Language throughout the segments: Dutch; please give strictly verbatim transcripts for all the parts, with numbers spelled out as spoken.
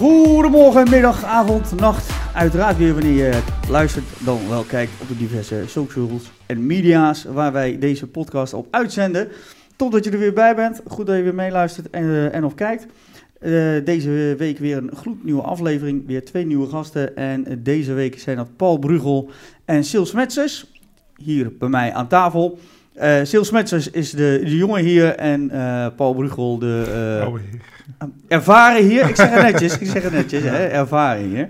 Goedemorgen, middag, avond, nacht. Uiteraard weer wanneer je luistert, dan wel kijkt op de diverse socials en media's waar wij deze podcast op uitzenden. Top dat je er weer bij bent. Goed dat je weer meeluistert en, uh, en of kijkt. Uh, deze week weer een gloednieuwe aflevering. Weer twee nieuwe gasten. En uh, deze week zijn dat Paul Brugel en Sil Smetsers. Hier bij mij aan tafel. Uh, Sil Smetsers is de, de jongen hier en uh, Paul Brugel de uh, oh, ervaren hier. Ik zeg het netjes, ik zeg het netjes, hè? Ervaring hier.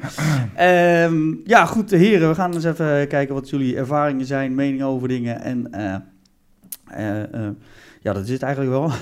Um, ja, goed heren, we gaan eens even kijken wat jullie ervaringen zijn, meningen over dingen. En uh, uh, uh, ja, dat is het eigenlijk wel.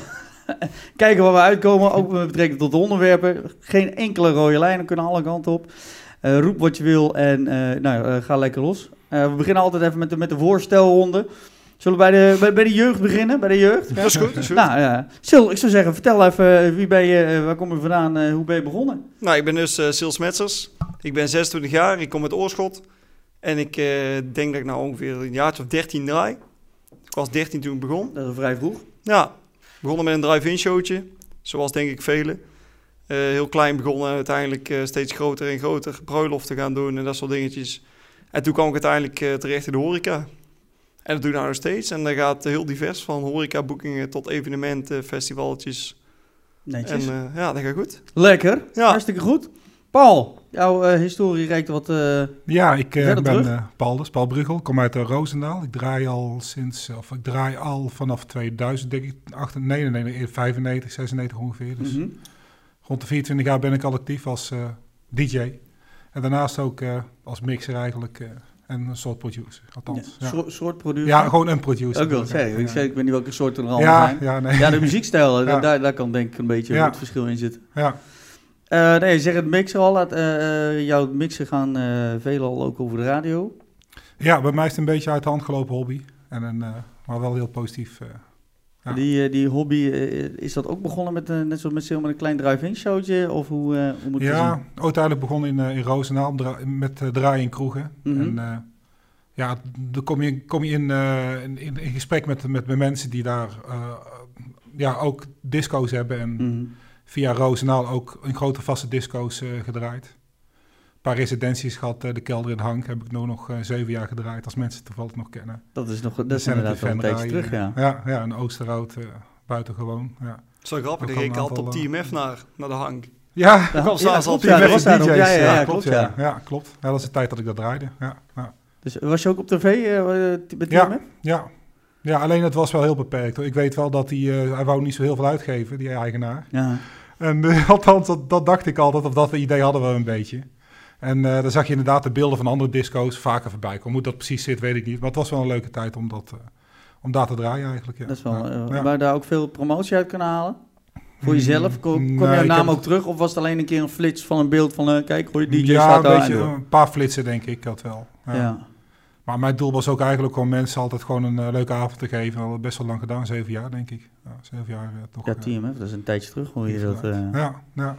Kijken waar we uitkomen, ook met betrekking tot de onderwerpen. Geen enkele rode lijnen, kunnen alle kanten op. Uh, roep wat je wil en uh, nou, uh, ga lekker los. Uh, we beginnen altijd even met de, met de voorstelronde. Zullen we bij de, bij, bij de jeugd beginnen? Bij de jeugd? Dat is goed, dat is goed. Nou, ja. Sil, ik zou zeggen, vertel even, wie ben je, uh, waar kom je vandaan, uh, hoe ben je begonnen? Nou, ik ben dus uh, Sil Smetsers. Ik ben zesentwintig jaar, ik kom uit Oorschot. En ik uh, denk dat ik nou ongeveer een jaartje of dertien draai. Ik was dertien toen ik begon. Dat is vrij vroeg. Ja, begonnen met een drive-in showtje, zoals denk ik velen. Uh, heel klein begonnen, uiteindelijk uh, steeds groter en groter. Bruiloften gaan doen en dat soort dingetjes. En toen kwam ik uiteindelijk uh, terecht in de horeca. En dat doe ik nou nog steeds. En dat gaat heel divers, van horecaboekingen tot evenementen, festivalletjes. Netjes. En uh, ja, dat gaat goed. Lekker, Ja. Hartstikke goed. Paul, jouw uh, historie reikt wat uh, Ja, ik uh, ben terug. uh, Paul, dus Paul Brugel, kom uit uh, Roosendaal. Ik draai al sinds, of ik draai al vanaf tweeduizend, denk ik, acht, nee, nee, nee, vijfennegentig, zesennegentig ongeveer. Dus mm-hmm. rond de vierentwintig jaar ben ik al actief als uh, D J. En daarnaast ook uh, als mixer eigenlijk uh, en een soort producer, althans. Ja, Ja, soort, soort producer? ja gewoon een producer. Ook wel zeggen, ik, zeg, ik weet niet welke soort er allemaal ja, zijn. ja, nee. Ja, de muziekstijl, Ja. daar, daar kan denk ik een beetje Ja. het verschil in zitten. Ja. Uh, nee, je zegt het mixen al, laat, uh, uh, jouw mixen gaan uh, veelal ook over de radio. ja, bij mij is het een beetje uit de hand gelopen hobby. En een, uh, maar wel heel positief. Uh, ja. Die, uh, die hobby, uh, is dat ook begonnen met, uh, net zoals met Sil, met een klein drive-in showtje? Of hoe, uh, hoe moet je Ja, zien? uiteindelijk begon in, uh, in Roosendaal dra- met uh, draaien in kroegen. Mm-hmm. En uh, ja, dan kom je, kom je in, uh, in, in, in gesprek met, met, met mensen die daar uh, ja, ook disco's hebben. En Mm-hmm. via Roosendaal ook in grote vaste disco's uh, gedraaid. Een paar residenties gehad, uh, de Kelder in Hank heb ik nu nog uh, zeven jaar gedraaid, als mensen het toevallig nog kennen. Dat is, nog, dat De is inderdaad Sanity wel een Fan tijdje draaien. terug, ja. Ja, ja, een Oosterhout, uh, buitengewoon. Ja, Zo grappig, Ook dan ging al ik een altijd op aantal, T M F naar, naar de hang. ja, Ja, kwam ja, s'avonds klopt, al ja, T V dat was daar ook. Ja, ja, ja, ja, klopt, klopt, ja. ja. Ja, klopt. Ja, dat is de tijd dat ik dat draaide. Ja, ja. Dus was je ook op tv uh, met Ja. T M F? Ja. ja, alleen het was wel heel beperkt. Ik weet wel dat hij, uh, hij wou niet zo heel veel uitgeven, die eigenaar. Ja. En uh, althans, dat, dat dacht ik altijd, of dat idee hadden we een beetje. En uh, dan zag je inderdaad de beelden van andere disco's vaker voorbij komen. Hoe dat precies zit, weet ik niet. Maar het was wel een leuke tijd om, dat, uh, om daar te draaien eigenlijk. Ja. Dat is wel, uh, ja. waar je daar ook veel promotie uit kunnen halen? Voor jezelf? Kom, kom Nee, jouw ik naam heb- ook terug? Of was het alleen een keer een flits van een beeld van... Uh, kijk, hoor, D J ja, staat een, daar beetje, en door. een paar flitsen denk ik, dat wel. Ja. Ja. Maar mijn doel was ook eigenlijk om mensen altijd gewoon een uh, leuke avond te geven. Dat had ik best wel lang gedaan, zeven jaar denk ik. Ja, zeven jaar uh, toch. Ja, uh, T M F, dat is een tijdje terug hoe je dat... Uh... Ja, ja,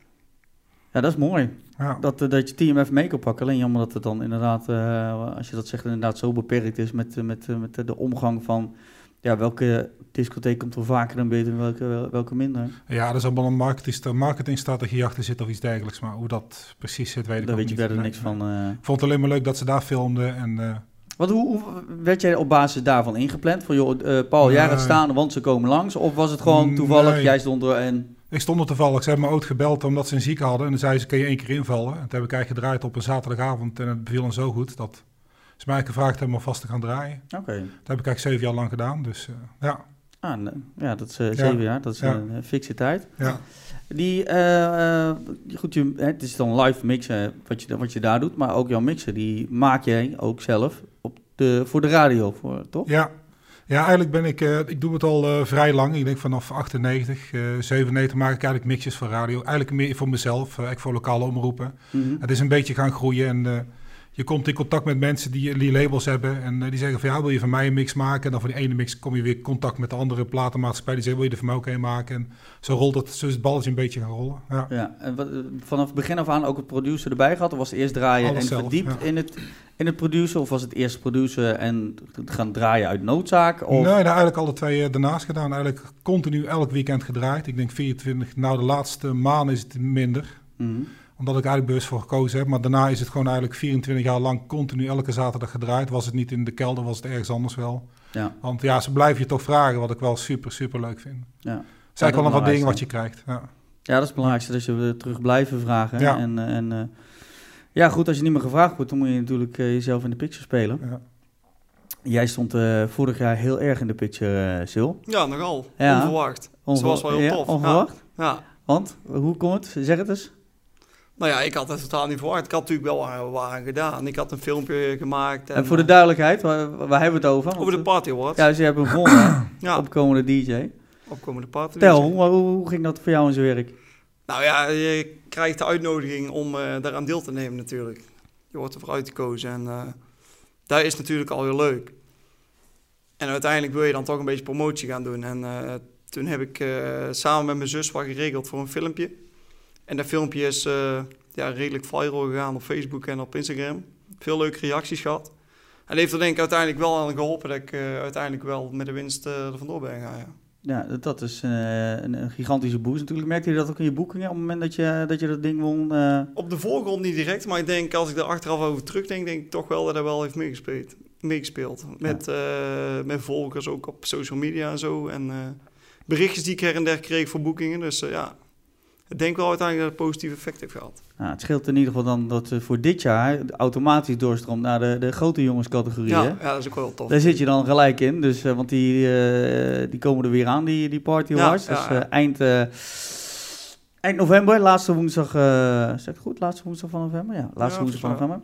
Ja, dat is mooi. ja. Dat, uh, dat je T M F mee kan pakken. Alleen jammer dat het dan inderdaad, uh, als je dat zegt, inderdaad zo beperkt is met, uh, met, uh, met de omgang van... Ja, welke discotheek komt er vaker en beter en welke, welke minder? Ja, er is allemaal een marketing- marketingstrategie achter zit of iets dergelijks. Maar hoe dat precies zit, weet ik Daar ook weet je niet. verder Nee, niks nee. van. Uh... Ik vond het alleen maar leuk dat ze daar filmden. En, uh, Wat, hoe, hoe werd jij op basis daarvan ingepland? Van joh, uh, Paul, jij gaat Nee. staan, want ze komen langs. Of was het gewoon toevallig, Nee. jij stond er en... ik stond er toevallig. Ze hebben me ooit gebeld omdat ze een zieke hadden. En dan zei ze, kun je één keer invallen? En toen heb ik eigenlijk gedraaid op een zaterdagavond. En het beviel hen zo goed dat ze mij gevraagd hebben om vast te gaan draaien. Oké. Okay. Dat heb ik eigenlijk zeven jaar lang gedaan. Dus uh, ja. Ah, nee. Ja, dat is uh, Ja. zeven jaar. Dat is Ja. een uh, fikse tijd. Ja. Die, uh, uh, goed, je, hè, het is dan live mixen wat je, wat je daar doet. Maar ook jouw mixen, die maak jij ook zelf op de, voor de radio, voor, toch? Ja. Ja, eigenlijk ben ik, uh, ik doe het al uh, vrij lang. Ik denk vanaf achtennegentig, uh, zevenennegentig maak ik eigenlijk mixjes voor radio. Eigenlijk meer voor mezelf, uh, eigenlijk voor lokale omroepen. Mm-hmm. Het is een beetje gaan groeien en uh, je komt in contact met mensen die, die labels hebben. En uh, die zeggen van ja, wil je van mij een mix maken? En dan van die ene mix kom je weer in contact met de andere platenmaatschappij. Die zeggen wil je er van mij ook een maken? En zo rolt het, zo is het balletje een beetje gaan rollen. Ja. Ja, en wat, vanaf het begin af aan ook het producer erbij gehad? Of was het eerst draaien Alles en zelf, verdiept ja. in, het, in het producer? Of was het eerst producer en gaan draaien uit noodzaak? Of? Nee, nou, eigenlijk alle twee uh, daarnaast gedaan. Eigenlijk continu elk weekend gedraaid. Ik denk vierentwintig, nou de laatste maanden is het minder. Mm-hmm. Omdat ik eigenlijk bewust voor gekozen heb. Maar daarna is het gewoon eigenlijk vierentwintig jaar lang continu elke zaterdag gedraaid. Was het niet in de kelder, was het ergens anders wel. Ja. Want ja, ze blijven je toch vragen, wat ik wel super, super leuk vind. Ja. Het zijn ja, wel een wat dingen wat je krijgt. Ja. ja, dat is het belangrijkste, dat je terug blijven vragen. Ja. En, en uh, ja, goed, als je niet meer gevraagd wordt, dan moet je natuurlijk uh, jezelf in de picture spelen. Ja. Jij stond uh, vorig jaar heel erg in de picture, uh, Sil. Ja, nogal. Ja. Onverwacht. Onver- Ze was wel heel ja, tof. Onverwacht? Ja. ja. Want, hoe komt het? Zeg het eens. Nou ja, ik had het totaal niet verwacht. Ik had natuurlijk wel aan, wel aan gedaan. Ik had een filmpje gemaakt. En, En voor de duidelijkheid, waar, waar hebben we het over? Over de Party Awards. Ja, dus je hebt een gewonnen, ja. opkomende D J. Opkomende Party. Vertel, hoe, hoe, hoe ging dat voor jou in zijn werk? Nou ja, je krijgt de uitnodiging om uh, daaraan deel te nemen natuurlijk. Je wordt ervoor uitgekozen en uh, dat is natuurlijk al heel leuk. En uiteindelijk wil je dan toch een beetje promotie gaan doen. En uh, toen heb ik uh, samen met mijn zus wat geregeld voor een filmpje. En dat filmpje is uh, ja, redelijk viral gegaan op Facebook en op Instagram. Veel leuke reacties gehad. En dat heeft er denk ik uiteindelijk wel aan geholpen dat ik uh, uiteindelijk wel met de winst uh, er vandoor ben gegaan. Ja. Ja, dat is uh, een, een gigantische boost natuurlijk. Merkte je dat ook in je boekingen op het moment dat je dat, je dat ding won? Uh... Op de voorgrond niet direct, maar ik denk als ik er achteraf over terugdenk, denk ik toch wel dat hij wel heeft meegespeeld. meegespeeld. Met, ja. uh, met volgers ook op social media en zo. En uh, berichtjes die ik her en der kreeg voor boekingen. Dus uh, ja, ik denk wel uiteindelijk dat het positief effect heeft gehad. Nou, het scheelt in ieder geval dan dat uh, voor dit jaar automatisch doorstroomt naar de, de grote jongenscategorie. Ja, hè? ja, dat is ook wel tof. Daar zit je dan gelijk in, dus, uh, want die, uh, die komen er weer aan, die, die Party Awards. Ja, ja, dus uh, ja. eind, uh, eind november, laatste woensdag, uh, zeg ik goed, laatste woensdag van november? Ja, laatste ja, woensdag van november.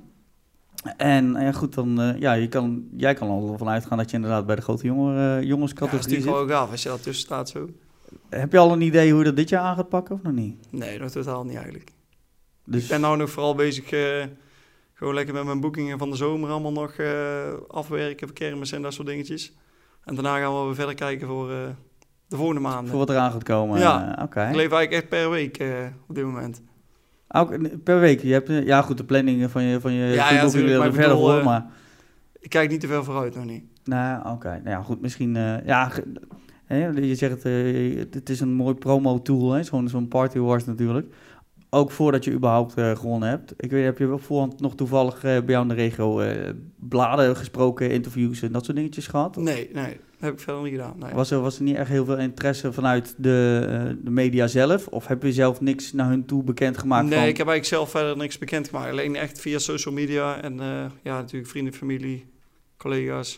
En ja, goed, dan, uh, ja, je kan, jij kan er van uitgaan dat je inderdaad bij de grote jongen, uh, jongenscategorie zit. Ja, dat is natuurlijk wel gaaf als je daar tussen staat zo. Heb je al een idee hoe je dat dit jaar aan gaat pakken of nog niet? Nee, dat totaal niet eigenlijk. Dus... Ik ben nou nog vooral bezig, uh, gewoon lekker met mijn boekingen van de zomer allemaal nog uh, afwerken, kermis en dat soort dingetjes. En daarna gaan we weer verder kijken voor uh, de volgende maanden. Voor wat eraan gaat komen? Ja, uh, oké. Okay. Ik leef eigenlijk echt per week uh, op dit moment. Ook per week? Je hebt, ja goed, de planning van je, van je ja, ja, boekingen er verder voor, uh, maar... Ik kijk niet te ver vooruit, nog niet. Nou, oké. Okay. Nou ja, goed, misschien... Uh, ja, hè, je zegt, uh, het is een mooi promo-tool, hè? Zo'n, zo'n Party Awards natuurlijk. Ook voordat je überhaupt uh, gewonnen hebt. Ik weet, heb je op voorhand nog toevallig uh, bij jou in de regio uh, bladen gesproken, interviews en dat soort dingetjes gehad? Nee, nee, dat heb ik verder niet gedaan. Nee. Was, er, was er niet echt heel veel interesse vanuit de, uh, de media zelf? Of heb je zelf niks naar hun toe bekendgemaakt? Nee, van... ik heb eigenlijk zelf verder niks bekendgemaakt. Alleen echt via social media en uh, ja, natuurlijk vrienden, familie, collega's.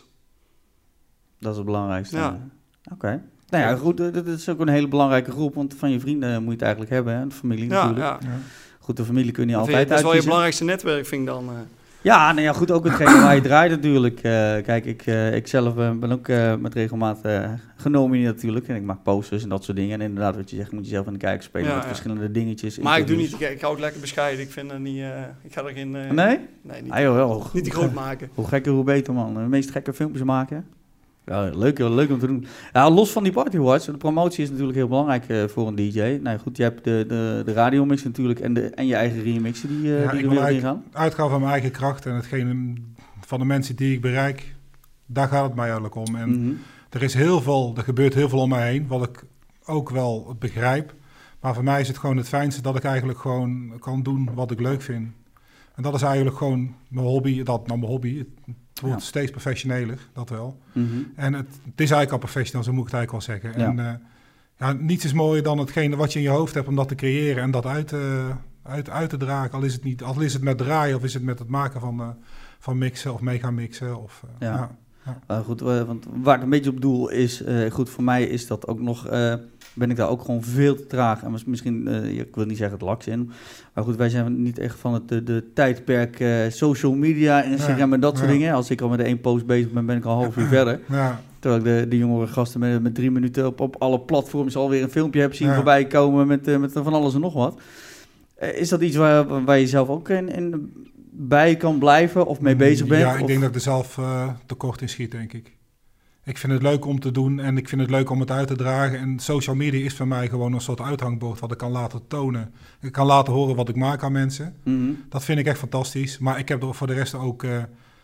Dat is het belangrijkste. Ja. Oké. Okay. Nou ja, goed, dat is ook een hele belangrijke groep, want van je vrienden moet je het eigenlijk hebben, hè? De familie ja, natuurlijk. Ja. Goed, de familie kun je niet dat altijd uitkiezen. Dat is wel je belangrijkste netwerk, vind ik dan. Uh. Ja, nou ja, goed, ook hetgeen waar je draait natuurlijk. Uh, kijk, ik, uh, ik zelf uh, ben ook uh, met regelmaat uh, genomineerd natuurlijk. En ik maak posters en dat soort dingen. En inderdaad, wat je zegt, moet je zelf in de kijker spelen ja, met ja. verschillende dingetjes. Maar ik doe niet, ik hou het lekker bescheiden. Ik vind er niet, uh, ik ga er geen... Uh, nee? Nee, niet, ah, joh, wel. niet te groot maken. Hoe gekker, hoe beter, man. De meest gekke filmpjes maken. Ja, leuk, leuk om te doen. Ja, los van die Party Awards, de promotie is natuurlijk heel belangrijk uh, voor een D J. Nou goed, je hebt de, de, de radiomix natuurlijk en, de, en je eigen remixen die, uh, ja, die er weer in gaan. Uitgaan van mijn eigen kracht en hetgene van de mensen die ik bereik, daar gaat het mij eigenlijk om. En mm-hmm. er is heel veel, er gebeurt heel veel om mij heen, wat ik ook wel begrijp. Maar voor mij is het gewoon het fijnste dat ik eigenlijk gewoon kan doen wat ik leuk vind. En dat is eigenlijk gewoon mijn hobby, dat nou mijn hobby. Het wordt ja. steeds professioneler, dat wel. Mm-hmm. En het, het is eigenlijk al professioneel, zo moet ik het eigenlijk wel zeggen. Ja. En uh, ja, niets is mooier dan hetgene wat je in je hoofd hebt om dat te creëren en dat uit, uh, uit, uit te dragen. Al is het niet, al is het met draaien of is het met het maken van, uh, van mixen of megamixen. Of, uh, ja. ja. Ja. Uh, goed, uh, want waar ik een beetje op doel is, uh, goed, voor mij is dat ook nog, uh, ben ik daar ook gewoon veel te traag. En misschien, uh, ik wil niet zeggen het laks in, maar goed, wij zijn niet echt van het de, de tijdperk uh, social media, Instagram ja. en dat soort ja. dingen. Als ik al met één post bezig ben, ben ik al een half uur verder. Ja. Terwijl ik de, de jongere gasten met, met drie minuten op, op alle platforms alweer een filmpje heb zien ja. voorbij komen met, uh, met van alles en nog wat. Uh, is dat iets waar, waar je zelf ook in... in bij kan blijven of mee bezig bent? Ja, ik of? denk dat ik er zelf uh, tekort in schiet, denk ik. Ik vind het leuk om te doen en ik vind het leuk om het uit te dragen. En social media is voor mij gewoon een soort uithangbord wat ik kan laten tonen. Ik kan laten horen wat ik maak aan mensen. Mm-hmm. Dat vind ik echt fantastisch. Maar ik heb er voor de rest ook... Uh,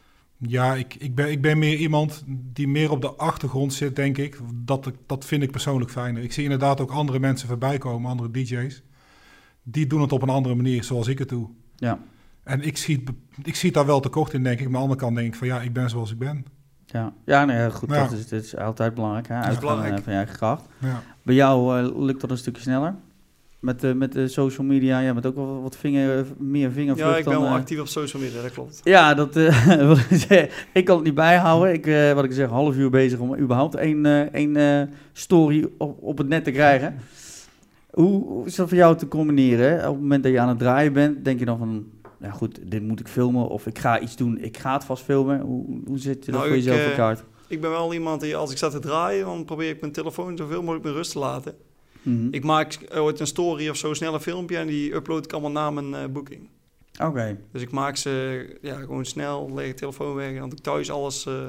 ja, ik, ik, ben, ik ben meer iemand die meer op de achtergrond zit, denk ik. Dat, dat vind ik persoonlijk fijner. Ik zie inderdaad ook andere mensen voorbij komen, andere D J's. die doen het op een andere manier zoals ik het doe. Ja. En ik schiet, ik schiet daar wel tekort in, denk ik. Maar aan de andere kant denk ik van ja, ik ben zoals ik ben. Ja, ja nee, goed, Ja. dat, is, dat is altijd belangrijk. Hè? Uitgaan belangrijk. eh, van je eigen kracht. Ja. Bij jou uh, lukt dat een stukje sneller? Met de, met de social media, ja, met ook wel wat vinger, meer vingervlucht Ja, ik ben dan... wel uh, actief op social media, dat klopt. Ja, dat, uh, wat ik zeg, ik kan het niet bijhouden. Ik, uh, wat ik zeg, half uur bezig om überhaupt één, uh, één uh, story op, op het net te krijgen. Hoe, hoe is dat voor jou te combineren? Hè? Op het moment dat je aan het draaien bent, denk je dan van... Ja goed, dit moet ik filmen of ik ga iets doen, ik ga het vast filmen. Hoe, hoe zet je dat Nou, voor ik, jezelf uh, in kaart? Ik ben wel iemand die als ik sta te draaien, dan probeer ik mijn telefoon zoveel mogelijk met rust te laten. Mm-hmm. Ik maak ooit een story of zo, snel een filmpje en die upload ik allemaal na mijn uh, boeking. Oké. Okay. Dus ik maak ze ja, gewoon snel, leg de telefoon weg en dan doe ik thuis alles uh,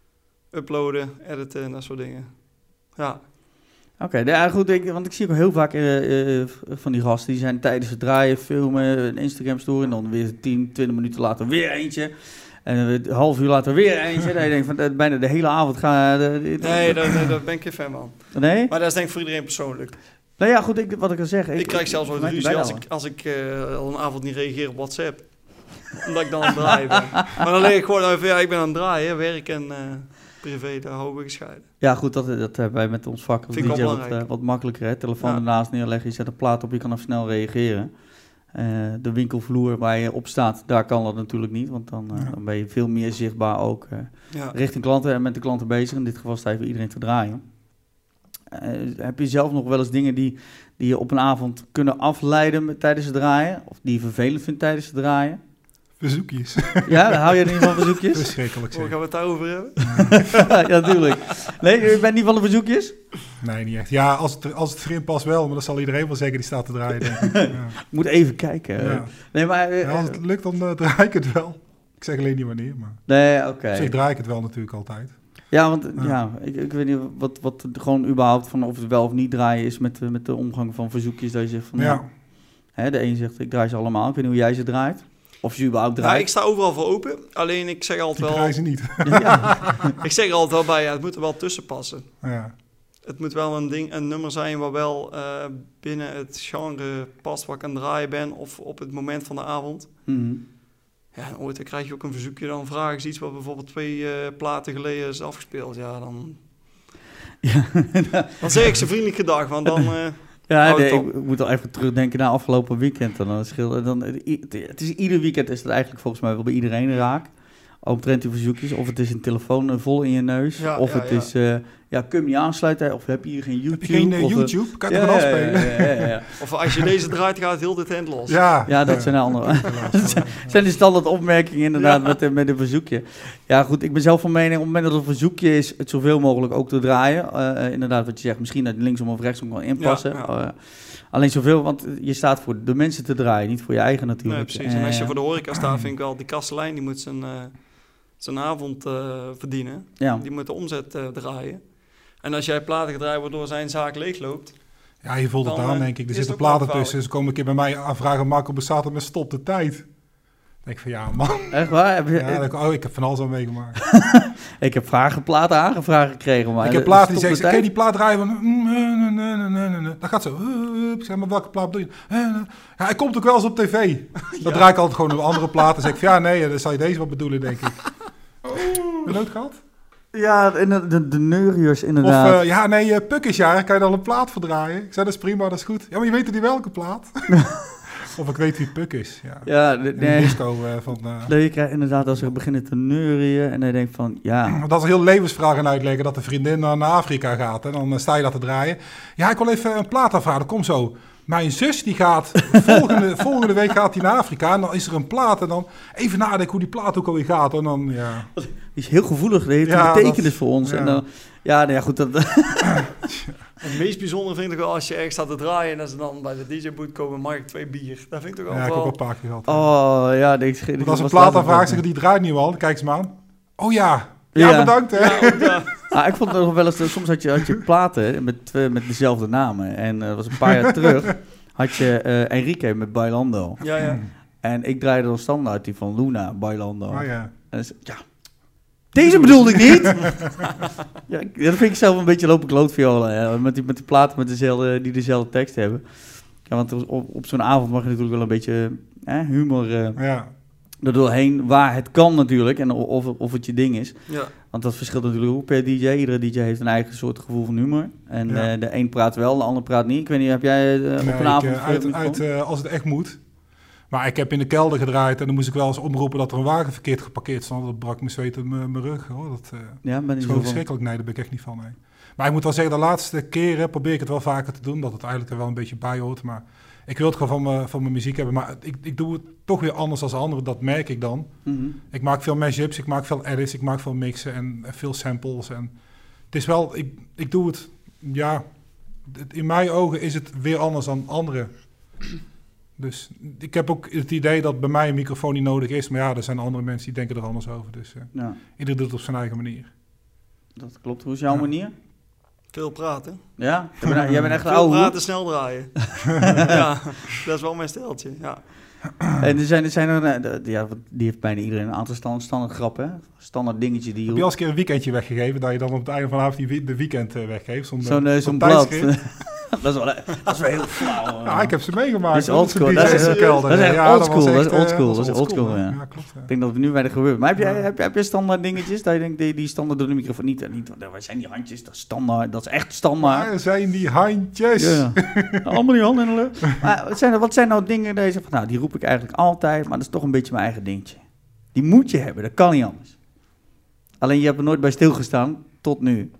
uploaden, editen en dat soort dingen. Ja. Oké, okay, ja, goed, ik, want ik zie ook heel vaak uh, uh, van die gasten, die zijn tijdens het draaien, filmen, een Instagram-story en dan weer tien, twintig minuten later weer eentje. En een half uur later weer eentje. Dat je denkt van uh, bijna de hele avond gaan... Uh, nee, daar, daar, daar ben ik geen fan van. Nee? Maar dat is denk ik voor iedereen persoonlijk. Nou ja, goed, ik, wat ik al zeg... Ik, ik krijg zelfs wel ruzie als ik, als ik uh, al een avond niet reageer op WhatsApp. Omdat ik dan aan het draaien ben. Maar dan leg ik gewoon even, ja, ik ben aan het draaien, werk en... Uh, privé, daar houden we gescheiden. Ja, goed, dat, dat hebben wij met ons vak. Vind ik wel wat, uh, wat makkelijker, hè? Telefoon ja. ernaast neerleggen, je zet een plaat op, je kan even snel reageren. Uh, de winkelvloer waar je op staat, daar kan dat natuurlijk niet, want dan, uh, ja. dan ben je veel meer zichtbaar ook uh, ja. richting klanten en met de klanten bezig. In dit geval sta je voor iedereen te draaien. Uh, heb je zelf nog wel eens dingen die, die je op een avond kunnen afleiden met, tijdens het draaien? Of die je vervelend vindt tijdens het draaien? Verzoekjes. Ja, dan hou je er niet van verzoekjes? Verschrikkelijk zeg. Hoe gaan we het daarover hebben? Ja, natuurlijk. Nee, je bent niet van de verzoekjes? Nee, niet echt. Ja, als het, als het erin past wel, maar dat zal iedereen wel zeggen die staat te draaien, denk ik. Ja. Moet even kijken. Ja. Nee, maar, uh, ja, als het lukt, dan uh, draai ik het wel. Ik zeg alleen niet wanneer, maar... Nee, oké. Okay. Op zich draai ik het wel natuurlijk altijd. Ja, want ja, ja ik, ik weet niet wat, wat gewoon überhaupt van of het wel of niet draaien is met, met de omgang van verzoekjes. Dat je zegt van, ja. Nou, hè, de een zegt, ik draai ze allemaal. Ik weet niet hoe jij ze draait. Of ze überhaupt draait. Ja, ik sta overal voor open. Alleen ik zeg altijd wel... Ik draai ze niet. Ja, ik zeg er altijd wel bij, ja, het moet er wel tussen passen. Ja. Het moet wel een, ding, een nummer zijn waar wel uh, binnen het genre past waar ik aan het draaien ben. Of op het moment van de avond. Mm-hmm. Ja, en ooit dan krijg je ook een verzoekje. Dan vragen ze iets wat bijvoorbeeld twee uh, platen geleden is afgespeeld. Ja, dan... Ja. Dan zeg ik ze vriendelijk gedag, want dan... Uh, Ja, nee, ik moet al even terugdenken naar afgelopen weekend. Dan schil, dan, het is, ieder weekend is het eigenlijk volgens mij wel bij iedereen raak. Omtrent die verzoekjes. Of het is een telefoon vol in je neus. Ja, of ja, het ja. is, uh, ja, kun je niet aansluiten? Of heb je hier geen YouTube? Heb je geen uh, of, YouTube? Kan je ja, er gewoon ja, afspelen? Ja, ja, ja, ja. Of als je deze draait, gaat heel de tent los. Ja, ja dat ja. zijn andere. Dat zijn de standaard opmerkingen inderdaad ja. met, de, met een verzoekje. Ja goed, ik ben zelf van mening, op het moment dat het een verzoekje is, het zoveel mogelijk ook te draaien. Uh, inderdaad wat je zegt, misschien dat linksom of rechtsom kan inpassen. Ja, ja. Uh, alleen zoveel, want je staat voor de mensen te draaien, niet voor je eigen natuurlijk. Nee, precies. En als je voor de horeca staat, vind ik wel, die kastelein die moet zijn, uh, zijn avond uh, verdienen. Ja. Die moet de omzet uh, draaien. En als jij platen gedraaid waardoor zijn zaak leegloopt... Ja, je voelt het dan, aan, uh, denk ik. Er zitten platen tussen. Ze komen een keer bij mij aanvragen, Marco bestaat met stop de tijd. Dan denk ik van, ja man. Echt waar? Heb je, ja, dan, oh, ik heb van alles al meegemaakt. Ik heb vragen, platen aangevraagd gekregen. Maar ik heb platen die zeggen, ken je die plaat draaien van... Dan gaat zo... Zeg maar, welke plaat doe je? Ja, hij komt ook wel eens op tv. Dan ja. draai ik altijd gewoon een andere plaat. Dan zeg ik van, ja nee, dan zal je deze wat bedoelen, denk ik. Oh. Heb je nooit gehad? Ja, de, de, de neuriërs inderdaad. Of uh, ja, nee, uh, Puk is jaar, kan je dan een plaat verdraaien? Ik zei, dat is prima, dat is goed. Ja, maar je weet niet welke plaat? Of ik weet wie Puk is. Ja, ja de, in nee. disco uh, van... Uh, nee, je krijgt inderdaad als ze beginnen te neurien en dan denk van, ja... Dat is een heel levensvraag aan uitleggen, dat de vriendin naar Afrika gaat. En dan uh, sta je dat te draaien. Ja, ik wil even een plaat aanvragen, kom zo. Mijn zus die gaat, volgende, volgende week gaat hij naar Afrika en dan is er een plaat en dan even nadenken hoe die plaat ook alweer gaat. En dan, ja... Die is heel gevoelig, die heeft ja, een betekenis voor ons. Ja, en dan, ja, nou ja, goed. Dat, het meest bijzondere vind ik wel als je ergens staat te draaien en als ze dan bij de D J-boot komen, mag ik twee bier. Dat vind ik toch ja, wel... Ja, ik heb ook een paar keer gehad. Oh, ja. Denk, Want als een plaat aanvraagt, zeggen die draait niet wel, dan kijk ze me aan. Oh ja, ja, ja. bedankt hè. Ja, ook, ja. Ah, ik vond het nog wel eens, soms had je, had je platen met, met dezelfde namen. En dat uh, was een paar jaar terug, had je uh, Enrique met Bailando. Ja, ja. En ik draaide dan standaard die van Luna, Bailando. Oh ja. En ze, ja. Deze bedoelde ik niet. Ja, dat vind ik zelf een beetje lopen klootviolen. Hè? Met, die, met die platen met dezelfde, die dezelfde tekst hebben. Ja, want op, op zo'n avond mag je natuurlijk wel een beetje eh, humor uh, ja. er doorheen, waar het kan natuurlijk en of, of het je ding is. Ja. Want dat verschilt natuurlijk ook per D J. Iedere D J heeft een eigen soort gevoel van humor. En Ja. uh, de een praat wel, de ander praat niet. Ik weet niet, heb jij uh, nee, op een avond... Ik, uh, uit, uit, uh, als het echt moet. Maar ik heb in de kelder gedraaid en dan moest ik wel eens omroepen dat er een wagen verkeerd geparkeerd stond. Dat brak me zweet in mijn rug. Hoor. Dat uh, ja, ben is gewoon verschrikkelijk. Nee, daar ben ik echt niet van. Nee. Maar ik moet wel zeggen, de laatste keren probeer ik het wel vaker te doen. Dat het eigenlijk er wel een beetje bij hoort. Maar ik wil het gewoon van mijn, van mijn muziek hebben. Maar ik, ik doe het toch weer anders dan anderen. Dat merk ik dan. Mm-hmm. Ik maak veel mashups, ik maak veel edits, ik maak veel mixen en veel samples. En het is wel, ik, ik doe het, ja, in mijn ogen is het weer anders dan anderen. Dus ik heb ook het idee dat bij mij een microfoon niet nodig is. Maar ja, er zijn andere mensen die denken er anders over. Dus uh, ja. ieder doet het op zijn eigen manier. Dat klopt. Hoe is jouw ja. manier? Veel praten. Ja? Jij bent, jij bent echt een Veel oude praten, hoed. snel draaien. Ja, dat is wel mijn steltje, ja. En er zijn er, zijn er ja, die heeft bijna iedereen een aantal standaard, standaard grappen, hè? Standaard dingetje die je... Heb je al eens een keer een weekendje weggegeven, dat je dan op het einde van de avond die de weekend uh, weggeeft? Zo'n uh, zo'n blad. dat, is wel, dat is wel heel flauw. Ja, ik heb ze meegemaakt. Dat is oldschool. Dat is echt oldschool. Dat is oldschool. Dat is oldschool, ja. ja klopt, ja. Ik denk dat het nu weinig gebeurt. Maar heb jij, heb, heb je standaard dingetjes, dat je denkt, die, die standaard door de microfoon niet, niet, waar zijn die handjes? Dat is standaard, dat is echt standaard. Waar zijn die handjes? Ja. Allemaal die handen in de lucht. Maar wat zijn, wat zijn nou dingen dat je zegt van, nou, die roep ik eigenlijk altijd, maar dat is toch een beetje mijn eigen dingetje. Die moet je hebben, dat kan niet anders. Alleen je hebt er nooit bij stilgestaan, tot nu.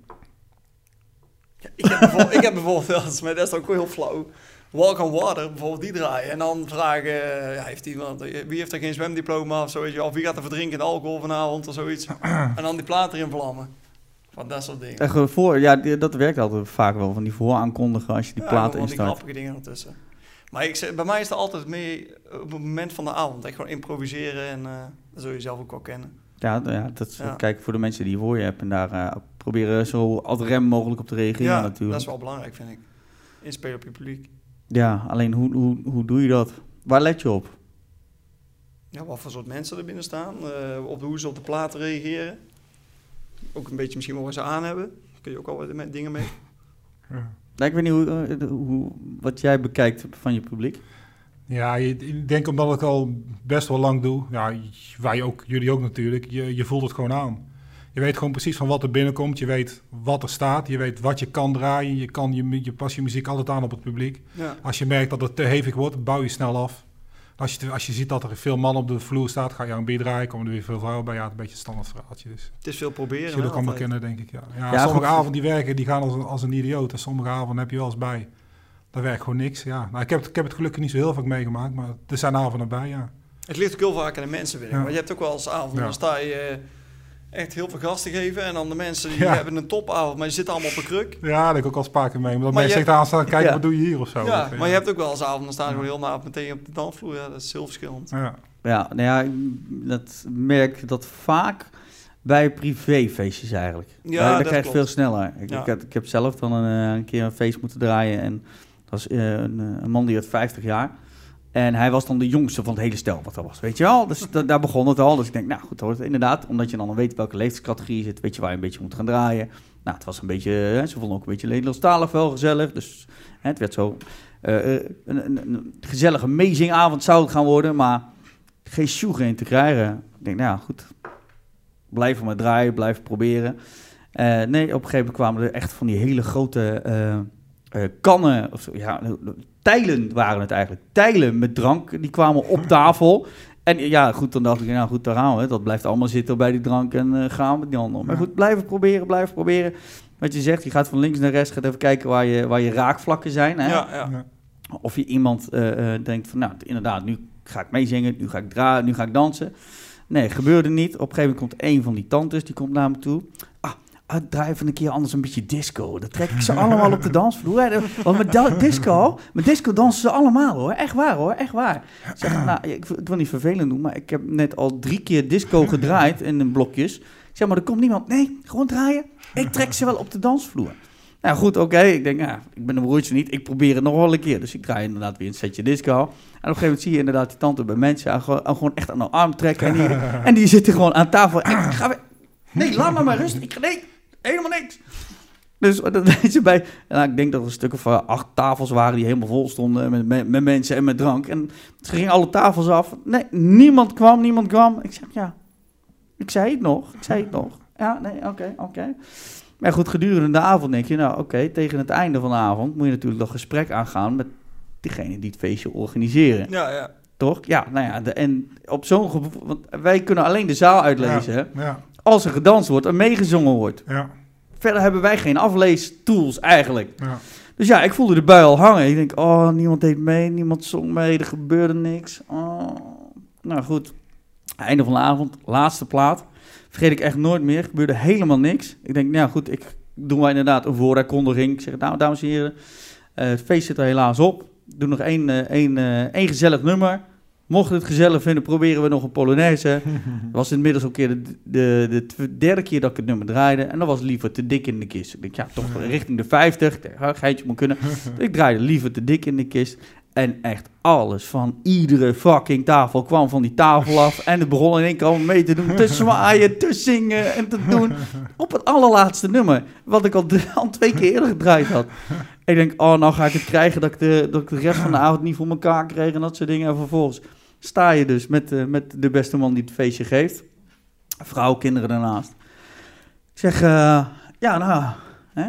Ja, ik, heb bijvoorbeeld, ik heb bijvoorbeeld wel eens, maar dat is ook heel flauw, Walk on Water, bijvoorbeeld die draaien. En dan vragen, ja, heeft iemand, wie heeft er geen zwemdiploma of zo, weet je, of wie gaat er verdrinken in alcohol vanavond of zoiets. En dan die plaat erin vlammen. Van dat soort dingen. Echt, voor, ja, dat werkt altijd vaak wel, van die vooraankondigen als je die ja, platen instart. Ja, die grappige dingen ertussen. Maar ik, bij mij is het altijd mee op het moment van de avond. Echt gewoon improviseren en uh, dat zul je zelf ook wel kennen. Ja, ja dat is ja. Kijken voor de mensen die je voor je hebt. En daar uh, proberen zo ad rem mogelijk op te reageren ja, natuurlijk. dat is wel belangrijk, vind ik. Inspelen op je publiek. Ja, alleen hoe, hoe, hoe doe je dat? Waar let je op? Ja, wat voor soort mensen er binnen staan. Uh, op hoe ze op de platen reageren. Ook een beetje misschien wel wat ze aan hebben. Daar kun je ook al wat met dingen mee. Ja. Nou, ik weet niet hoe, uh, hoe, wat jij bekijkt van je publiek. Ja, ik denk omdat ik het al best wel lang doe. Ja, wij ook, jullie ook natuurlijk. Je, je voelt het gewoon aan. Je weet gewoon precies van wat er binnenkomt. Je weet wat er staat. Je weet wat je kan draaien. Je, kan je, je pas je muziek altijd aan op het publiek. Ja. Als je merkt dat het te hevig wordt, bouw je snel af. Als je, als je ziet dat er veel man op de vloer staat, ga je een bier draaien, komen er weer veel vrouwen bij. Ja, het is een beetje een standaard verhaaltje. Dus. Het is veel proberen. Dat jullie ook allemaal kennen, denk ik. Ja. Ja, ja, sommige avonden die werken, die gaan als een, als een idioot. En sommige avonden heb je wel eens bij. Daar werkt gewoon niks. Ja. Nou, ik, heb het, ik heb het gelukkig niet zo heel vaak meegemaakt, maar er zijn avonden bij, ja. Het ligt ook heel vaak aan de mensen weer. Ja. Maar je hebt ook wel eens avonden, ja. Dan sta je uh, echt heel veel gas te geven. En dan de mensen die ja. hebben een topavond, maar je zit allemaal op een kruk. Ja, dat heb ik ook al eens paar keer mee. Maar dat mensen zich aan staan, kijk, ja. wat doe je hier of zo. Ja, of, maar je hebt ook wel eens avonden, dan staan je ja. gewoon heel na meteen op de dansvloer. Ja, dat is heel verschillend. Ja, ja, nou ja, dat merk dat vaak bij privéfeestjes eigenlijk. Ja, daar dat krijg je veel sneller. Ik, ja. ik, heb, ik heb zelf dan een, een keer een feest moeten draaien en dat was uh, een, een man die had vijftig jaar. En hij was dan de jongste van het hele stel wat er was, weet je wel. Dus da- daar begon het al. Dus ik denk, nou goed, hoor, inderdaad, omdat je dan weet welke leeftijdscategorie je zit, weet je waar je een beetje moet gaan draaien. Nou, het was een beetje, hè, ze vonden ook een beetje Nederlandstalig wel gezellig. Dus hè, het werd zo uh, een, een, een gezellige meezingavond zou het gaan worden, maar geen sjoeg in te krijgen. Ik denk, nou ja, goed, blijven maar draaien, blijven proberen. Uh, nee, op een gegeven moment kwamen er echt van die hele grote uh, uh, kannen, of zo, ja, tijlen waren het eigenlijk. Tijlen met drank, die kwamen op tafel. En ja, goed, dan dacht ik, nou goed, daar gaan we. Dat blijft allemaal zitten bij die drank en uh, gaan we die handel. Maar goed, blijven proberen, blijven proberen. Wat je zegt, je gaat van links naar rechts, gaat even kijken waar je, waar je raakvlakken zijn. Hè? Ja, ja. Of je iemand uh, uh, denkt van, nou, inderdaad, nu ga ik meezingen, nu ga ik draaien, nu ga ik dansen. Nee, gebeurde niet. Op een gegeven moment komt een van die tantes, die komt naar me toe. Ah, ah draai even een keer anders een beetje disco. Dan trek ik ze allemaal op de dansvloer. Want met da- disco, met disco dansen ze allemaal hoor. Echt waar hoor, echt waar. Zeg, nou, ik, ik wil niet vervelend doen, maar ik heb net al drie keer disco gedraaid in een blokjes. Ik zeg, maar er komt niemand. Nee, gewoon draaien. Ik trek ze wel op de dansvloer. Nou goed, oké. Okay. Ik denk, ja, ik ben een broertje niet. Ik probeer het nog wel een keer. Dus ik draai inderdaad weer een setje disco. En op een gegeven moment zie je inderdaad die tante bij mensen aan, gewoon, aan gewoon echt aan de arm trekken. En die, en die zitten gewoon aan tafel. En ik ga weer, nee, laat me maar rust. Ik ga, nee, helemaal niks. Dus dat deed ze bij... Nou, ik denk dat er een stuk of uh, acht tafels waren die helemaal vol stonden met, met, met mensen en met drank. En ze gingen alle tafels af. Nee, niemand kwam, niemand kwam. Ik zeg, ja, ik zei het nog, ik zei het nog. Ja, nee, oké, okay, oké. Okay. Maar goed, gedurende de avond denk je, nou oké, okay, tegen het einde van de avond moet je natuurlijk nog gesprek aangaan met diegene die het feestje organiseren. Ja, ja. Toch? Ja, nou ja, de, en op zo'n gevoel, want wij kunnen alleen de zaal uitlezen, Ja, ja. als er gedanst wordt en meegezongen wordt. Ja. Verder hebben wij geen afleestools eigenlijk. Ja. Dus ja, ik voelde de bui al hangen. Ik denk, oh, niemand deed mee, niemand zong mee, er gebeurde niks. Oh. Nou goed, einde van de avond, laatste plaat. Vergeet ik echt nooit meer, gebeurde helemaal niks. Ik denk, nou goed, ik doe maar inderdaad een vooraankondiging. Ik zeg, nou, dames en heren, uh, het feest zit er helaas op. Doe nog één, uh, één, uh, één gezellig nummer. Mocht het gezellig vinden, proberen we nog een Polonaise. Dat was inmiddels ook keer de, de, de derde keer dat ik het nummer draaide. En dat was liever te dik in de kist. Ik denk, ja, toch richting de vijftig. Ik denk, geitje moet kunnen. Ik draaide liever te dik in de kist. En echt alles van iedere fucking tafel kwam van die tafel af. En het begon in één keer mee te doen, te zwaaien, te zingen en te doen. Op het allerlaatste nummer. Wat ik al, al twee keer eerder gedraaid had. Ik denk, oh, nou ga ik het krijgen dat ik, de, dat ik de rest van de avond niet voor elkaar kreeg en dat soort dingen. En vervolgens sta je dus met, uh, met de beste man die het feestje geeft. Vrouw, kinderen daarnaast. Ik zeg, uh, ja, nou, hè,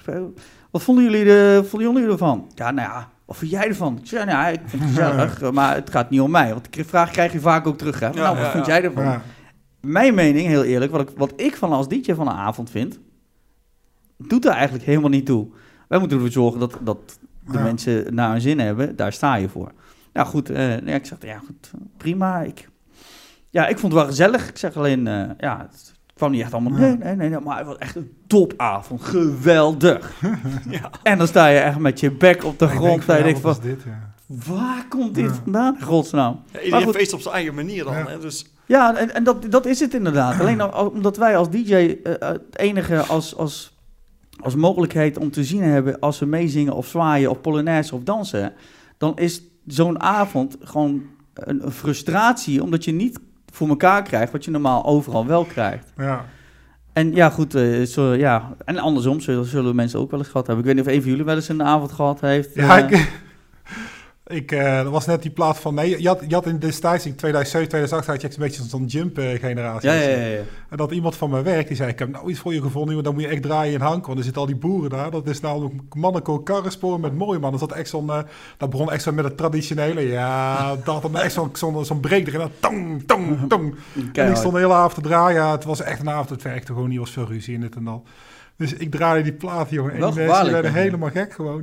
wat vonden jullie, de, vonden jullie ervan? Ja, nou ja, wat vind jij ervan? Ik zeg, nou ja, ik vind het gezellig, maar het gaat niet om mij. Want de vraag krijg je vaak ook terug, hè. Ja, nou, wat ja, vind ja. jij ervan? Ja. Mijn mening, heel eerlijk, wat ik, wat ik van als D J van de avond vind, doet er eigenlijk helemaal niet toe. Wij moeten ervoor zorgen dat, dat de Ja. mensen naar hun zin hebben. Daar sta je voor. Nou goed, uh, ja, ik zeg, ja goed, prima. Ik, ja, ik vond het wel gezellig. Ik zeg alleen, uh, ja, het kwam niet echt allemaal... Nee, nee, nee, nee, maar het was echt een topavond. Geweldig. Ja. En dan sta je echt met je bek op de Ik grond. denk van, En je ja, denkt wat van, is dit? Ja. waar komt dit Ja. vandaan? in Godsnaam. Ja, Maar iedereen goed. feest op zijn eigen manier dan. Ja. Hè? Dus, Ja, en, en dat, dat is het inderdaad. Alleen al, omdat wij als D J uh, het enige als, als, als mogelijkheid om te zien hebben als we meezingen of zwaaien of polonaise of dansen, dan is zo'n avond gewoon een, een frustratie, omdat je niet voor elkaar krijgt wat je normaal overal wel krijgt. Ja. En ja, goed, uh, zo, ja. En andersom zullen, zullen mensen ook wel eens gehad hebben. Ik weet niet of een van jullie wel eens een avond gehad heeft. Ja, uh, ik, ik uh, dat was net die plaat van... Nee, je had, je had in destijds, in tweeduizend zeven, tweeduizend acht, had je een beetje zo'n jump-generatie. ja, ja, ja, ja. En dat iemand van mijn werk, die zei... Ik heb nou iets voor je gevonden, jongen, dan moet je echt draaien in Hank. Want er zitten al die boeren daar. Dat is namelijk Manneko karrenspoor met mooi man. Dat, zat echt zo'n, uh, dat begon echt zo met het traditionele. Ja, dat had echt zo'n, zo'n, zo'n break erin. Dat tong, tong, tong. En ik stond de hele avond te draaien. Ja, het was echt een avond, het werkte gewoon niet. Er was veel ruzie in dit en dat. Dus ik draaide die plaat, jongen. En Wel die mensen die gevaarlijk, werden hè? helemaal gek gewoon.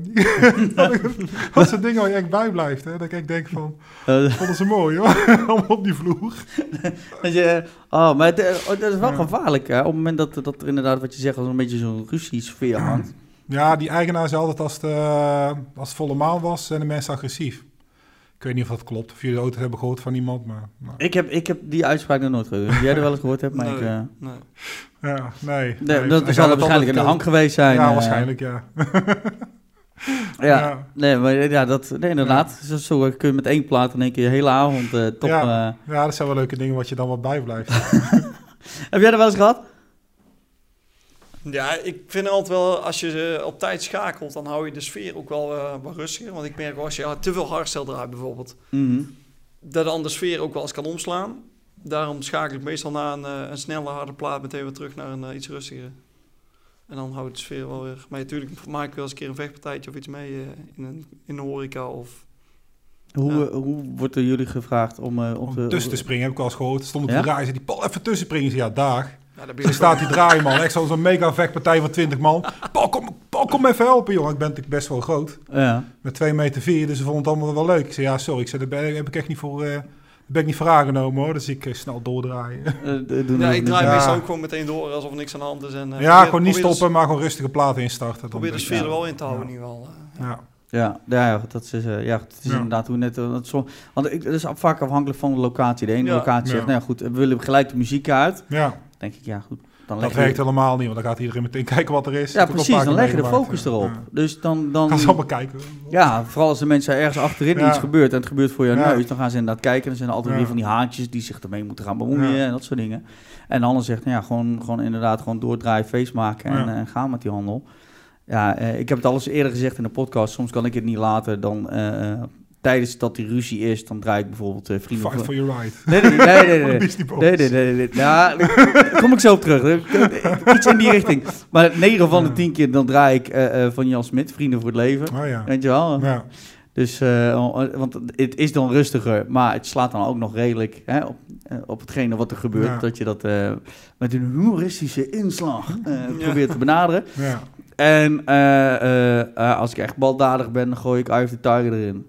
Dat soort dingen waar je echt bij blijft. Hè? Dat ik denk van, Uh, vonden ze mooi hoor. Allemaal op die vloer. dat je, oh, maar het, uh, dat is wel Ja. gevaarlijk, hè? Op het moment dat, dat er inderdaad, wat je zegt, als een beetje zo'n ruzie-sfeer hangt. Ja, die eigenaar zei altijd als het, uh, als het volle maan was, zijn de mensen agressief. Ik weet niet of dat klopt, of jullie het ooit hebben gehoord van iemand, maar... maar. Ik heb, ik heb die uitspraak nog nooit gehoord. Jij er wel eens gehoord hebt, maar nee, ik... Uh, nee. Ja, nee. nee, nee dat hij zal had het waarschijnlijk in de altijd- hang geweest zijn. Ja, uh, waarschijnlijk, ja. Ja, Ja. nee, maar ja, dat, nee, inderdaad. Zo, zo kun je met één plaat in één keer de hele avond uh, top... Ja. uh, Ja, dat zijn wel leuke dingen wat je dan wat bijblijft. Heb jij er wel eens gehad? Ja, ik vind altijd wel, als je uh, op tijd schakelt, dan hou je de sfeer ook wel uh, wat rustiger. Want ik merk wel, als je uh, te veel hardstyle draait bijvoorbeeld, Mhm. dat dan de sfeer ook wel eens kan omslaan. Daarom schakel ik meestal na een, uh, een snelle harde plaat meteen weer terug naar een uh, iets rustiger. En dan houdt de sfeer wel weer... Maar natuurlijk maak ik wel eens een keer een vechtpartijtje of iets mee uh, in, een, in een horeca of... Hoe, Ja. uh, hoe wordt er jullie gevraagd om... Uh, op Om de, tussen te springen, heb ik wel eens gehoord. Stond op Ja? de draaien, zei die Paul, even tussen springen. Ja, dag. Ja, daar ben Zo je staat die draaien, Echt zo'n mega vechtpartij van twintig man. Paul, kom, Paul, kom even helpen, jongen. Ik ben natuurlijk best wel groot. Ja. Met twee meter vier, dus ze vonden het allemaal wel leuk. Ik zei, ja, sorry. Ik zei, daar ben, heb ik echt niet voor... Uh, daar ben ik niet voor aangenomen, hoor. Dus ik uh, snel doordraaien. Uh, d- doen Ja, we ik niet. draai Ja. meestal ook gewoon meteen door alsof er niks aan de hand is. En, uh, ja, probeer- gewoon niet probeer de- stoppen, maar gewoon rustige platen instarten. Dan Probeer de ben ik- sfeer er ja. wel in te houden Ja. in ieder geval. uh, Ja. Ja, ja, ja, dat is, uh, ja, het is Ja. inderdaad hoe net... Uh, dat zo, want ik, het is vaak afhankelijk van de locatie. De ene Ja. locatie zegt, Ja. nou ja, goed, we willen gelijk de muziek uit. ja, Dan denk ik, ja goed, dan leg dat je... werkt helemaal niet, want dan gaat iedereen meteen kijken wat er is. Ja, Ik heb ook precies, een paar dan keer leg je de meegemaakt, focus ja. erop. Ja. Dus dan... dan Gaan ze allemaal kijken. ja, vooral als de mensen ergens achterin Ja. iets gebeurt en het gebeurt voor je Ja. neus, dan gaan ze inderdaad kijken. En dan zijn er altijd Ja. weer van die haantjes die zich ermee moeten gaan bemoeien Ja. en dat soort dingen. En de ander zegt, nou ja, gewoon, gewoon inderdaad gewoon doordraaien, feest maken en, Ja. en gaan met die handel. ja, uh, ik heb het al eens eerder gezegd in de podcast. Soms kan ik het niet laten dan... Uh, tijdens dat die ruzie is, dan draai ik bijvoorbeeld uh, vrienden... Fight for your right. Nee, nee, nee. nee, nee, nee. nee, nee, nee, nee. Ja, daar kom ik zo op terug. Iets in die richting. Maar negen van de tien keer, dan draai ik uh, uh, van Jan Smit, Vrienden voor het Leven. Oh ja. Weet je wel? Ja. Dus, uh, want het is dan rustiger, maar het slaat dan ook nog redelijk hè, op, uh, op hetgene wat er gebeurt. Ja. Dat je dat uh, met een humoristische inslag uh, ja. probeert te benaderen. Ja. En uh, uh, uh, als ik echt baldadig ben, dan gooi ik Eye of the Tiger erin.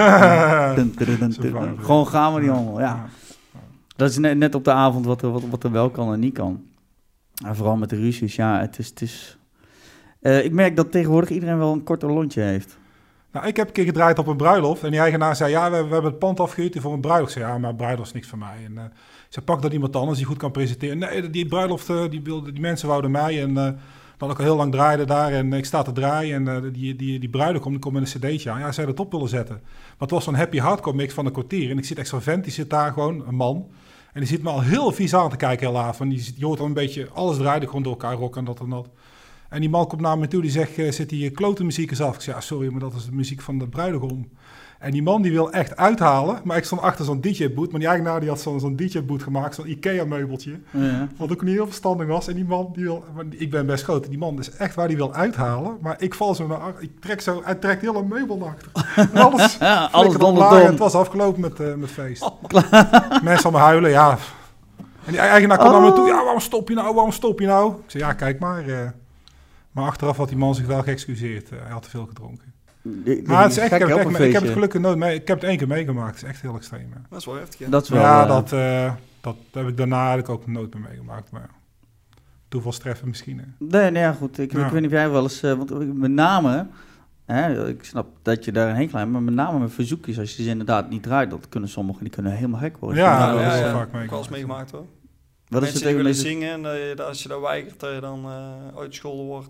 dun, dun, dun, dun, dun. Gewoon gaan we die allemaal, ja. Dat is net, net op de avond wat er, wat, wat er wel kan en niet kan. En vooral met de ruzies, ja, het is... Het is uh, ik merk dat tegenwoordig iedereen wel een korter lontje heeft. Nou, ik heb een keer gedraaid op een bruiloft en die eigenaar zei, ja, we, we hebben het pand afgehuurd voor een bruiloft. Ik zei, ja, maar bruiloft is niks voor mij. En uh, ze pak dat iemand anders die goed kan presenteren. Nee, die bruiloft, uh, die, wilde, die mensen wouden mij en... Uh, dat ik al heel lang draaide daar en ik sta te draaien en uh, die, die, die bruidegom die komt met een cd'tje aan. Ja, zij dat op willen zetten. Maar het was zo'n happy hardcore mix van een kwartier. En ik zit extra vent, die zit daar gewoon, een man. En die zit me al heel vies aan te kijken heel laat. Die, die hoort al een beetje, alles draaide gewoon door elkaar, rock en dat en dat. En die man komt naar me toe, die zegt, uh, zit die klote muziek eens af? Ik zeg, ja, sorry, maar dat is de muziek van de bruidegom. En die man die wil echt uithalen, maar ik stond achter zo'n D J-boot. Maar die eigenaar die had zo'n, zo'n D J-boot gemaakt, zo'n Ikea-meubeltje. Ja. Wat ook niet heel verstandig was. En die man, die wil, ik ben best groot, die man is echt waar, die wil uithalen. Maar ik val zo naar achter, ik trek zo, hij trekt heel een meubel naar achter. En alles, ja, alles omlaag, het was afgelopen met, uh, met feest. Oh. Mensen allemaal huilen, ja. En die eigenaar komt oh. naar me toe, ja, waarom stop je nou, waarom stop je nou? Ik zei, ja, kijk maar. Uh, maar achteraf had die man zich wel geëxcuseerd. Uh, hij had te veel gedronken. Die, maar het is echt, ik, heb het echt, ik heb het gelukkig nooit mee. Ik heb het één keer meegemaakt. Het is echt heel extreem. Ja. Dat is wel heftig. Ja, dat, is wel, ja uh, dat, uh, dat heb ik daarna eigenlijk ook nooit meer meegemaakt. Maar toevalstreffen misschien. Hè. Nee, nee, ja, goed. Ik, ja. ik weet niet of jij wel eens... Uh, want met name... Hè, ik snap dat je daar een hekel hebt, maar met name met verzoekjes, als je ze inderdaad niet draait, dat kunnen sommigen, die kunnen helemaal gek worden. Ja, ja, dat ja, is ja, wel ja. vaak meegemaakt. Ik heb wel eens meegemaakt hoor. Wat Mensen is het die willen zingen en uh, als je daar weigert, dat je dan uh, uitgescholden wordt.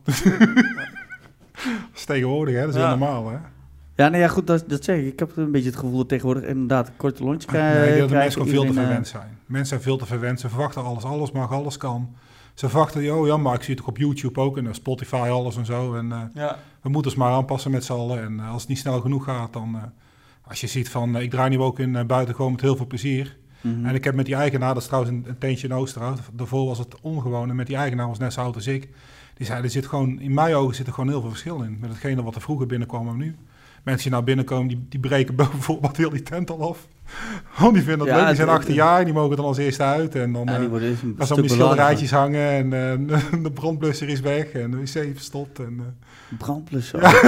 Dat is tegenwoordig, hè? Dat is ja. heel normaal, hè? Ja, nee, ja, goed, dat, dat zeg ik. Ik heb een beetje het gevoel dat tegenwoordig inderdaad een korte lontje krijgen. Nee, dat de mensen gewoon veel te verwend zijn. Mensen zijn veel te verwend. Ze verwachten alles. Alles mag, alles kan. Ze verwachten, oh ja, maar ik zie het ook op YouTube ook en Spotify, alles en zo. En uh, ja. we moeten ons maar aanpassen met z'n allen. En uh, als het niet snel genoeg gaat, dan... Uh, als je ziet van, uh, ik draai nu ook in uh, buiten gewoon met heel veel plezier. Mm-hmm. En ik heb met die eigenaar, dat is trouwens een, een teentje in Oosterhout. Daarvoor was het ongewoon. En met die eigenaar was net zo oud als ik. Die zei, er zit gewoon, in mijn ogen zit er gewoon heel veel verschil in. Met hetgene wat er vroeger binnenkwam en nu. Mensen die nou binnenkomen, die, die breken bijvoorbeeld heel die tent al af. Want die vinden dat ja, leuk, die zijn achttien jaar, die mogen dan als eerste uit. En dan ja, uh, gaan ze die schilderijtjes hangen en uh, de brandblusser is weg en de wc verstopt. En, uh, brandblusser? Ja.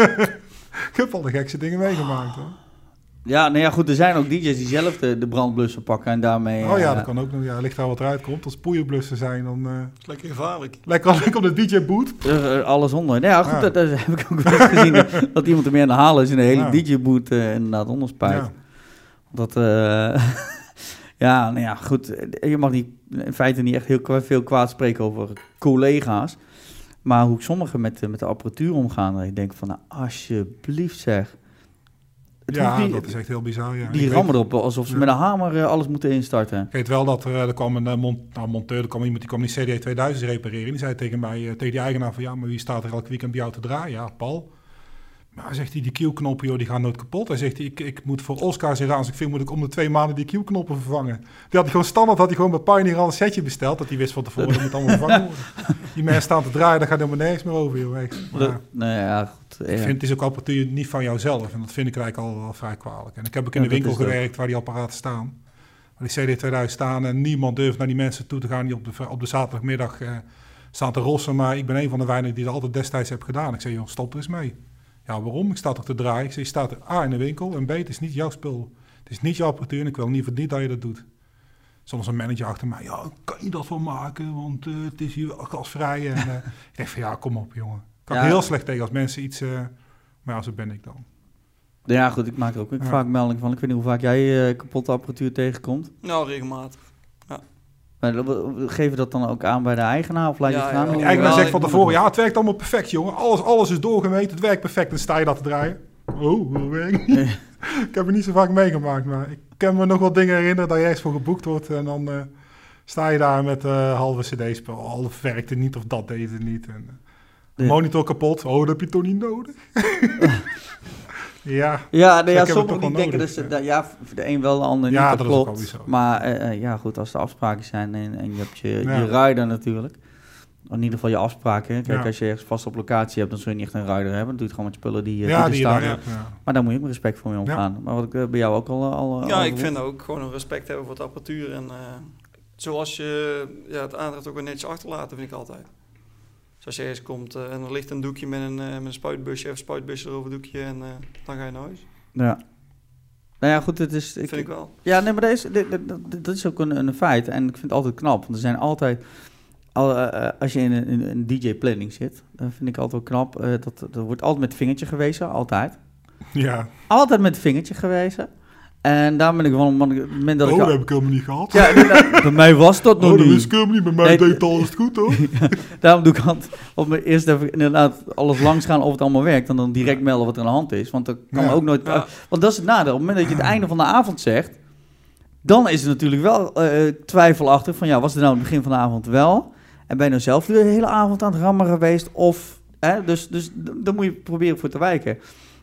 Ik heb al de gekste dingen meegemaakt, hoor. Ja, nou ja, goed, er zijn ook D J's die zelf de, de brandblusser pakken en daarmee... Oh ja, uh, dat kan ook nog. Ja, ligt daar wat eruit komt. Als poeierblussen zijn, dan... Uh, dat is lekker gevaarlijk. Lekker, lekker op de D J-boot. Uh, alles onder. Nou ja, goed, ja. Dat, dat heb ik ook wel eens gezien. dat, dat iemand er meer aan de halen is en de hele ja. D J-boot uh, inderdaad onderspuit. Ja. Dat... Uh, ja, nou ja, goed. Je mag niet, in feite niet echt heel veel kwaad spreken over collega's. Maar hoe sommigen met, met de apparatuur omgaan, dat je denkt van, nou, alsjeblieft zeg... Het ja, die, dat is echt heel bizar. Ja. Die rammen erop alsof ze ja. met een hamer uh, alles moeten instarten. Ik weet wel dat er, er kwam een uh, mont, nou, monteur, er kwam iemand die kwam die C D tweeduizend repareren. Die zei tegen mij, uh, tegen die eigenaar van ja, maar wie staat er elke weekend bij jou te draaien? Ja, Paul. Maar zegt hij, die Q-knoppen, joh, die gaan nooit kapot. Hij zegt, ik, ik moet voor Oscar zeggen, als ik film moet ik om de twee maanden die Q-knoppen vervangen. Die had hij gewoon standaard, had hij gewoon bij Pioneer al een setje besteld, dat hij wist van tevoren, dat moet allemaal vervangen worden. Die mensen staan te draaien, daar gaat helemaal nergens meer over, joh. Maar, nee, ja, goed. Ja. Ik vind, het is ook apparatuur niet van jouzelf en dat vind ik eigenlijk al, al vrij kwalijk. En ik heb ook in ja, de winkel gewerkt dat. waar die apparaten staan. Waar die C D tweeduizend staan en niemand durft naar die mensen toe te gaan die op de, op de zaterdagmiddag uh, staan te rossen. Maar ik ben een van de weinigen die dat altijd destijds heb gedaan. Ik zei, joh, stop er eens mee. Ja, waarom? Ik sta toch te draaien. Ik zeg, je staat er A in de winkel en B, het is niet jouw spul. Het is niet jouw apparatuur en ik wil liever niet dat je dat doet. Soms een manager achter mij, ja, kan je dat wel maken? Want uh, het is hier gasvrij. En, uh, ik denk van, ja, kom op, jongen. Kan ja. ik heel slecht tegen als mensen iets... Uh, maar ja, zo ben ik dan. Ja, goed, ik maak er ook ja. vaak melding van. Ik weet niet hoe vaak jij uh, kapotte apparatuur tegenkomt. Nou, regelmatig. Ja. Maar geven we dat dan ook aan bij de eigenaar of laat je ja, het gaan? Ja, de eigenaar zegt van tevoren, ja, het werkt allemaal perfect, jongen. Alles, alles is doorgemeten, het werkt perfect. Dan sta je dat te draaien. Oh, dat werkt niet. Ik heb het niet zo vaak meegemaakt, maar ik kan me nog wel dingen herinneren dat je ergens voor geboekt wordt. En dan uh, sta je daar met uh, halve cd-spel. Half werkte niet of dat deed het niet. En, uh, De monitor kapot. Oh, dat heb je toch niet nodig? ja. Ja, nee, ja sommigen die denken dus, ja. ja, voor de een wel, de ander ja, niet, dat, dat klopt. Is ook maar uh, ja, goed, als er afspraken zijn en, en je hebt je, ja. je rider natuurlijk. In ieder geval je afspraken. Kijk, ja. als je ergens vast op locatie hebt, dan zul je niet echt een rider hebben. Dan doe je het gewoon met spullen die, uh, ja, die, die er staan. Hebt, ja. Maar daar moet je ook met respect voor mee omgaan. Ja. Maar wat ik uh, bij jou ook al... al ja, al ik vind ook gewoon een respect hebben voor het apparatuur. En uh, zoals je ja, het aandrecht ook weer netjes achterlaten, vind ik altijd. Dus als je ergens komt uh, en er ligt een doekje met een, uh, met een spuitbusje, of spuitbusje erover doekje en uh, dan ga je naar huis. Ja. Nou ja, goed, het is... Dat ik, vind ik wel. Ja, nee, maar dat is, dat, dat, dat is ook een, een feit. En ik vind het altijd knap. Want er zijn altijd... Al, uh, als je in een, in een D J-planning zit, dan vind ik altijd wel knap. Uh, dat, er wordt altijd met het vingertje gewezen, altijd. Ja. Altijd met het vingertje gewezen. En daar ben ik van op het moment dat oh, ik... dat heb ik helemaal niet gehad. Ja, nee, nou, bij mij was dat nog oh, niet. Oh, dat wist ik helemaal niet. Bij mij nee, deed het alles goed, hoor. Ja, daarom doe ik altijd op mijn eerst even inderdaad alles langs gaan of het allemaal werkt. En dan direct melden wat er aan de hand is. Want dat kan ja. ook nooit... Ja. Want dat is het nadeel. Op het moment dat je het einde van de avond zegt, dan is het natuurlijk wel uh, twijfelachtig van ja, was het nou het begin van de avond wel? En ben je nou zelf de hele avond aan het rammen geweest? Of, hè, dus, dus daar moet je proberen voor te wijken.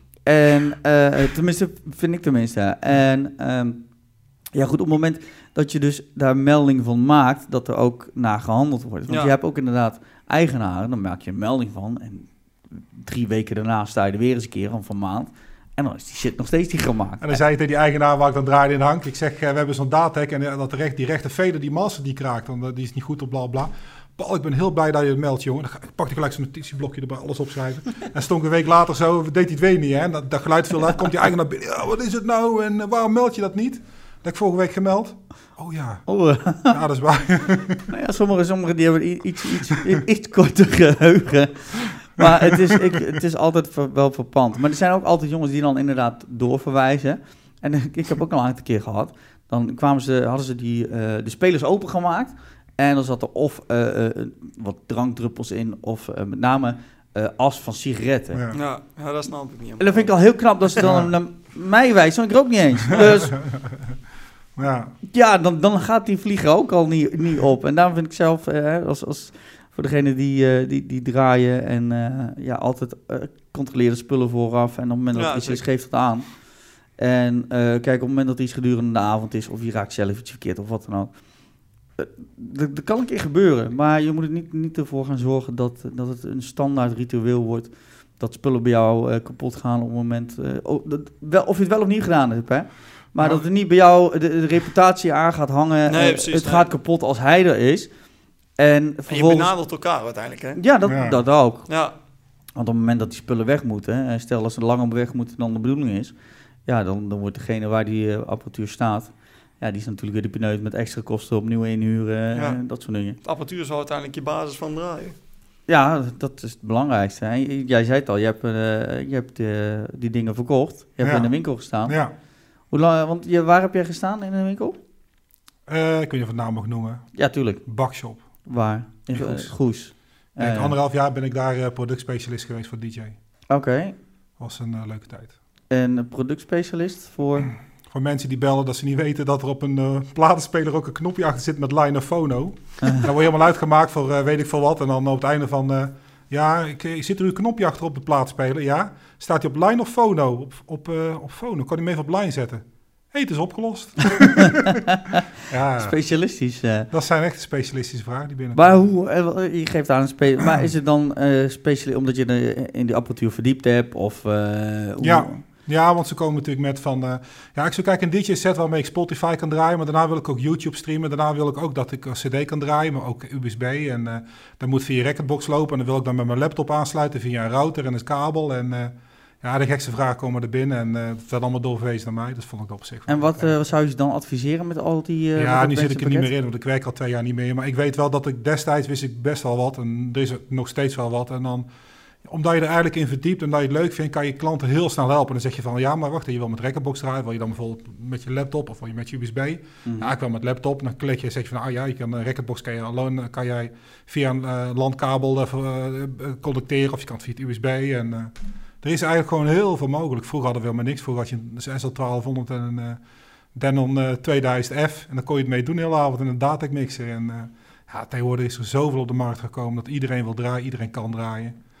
En uh, tenminste, vind ik tenminste. En um, ja goed, op het moment dat je dus daar melding van maakt, dat er ook naar gehandeld wordt. Want ja. je hebt ook inderdaad eigenaren, dan maak je een melding van. En drie weken daarna sta je er weer eens een keer, of een maand. En dan is die shit nog steeds niet gemaakt. En dan zei je tegen die eigenaar waar ik dan draaide in de hank. Ik zeg, uh, we hebben zo'n Datec en uh, dat de recht, die rechte veder, die massa die kraakt, dan, uh, die is niet goed op bla bla. Paul, ik ben heel blij dat je het meldt, jongen. Dan pakte gelijk zo'n notitieblokje erbij, alles opschrijven. En stond een week later zo, deed hij het weer niet, hè. Dat, dat geluid viel uit, komt die eigenaar binnen. Ja, wat is het nou en uh, waarom meld je dat niet? Dat heb ik vorige week gemeld. Oh ja. Oh. Ja, dat is waar. Nou ja, sommigen, sommigen die hebben iets, iets, iets korter geheugen. Maar het is, ik, het is altijd ver, wel verpand. Maar er zijn ook altijd jongens die dan inderdaad doorverwijzen. En ik, ik heb ook al een aantal keer gehad. Dan kwamen ze, hadden ze die, uh, de spelers opengemaakt. En dan zat er of uh, uh, wat drankdruppels in, of uh, met name uh, as van sigaretten. Ja. Ja, ja, dat snap ik niet. En dat vind ik al heel knap dat ze dan naar mij wijzen, want ik rook niet eens. Dus ja, ja dan, dan gaat die vlieger ook al niet, niet op. En daarom vind ik zelf, uh, als, als voor degene die, uh, die, die draaien en uh, ja, altijd uh, controleren spullen vooraf. En op het moment dat ja, iets is, geeft het aan. En uh, kijk, op het moment dat iets gedurende de avond is, of je raakt zelf iets verkeerd of wat dan ook. Dat, dat kan een keer gebeuren, maar je moet er niet, niet ervoor gaan zorgen dat, dat het een standaard ritueel wordt. Dat spullen bij jou uh, kapot gaan op het moment... Uh, oh, dat, wel, of je het wel of niet gedaan hebt, hè. Maar nou, dat het niet bij jou de, de reputatie aan gaat hangen. Nee, uh, precies, het nee. gaat kapot als hij er is. En, vervolgens, en je benadert elkaar uiteindelijk, hè? Ja, dat, ja. dat ook. Ja. Want op het moment dat die spullen weg moeten... Stel als ze langer weg moeten dan de bedoeling is... Ja, dan, dan wordt degene waar die uh, apparatuur staat... Ja, die is natuurlijk weer de pineut met extra kosten opnieuw inhuren, ja. en dat soort dingen. De apparatuur zal uiteindelijk je basis van draaien. Ja, dat is het belangrijkste. Hè. Jij zei het al, je hebt, uh, je hebt uh, die dingen verkocht. Je hebt ja. in de winkel gestaan. Ja. Hoe lang, want je, waar heb jij gestaan in de winkel? Uh, ik weet niet of het naam mag noemen. Ja, tuurlijk. Bakshop. Waar? In Goes. Goes. Kijk, uh, anderhalf jaar ben ik daar uh, productspecialist geweest voor D J. Oké. Okay. Was een uh, leuke tijd. En productspecialist voor... Voor mensen die bellen dat ze niet weten dat er op een uh, platenspeler ook een knopje achter zit met line of phono. Uh. Dan word je helemaal uitgemaakt voor uh, weet ik veel wat. En dan op het einde van, uh, ja, ik, ik zit er een knopje achter op de platenspeler. Ja, staat hij op line of phono? Op, op, uh, op phono, kan hij hem even op line zetten? Hé, hey, het is opgelost. Ja, specialistisch. Uh. Dat zijn echt specialistische vragen die binnen. Maar hoe, uh, je geeft aan een spe- maar is het dan uh, speciaal omdat je de, in die apparatuur verdiept hebt? Of, uh, hoe... Ja. Ja, want ze komen natuurlijk met van... Uh, ja, ik zou kijken een D J-set waarmee ik Spotify kan draaien... maar daarna wil ik ook YouTube streamen. Daarna wil ik ook dat ik een C D kan draaien, maar ook U S B. En uh, dat moet via Recordbox lopen. En dan wil ik dan met mijn laptop aansluiten via een router en een kabel. En uh, ja, de gekste vragen komen er binnen. En uh, dat werd allemaal doorverwezen naar mij. Dat vond ik op zich. En wat uh, zou je dan adviseren met al die... Uh, ja, nu zit ik er niet meer in, want ik werk al twee jaar niet meer. Maar ik weet wel dat ik destijds wist ik best wel wat. En er is nog steeds wel wat. En dan... Omdat je er eigenlijk in verdiept en dat je het leuk vindt, kan je klanten heel snel helpen. En dan zeg je van, ja, maar wacht, je wil met Recordbox draaien, wil je dan bijvoorbeeld met je laptop of wil je met je U S B? Mm-hmm. Ja, ik wil met laptop. Dan klik je en zeg je van, ah ja, je kan een Recordbox kan je alleen kan jij via een uh, landkabel uh, uh, connecteren of je kan het via het U S B. En uh, er is eigenlijk gewoon heel veel mogelijk. Vroeger hadden we helemaal niks. Vroeger had je een S L twaalfhonderd en een uh, Denon uh, tweeduizend F en dan kon je het mee doen de hele avond in een Datec mixer. En uh, ja, tegenwoordig is er zoveel op de markt gekomen dat iedereen wil draaien, iedereen kan draaien.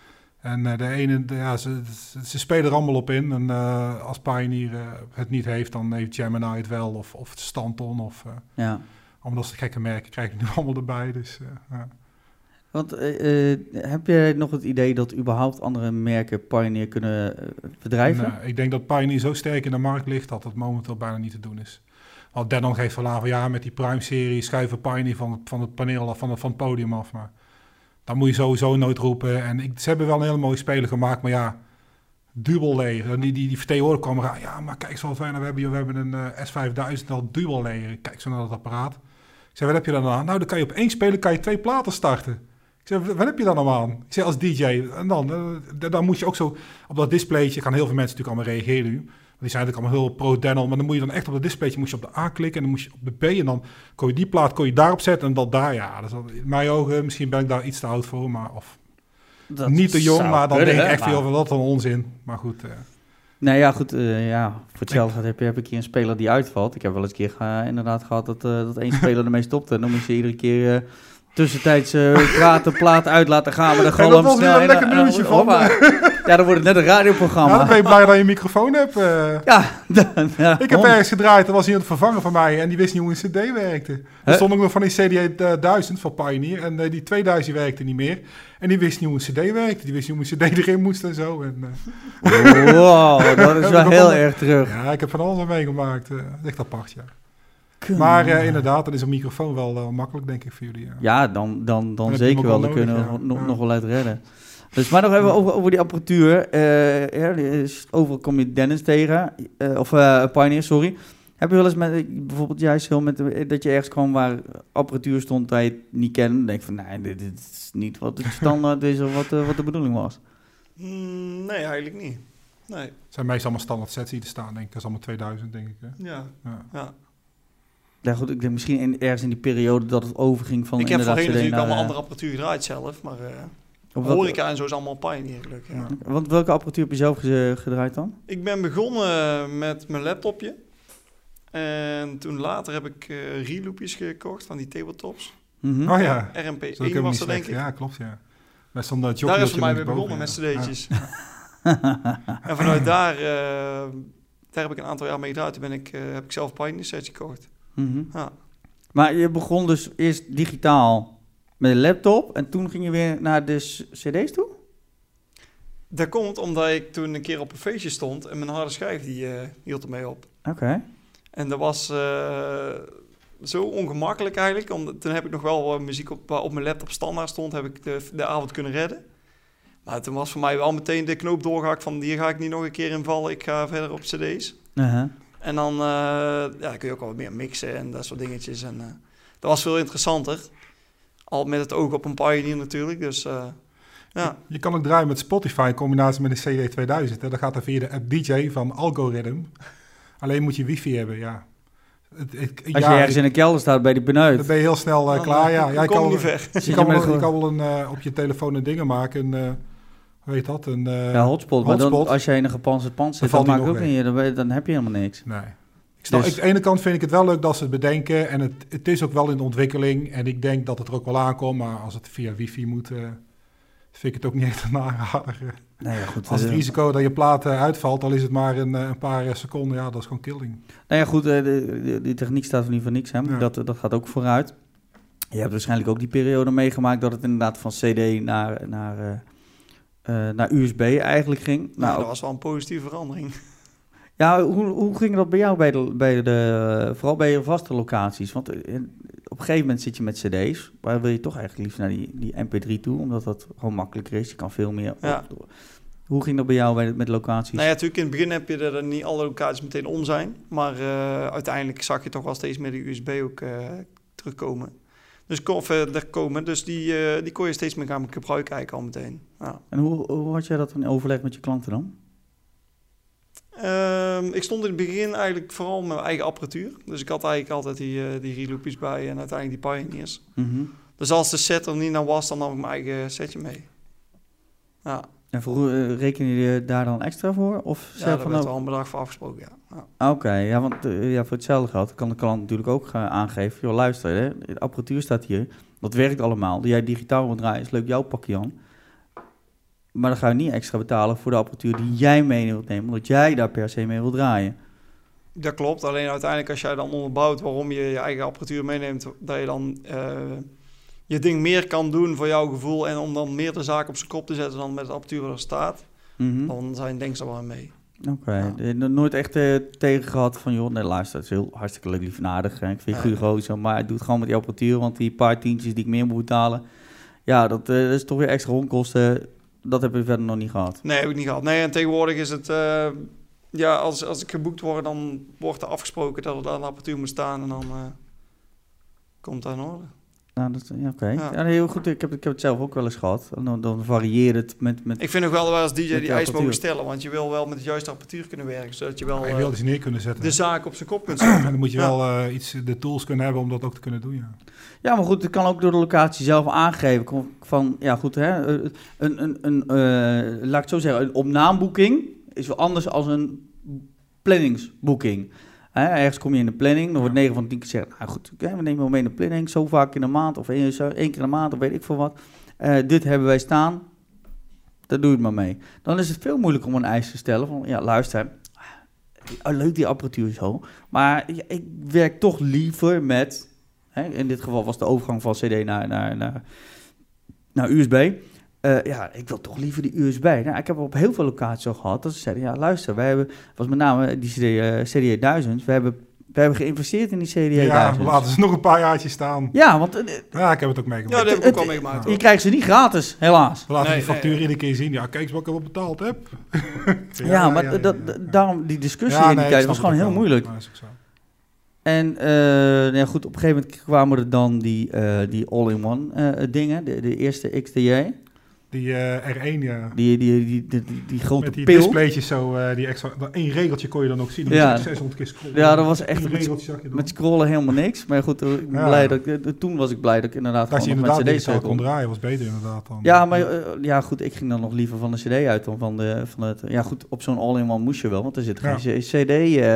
En uh, de ene, de, ja, ze, ze spelen er allemaal op in. En uh, als Pioneer uh, het niet heeft, dan heeft Gemini het wel. Of, of Stanton. Of, uh, ja. Omdat ze gekke merken krijgen nu allemaal erbij. Dus, uh, ja. Want uh, uh, heb je nog het idee dat überhaupt andere merken Pioneer kunnen uh, verdrijven? En, uh, ik denk dat Pioneer zo sterk in de markt ligt dat het momenteel bijna niet te doen is. Want Denon geeft wel aan van ja, met die Prime-serie schuiven Pioneer van, van het paneel af, van het, van het podium af. Maar dan moet je sowieso nooit roepen. En ik, ze hebben wel een hele mooie speler gemaakt, maar ja, dubbel layer. Die, die, die vertegenwoordiger kwam eraan. Ja, maar kijk zo fijn, we hebben, we hebben een uh, S vijfduizend al dubbel layer. Kijk zo naar dat apparaat. Ik zei, wat heb je dan aan? Nou, dan kan je op één speler kan je twee platen starten. Ik zei, wat heb je dan allemaal aan? Ik zei, als D J. En dan, uh, dan moet je ook zo op dat displaytje, gaan heel veel mensen natuurlijk allemaal reageren nu. Die zijn natuurlijk allemaal heel pro-Denon, maar dan moet je dan echt op dat displaytje moest je op de A klikken en dan moest je op de B en dan kon je die plaat kon je daarop zetten en dat daar, ja, dat is al, in mijn ogen, misschien ben ik daar iets te oud voor, maar of dat niet te jong, maar dan denk ik echt veel van dat dan onzin. Maar goed. Uh. Nee, ja, goed, uh, ja, voor hetzelfde heb, heb ik hier een speler die uitvalt. Ik heb wel eens een keer uh, inderdaad gehad dat, uh, dat één speler ermee stopte en dan moest je iedere keer... Uh, tussentijds uh, praten, plaat uit laten gaan met een galm. Ja, dat was snel, een lekker nummertje van. Ja, dan wordt het net een radioprogramma. Ja, dan ben je blij dat je een microfoon hebt. Uh. Ja, dan, ja. Ik heb ergens gedraaid, er was iemand vervangen van mij en die wist niet hoe een cd werkte. Er huh? stond ook nog van die C D duizend van Pioneer en uh, die tweeduizend werkte niet meer. En die wist niet hoe een cd werkte, die wist niet hoe een cd erin moest en zo. En, uh. Wow, dat is wel heel erg terug. Ja, ik heb van alles meegemaakt. Uh, echt apart, ja. Maar uh, inderdaad, dan is een microfoon wel uh, makkelijk, denk ik, voor jullie. Ja, ja dan, dan, dan zeker wel. Dan kunnen we ja. nog, ja. nog wel uit redden. Dus maar nog even over, over die apparatuur. Uh, ja, overal kom je Dennis tegen. Uh, of uh, Pioneer, sorry. Heb je wel eens met, bijvoorbeeld juist heel met, dat je ergens kwam waar apparatuur stond dat je het niet kende. Dan denk je van, nee, dit, dit is niet wat het standaard is of wat, uh, wat de bedoeling was. Mm, nee, eigenlijk niet. Nee. Het zijn meestal allemaal standaard sets die er staan, denk ik. Dat is allemaal tweeduizend, denk ik. Hè? Ja, ja. ja. Ja goed, ik denk misschien in, ergens in die periode dat het overging van... Ik heb voorheen natuurlijk naar, allemaal uh, andere apparatuur gedraaid zelf, maar uh, horeca en zo is allemaal Pioneer gelukkig. Ja. Ja. Want welke apparatuur heb je zelf gedraaid dan? Ik ben begonnen met mijn laptopje. En toen later heb ik uh, reloopjes gekocht van die tabletops. Mm-hmm. Oh ja. R M P één was dat denk ik. Ja, klopt ja. Met zo'n uh, daar is voor mij weer begonnen met cd'tjes. Ja. En vanuit daar, uh, daar heb ik een aantal jaar mee gedraaid. Toen ben ik, uh, heb ik zelf Pioneer sets gekocht. Mm-hmm. Ja. Maar je begon dus eerst digitaal met een laptop en toen ging je weer naar de cd's toe? Dat komt omdat ik toen een keer op een feestje stond en mijn harde schijf die uh, hield ermee op. Oké. Okay. En dat was uh, zo ongemakkelijk eigenlijk. Om, toen heb ik nog wel uh, muziek op, op mijn laptop standaard stond, heb ik de, de avond kunnen redden. Maar toen was voor mij wel meteen de knoop doorgehakt van hier ga ik niet nog een keer invallen, ik ga verder op cd's. Uh-huh. En dan, uh, ja, dan kun je ook al wat meer mixen en dat soort dingetjes. En uh, dat was veel interessanter. Al met het oog op een Pioneer natuurlijk. Dus, uh, ja. Je kan ook draaien met Spotify in combinatie met een C D tweeduizend. Hè. Dat gaat dan via de app D J van Algorithm. Alleen moet je wifi hebben, ja. Het, het, Als ja, je ergens in een kelder staat bij die benauwd. Dan ben je heel snel uh, klaar, ja. ja je kan niet ver. Je kan wel, je kan wel een, uh, op je telefoon een dingen maken. Een, uh, hoe heet dat? Een uh, ja, hotspot. hotspot. Maar dan, als jij in een gepantserd pand zit, dan, dan maakt ook niet. Dan, dan heb je helemaal niks. Nee. Ik snap, dus. ik, aan de ene kant vind ik het wel leuk dat ze het bedenken. En het, het is ook wel in de ontwikkeling. En ik denk dat het er ook wel aankomt. Maar als het via wifi moet, uh, vind ik het ook niet echt een aanrader. Nee, ja, goed, als het uh, risico dat je plaat uh, uitvalt, al is het maar een, een paar seconden. Ja, dat is gewoon killing. Nou ja, goed. Uh, de, de, die techniek staat er niet voor niks. Hè? Ja. Dat, dat gaat ook vooruit. Je hebt waarschijnlijk ook die periode meegemaakt dat het inderdaad van C D naar, naar, uh, uh, naar U S B eigenlijk ging. Nou, nou dat was wel een positieve verandering. Ja, hoe, hoe ging dat bij jou, bij de, bij de, vooral bij je vaste locaties? Want in, op een gegeven moment zit je met cd's, waar wil je toch eigenlijk liefst naar die, die M P drie toe, omdat dat gewoon makkelijker is. Je kan veel meer... Ja. Op, hoe ging dat bij jou bij, met locaties? Nou ja, natuurlijk in het begin heb je er niet alle locaties meteen om zijn, maar uh, uiteindelijk zag je toch wel steeds meer de U S B ook uh, terugkomen. Dus, of, uh, er komen, dus die, uh, die kon je steeds meer gaan gebruiken eigenlijk al meteen. Ja. En hoe, hoe had jij dat in overleg met je klanten dan? Um, ik stond in het begin eigenlijk vooral met mijn eigen apparatuur. Dus ik had eigenlijk altijd die, uh, die reloopjes bij en uiteindelijk die Pioneers. Mm-hmm. Dus als de set er niet naar was, dan nam ik mijn eigen setje mee. Ja. En voor, uh, reken je daar dan extra voor? Of ja, daar van werd wel een bedrag voor afgesproken, ja. ja. Oké, okay, ja, want uh, ja, voor hetzelfde geld kan de klant natuurlijk ook uh, aangeven. Joh, luister, hè, de apparatuur staat hier. Dat werkt allemaal. Die jij digitaal moet draaien, is leuk, jouw pakje aan. Maar dan ga je niet extra betalen voor de apparatuur die jij mee wilt nemen, omdat jij daar per se mee wilt draaien. Dat klopt, alleen uiteindelijk als jij dan onderbouwt waarom je je eigen apparatuur meeneemt, dat je dan uh, je ding meer kan doen voor jouw gevoel en om dan meerdere zaken op zijn kop te zetten dan met de apparatuur waar er staat, Mm-hmm. dan zijn denk ze wel mee. Oké, Ja. ja. Nooit echt uh, tegen gehad van, joh, nee, luister, het is heel hartstikke leuk, lief en aardig. Hè? Ik vind je Ja. goede gozer, maar doe het gewoon met die apparatuur, want die paar tientjes die ik meer moet betalen, ja, dat, uh, dat is toch weer extra rondkosten. Dat heb je verder nog niet gehad. Nee, heb ik niet gehad. Nee, en tegenwoordig is het, uh, ja, als, als ik geboekt word, dan wordt er afgesproken dat er daar een apparatuur moet staan en dan uh, komt dat in orde. Nou, dat, ja, oké. Ja. Ja, heel goed. Ik heb, ik heb het zelf ook wel eens gehad. Dan, dan varieert het met... met Ik vind ook wel dat we als D J Met die de eis apparatuur. mogen stellen, want je wil wel met de juiste apparatuur kunnen werken, zodat je wel Maar je uh, wil dus neer kunnen zetten. de zaak op zijn kop kunt zetten. En dan moet je Ja. wel uh, iets, de tools kunnen hebben om dat ook te kunnen doen, ja. Ja, maar goed, het kan ook door de locatie zelf aangegeven. Kom- Van, ja goed, hè, een, een, een, uh, laat ik het zo zeggen, een opnaamboeking is wel anders dan een planningsboeking. Hè, ergens kom je in de planning, dan wordt negen van de tien keer gezegd, nou goed, okay, we nemen wel mee in de planning, zo vaak in de maand of één, zo, één keer in de maand of weet ik veel wat. Uh, dit hebben wij staan, daar doe je het maar mee. Dan is het veel moeilijker om een eis te stellen van, ja luister, uh, leuk die apparatuur zo, maar ja, ik werk toch liever met... Hè, in dit geval was de overgang van C D naar, naar, naar, naar U S B. Uh, ja, ik wil toch liever die U S B. Nou, ik heb op heel veel locaties al gehad dat ze zeiden, ja luister, wij hebben, was met name die C D, uh, C D E duizend, we hebben, we hebben geïnvesteerd in die C D E Ja, duizend. laten ze nog een paar jaartjes staan. Ja, want uh, Ja, ik heb het ook Ja, meegemaakt. dat heb ik ook wel meegemaakt. je hoor. krijgt ze niet gratis, helaas. We laten Nee, die factuur nee. iedere keer zien. Ja, kijk eens wat ik heb betaald heb. Ja, ja maar ja, dat, ja, dat- ja. daarom die discussie Ja, in die nee, ik tijd snap was gewoon het heel ook wel. moeilijk. Ja, dat is ook zo. En uh, ja, goed, op een gegeven moment kwamen er dan die, uh, die all-in-one uh, dingen, de, de eerste X D J. Die uh, R één, ja. Die, die, die, die, die, die grote Met die pil. displaytjes zo, uh, die extra... dat één regeltje kon je dan ook zien. Dan Ja. moest je zeshonderd keer scrollen. Ja, dat was echt Eén met- regeltje zag je dan. Met scrollen helemaal niks. Maar goed, ik ben Ja. blij dat ik, toen was ik blij dat ik inderdaad Dat je gewoon nog inderdaad met digitaal cd's kon kon. draaien, was beter inderdaad dan. Ja, maar uh, ja, goed, ik ging dan nog liever van de cd uit dan van, de, van het... Ja, goed, op zo'n all-in-one moest je wel, want er zit Ja. geen cd...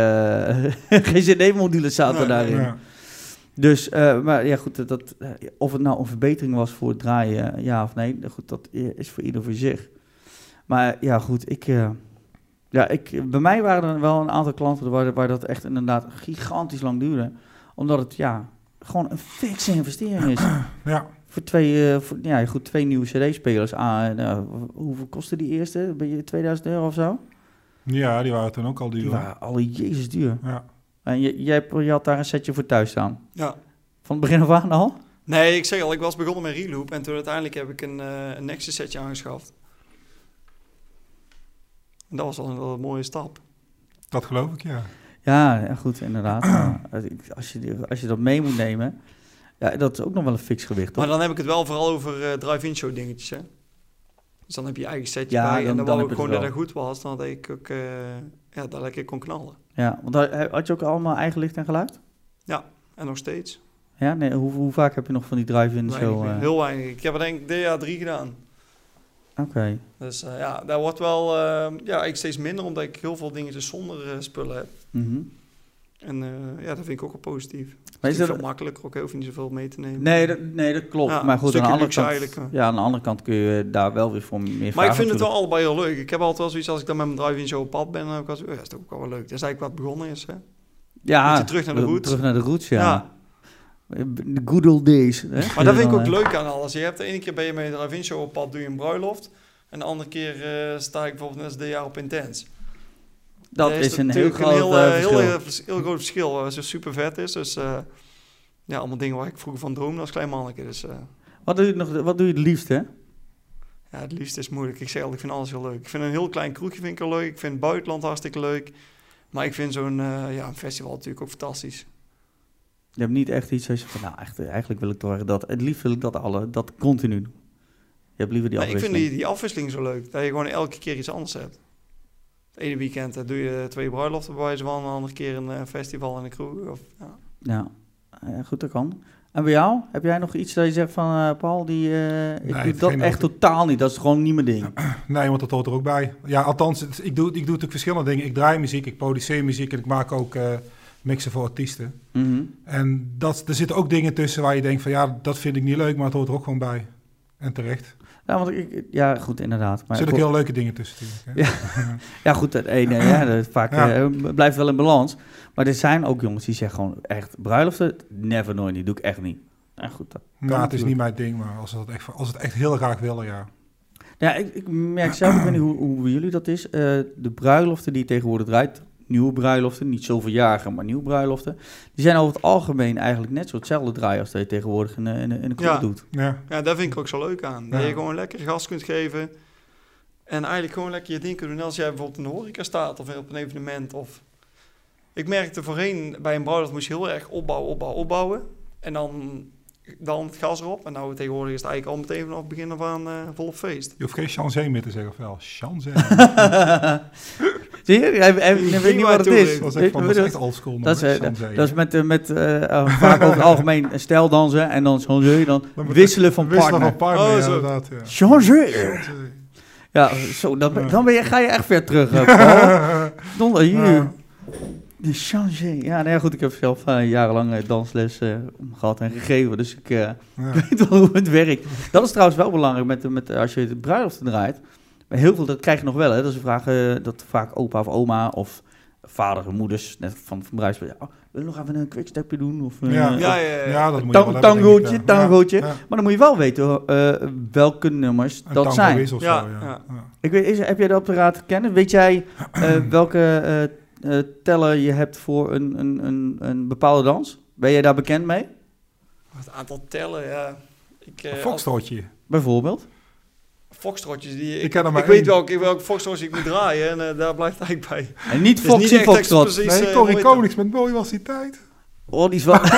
Uh, geen cd-module zaten Nee, daarin. Ja. Dus, uh, maar ja, goed, dat, uh, of het nou een verbetering was voor het draaien, uh, ja of nee, goed, dat is voor ieder voor zich. Maar ja, goed, ik... Uh, ja, ik, bij mij waren er wel een aantal klanten waar, waar dat echt inderdaad gigantisch lang duurde. Omdat het, ja, gewoon een fikse investering is. Ja. Voor twee, uh, voor, ja, goed, twee nieuwe cd-spelers aan. Uh, hoeveel kostte die eerste? Een beetje tweeduizend euro of zo? ja, die waren toen ook al duur. Die waren alle jezus duur. Ja. En je, jij, hebt- je had daar een setje voor thuis staan. Ja. Van het begin af aan al? Nee, ik zeg al, ik was begonnen met Reloop en toen uiteindelijk heb ik een, uh, een Nexus setje aangeschaft. En dat was wel een, wel een mooie stap. Dat geloof ik, ja. Ja, ja goed, inderdaad. Maar als, je, die- als je dat mee moet nemen, ja, dat is ook nog wel een fix gewicht, toch? Maar dan heb ik het wel vooral over uh, drive-in show dingetjes, hè. Dus dan heb je je eigen setje Ja, bij dan- en dan dan wou heb ik je gewoon het dat wel. dat goed was. Dan dat ik ook uh, ja, dat lekker kon knallen. Ja, want had had je ook allemaal eigen licht en geluid? En nog steeds. Ja, nee, hoe, hoe vaak heb je nog van die drive-in Weinig show? meer. uh, Heel weinig. Ik heb er denk ik dit jaar drie gedaan. Oké. Dus uh, ja, daar wordt wel uh, ja, ik steeds minder, omdat ik heel veel dingetjes zonder uh, spullen heb. Mhm. En uh, ja, dat vind ik ook wel positief. Maar Het is is dat... veel makkelijker, ook hoef je niet zoveel mee te nemen. Nee, dat, nee, dat klopt. Ja, maar goed, een aan de, stukje andere luxe kant, eigenlijk, ja, aan de andere kant kun je daar wel weer voor meer vragen. Maar ik vind het wel natuurlijk. allebei heel leuk. Ik heb altijd wel zoiets, als ik dan met mijn drive-in show op pad ben, dan heb ik altijd, oh, ja, is het ook wel wel leuk. Dat is eigenlijk wat begonnen is, hè. Ja, Beetje terug naar de roots. Terug naar de roots, ja. Ja. De good old days. Hè? Maar dat vind ik Dan, ook eh, leuk aan alles. Je hebt de ene keer ben je met een drive-in show op pad, doe je een bruiloft. En de andere keer uh, sta ik bijvoorbeeld net als dit jaar op Intense. Dat Daar is een heel natuurlijk groot heel, uh, uh, verschil. heel, heel, heel groot verschil, wat zo super vet is. Dus uh, ja, allemaal dingen waar ik vroeger van droomde als klein manneke. Dus uh, Wat doe je nog? Wat doe je het liefst, hè? ja, het liefst is moeilijk. Ik zeg al, ik vind alles heel leuk. Ik vind een heel klein kroegje vind ik heel leuk. Ik vind het buitenland hartstikke leuk. Maar ik vind zo'n uh, ja, een festival natuurlijk ook fantastisch. Je hebt niet echt iets als je van, nou, echt, eigenlijk wil ik toch dat. Het liefst wil ik dat alle, dat continu doen. Je hebt liever die Nee, ik vind afwisseling. die, die afwisseling zo leuk. Dat je gewoon elke keer iets anders hebt. Het ene weekend uh, doe je twee bruiloften bij wijze van. De andere keer een uh, festival en een kroeg. Of, ja. Ja. Ja, goed, dat kan. En bij jou? Heb jij nog iets dat je zegt van, uh, Paul, die, uh, ik Nee, doe dat geen echt nog- totaal niet. Dat is gewoon niet mijn ding. Nee, want dat hoort er ook bij. Ja, althans, het- ik doe, ik doe natuurlijk verschillende dingen. Ik draai muziek, ik produceer muziek en ik maak ook uh, mixen voor artiesten. Mhm. En dat, er zitten ook dingen tussen waar je denkt van ja, dat vind ik niet leuk, maar het hoort er ook gewoon bij. En terecht. Ja, want ik, ja, goed, inderdaad. Er zitten ook heel leuke dingen tussen natuurlijk. Hè? Ja. ja, goed, dat ene, ja, dat vaak Ja. uh, blijft wel in balans. Maar er zijn ook jongens die zeggen gewoon echt bruiloften, never nooit, die doe ik echt niet. Ja, goed, dat kan Nou, het is natuurlijk. niet mijn ding, maar als ze het echt, als het echt heel graag willen, ja. Ja, ik, ik merk zelf, ik weet niet hoe, hoe bij jullie dat is, uh, de bruiloften die tegenwoordig draait, nieuwe bruiloften, niet zoveel jaren, maar nieuwe bruiloften, die zijn over het algemeen eigenlijk net zo hetzelfde draaien als dat je tegenwoordig in, in, in een kroeg Ja. doet. Ja, Ja, daar vind ik ook zo leuk aan. Dat Ja. je gewoon lekker gas kunt geven. En eigenlijk gewoon lekker je ding kunt doen. Als jij bijvoorbeeld in de horeca staat of op een evenement. Of... Ik merkte voorheen bij een bruiloft moest je heel erg opbouwen, opbouwen, opbouwen. En dan, dan het gas erop. En nou tegenwoordig is het eigenlijk al meteen vanaf het begin af aan uh, volop feest. je hoeft geen chancé meer te zeggen, of wel? Chancé. Zie je? Hij, hij, hij weet niet wat het is. Dat is echt, van, dat is echt oldschool. Dat is, nog, uh, hè, chancé. dat is met, uh, met uh, uh, vaak over het algemeen stijldansen en dan changer, dan moet wisselen van Wisselen partner. van partner, Oh, ja, zo. inderdaad. Ja. Changer. Chancé. Ja, zo, dan, ben- Ja. dan ben je, ga je echt ver terug, uh, Paul. Donder, hier. Ja. De changer. Ja, nou ja, goed, ik heb zelf uh, jarenlang uh, dansles uh, gehad en gegeven, dus ik uh, Ja. weet wel hoe het werkt. Dat is trouwens wel belangrijk met, met, als je de bruiloft draait. Maar heel veel, dat krijg je nog wel, hè. Dat is een vraag, uh, dat vaak opa of oma of vader en moeders, net van, van bruidspaar, ja, wil je nog even een quickstepje doen? Of, uh, Ja. of- Ja, ja, ja. Ja, dat moet je Tang- wel hebben, denk tangootje, ik, ja. tangootje. Ja, ja. Maar dan moet je wel weten uh, welke nummers Een dat tango zijn. is of Ja, zo, ja. ja. Ja. Ik weet, is, heb jij dat op de raad kennen? Weet jij uh, welke uh, uh, teller je hebt voor een, een, een, een bepaalde dans? Ben jij daar bekend mee? Het aantal tellen, ja. Ik, uh, Een foxtrotje. Bijvoorbeeld? Foxtrotjes die ik, Ik ken er maar ik weet één. welke, welke foxtrotje ik moet draaien en uh, daar blijft het eigenlijk bij. En niet Het is niet Foxy echt Foxtrot. precies, Nee, eh, Corrie hoe heet Konings met mooi was die tijd. Oh, die is wel...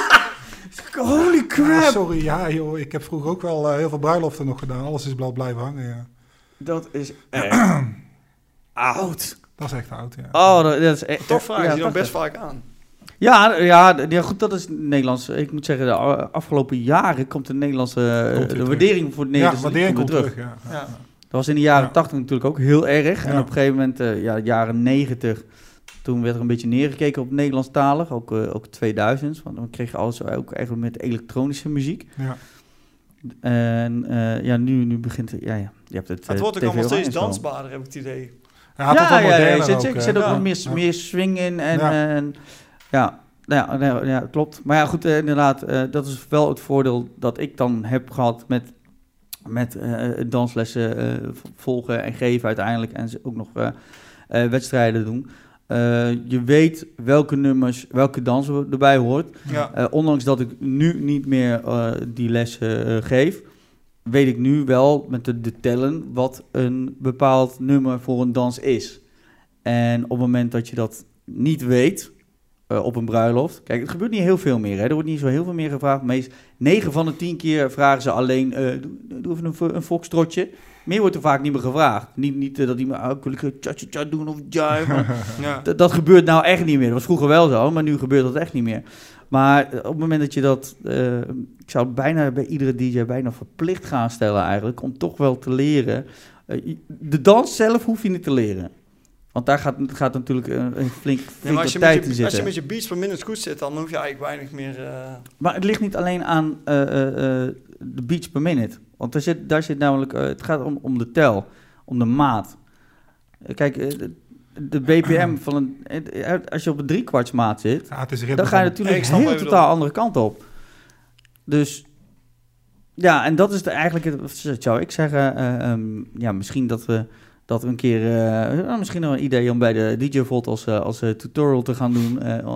Holy Ja, crap! sorry, ja joh, ik heb vroeger ook wel uh, heel veel bruiloften nog gedaan. Alles is wel blijven hangen, ja. Dat is echt oud. Dat is echt oud, ja. Oh, dat, dat is echt... Toch vragen ja, die nog prachtig. best vaak aan. Ja, ja, d- ja, goed, dat is Nederlands. Ik moet zeggen, de a- afgelopen jaren komt de Nederlandse uh, Komt de weer waardering voor het Ja, Nederlandse waardering lied komt komt terug, weer ja. Ja. Dat was in de jaren Ja. tachtig natuurlijk ook heel erg. En Ja. op een gegeven moment, uh, ja, jaren negentig, toen werd er een beetje neergekeken op Nederlandstalig. Ook, uh, ook tweeduizend, want dan kreeg je alles ook eigenlijk met elektronische muziek. Ja. En uh, ja, nu, nu begint het, ja, ja, je hebt het uh, Het wordt ook T V allemaal steeds en zo. dansbaarder, heb ik het idee. Ja, het wordt Ja, wel ja, ja, moderner er zit, ook, er hè. zit ook Ja. nog meer, Ja. meer swing in en Ja. ja, en, ja, nou ja, nou ja, klopt. Maar ja, goed, uh, inderdaad, uh, dat is wel het voordeel dat ik dan heb gehad met, met uh, danslessen uh, volgen en geven uiteindelijk en ze ook nog uh, uh, wedstrijden doen. Uh, je weet welke nummers, welke dans erbij hoort. Ja. Uh, ondanks dat ik nu niet meer uh, die lessen uh, geef, weet ik nu wel met de, de tellen wat een bepaald nummer voor een dans is. En op het moment dat je dat niet weet, uh, op een bruiloft... Kijk, het gebeurt niet heel veel meer, hè. Er wordt niet zo heel veel meer gevraagd. Meest negen van de tien keer vragen ze alleen, uh, doe, doe even een, een foxtrotje. Meer wordt er vaak niet meer gevraagd. Niet, niet uh, dat iemand, ah, wil ik een cha-cha-cha doen of jive. Ja. Dat, dat gebeurt nou echt niet meer. Dat was vroeger wel zo, maar nu gebeurt dat echt niet meer. Maar op het moment dat je dat... Uh, ik zou het bijna bij iedere D J bijna verplicht gaan stellen eigenlijk... om toch wel te leren. Uh, de dans zelf hoef je niet te leren. Want daar gaat, gaat natuurlijk een, een flink, Nee, flink maar wat als je, tijd met in je, zitten. als je met je beats per minute goed zit, dan hoef je eigenlijk weinig meer... Uh... Maar het ligt niet alleen aan uh, uh, uh, de beats per minute. Want daar zit, daar zit namelijk... Uh, het gaat om, om de tel, om de maat. Uh, kijk... Uh, de, de B P M van een... Als je op een driekwartsmaat zit... Ja, het is ritme dan ga je van- natuurlijk Ik snap heel wat je totaal bedoelt. andere kant op. Dus ja, en dat is de, eigenlijk, het, wat zou ik zeggen, uh, um, ja, misschien dat we dat we een keer, uh, nou, misschien nog een idee om bij de D J Volt als, uh, als uh, tutorial te gaan doen, uh,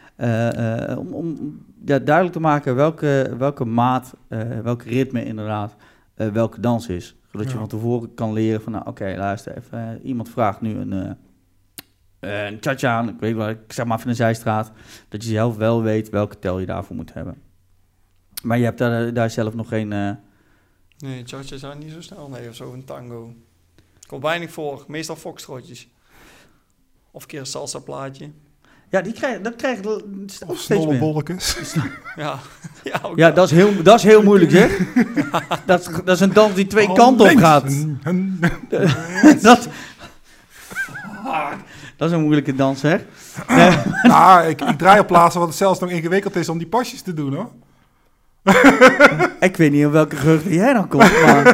uh, uh, om, om ja, duidelijk te maken welke, welke maat, uh, welke ritme inderdaad, uh, welke dans is. Zodat Ja. je van tevoren kan leren van, nou oké, okay, luister even, uh, iemand vraagt nu een... Uh, Uh, een cha-cha aan, ik weet wel, ik zeg maar even een zijstraat, dat je zelf wel weet welke tel je daarvoor moet hebben. Maar je hebt daar, daar zelf nog geen... Uh... Nee, cha-cha zijn niet zo snel, nee, of zo, een tango. Komt weinig voor, meestal foxtrotjes. Of een keer een salsa plaatje. Ja, die krijg, dat krijg je Of steeds meer. snollebolletjes. Ja, ja, ook Ja, dat. dat is heel, dat is heel moeilijk, zeg. dat, is, dat is een dans die twee Oh, kanten op links. gaat. Een- een- dat, dat is een moeilijke dans, zeg. Nee. Nou, ik, ik draai op plaatsen wat het zelfs nog ingewikkeld is om die pasjes te doen, hoor. Ik weet niet op welke geruchten jij dan komt, maar...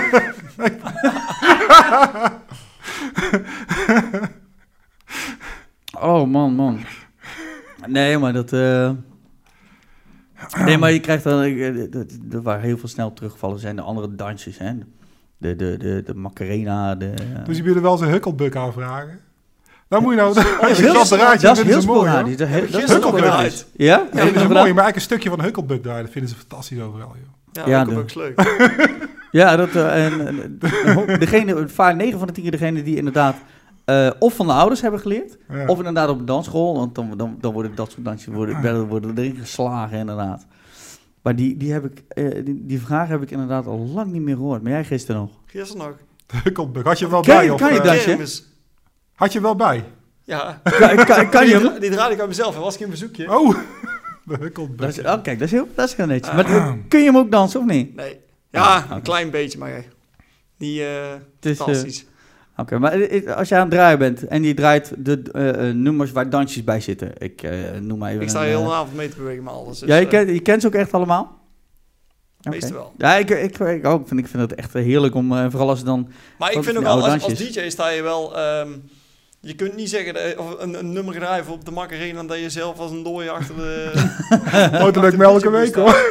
Oh, man, man. Nee, maar dat... Uh... Nee, maar je krijgt dan... Er waar heel veel snel terugvallen zijn de andere dansjes, hè. De, de, de, de Macarena, de... Dus je wilde wel zijn Huckelbuk aanvragen? Dan moet je nou... Als je heel, dat eruit dat is heel mooi, sporadisch. Dat is heel Huckelbuk. Ja? Ja, dat is mooi. Maar eigenlijk een stukje van Huckelbuk daar, dat vinden ze fantastisch overal, joh. Ja, ja Huckelbuk is leuk. Ja, dat... Uh, en, degene, vaak negen van de tien degene die inderdaad... Uh, of van de ouders hebben geleerd, ja. Of inderdaad op de dansschool, want dan, dan, dan worden dat soort dansjes worden, worden erin geslagen, inderdaad. Maar die, die, heb ik, uh, die, die vraag heb ik inderdaad al lang niet meer gehoord. Maar jij gisteren nog? Gisteren nog. Huckelbuk, had je wel kan, bij? Kan je dansje? Had je wel bij? Ja. Kan, kan, kan je die, die draaide ik aan mezelf en was ik in een bezoekje. Oh, de Huckelbuk. Dat is, oh, kijk, dat is heel, dat is heel netjes. Uh, maar kun je hem ook dansen of niet? Nee. Ja, okay. Een klein beetje, maar niet uh, is, fantastisch. Uh, Oké, okay, maar als je aan het draaien bent en je draait de uh, nummers waar dansjes bij zitten. Ik uh, noem maar even... Ik sta een, heel uh, de avond mee te bewegen met alles. Dus, ja, je, ken, je kent ze ook echt allemaal? Meestal okay. wel. Ja, ik, ik, ik ook. Vind, ik vind het echt heerlijk om, uh, vooral als dan... Maar ik vind ook wel, als, als D J sta je wel... Um, je kunt niet zeggen, dat, of een, een nummer draaien op de Macarena... dat je zelf als een dooi achter de... Oh, dat lukt me elke week, hoor.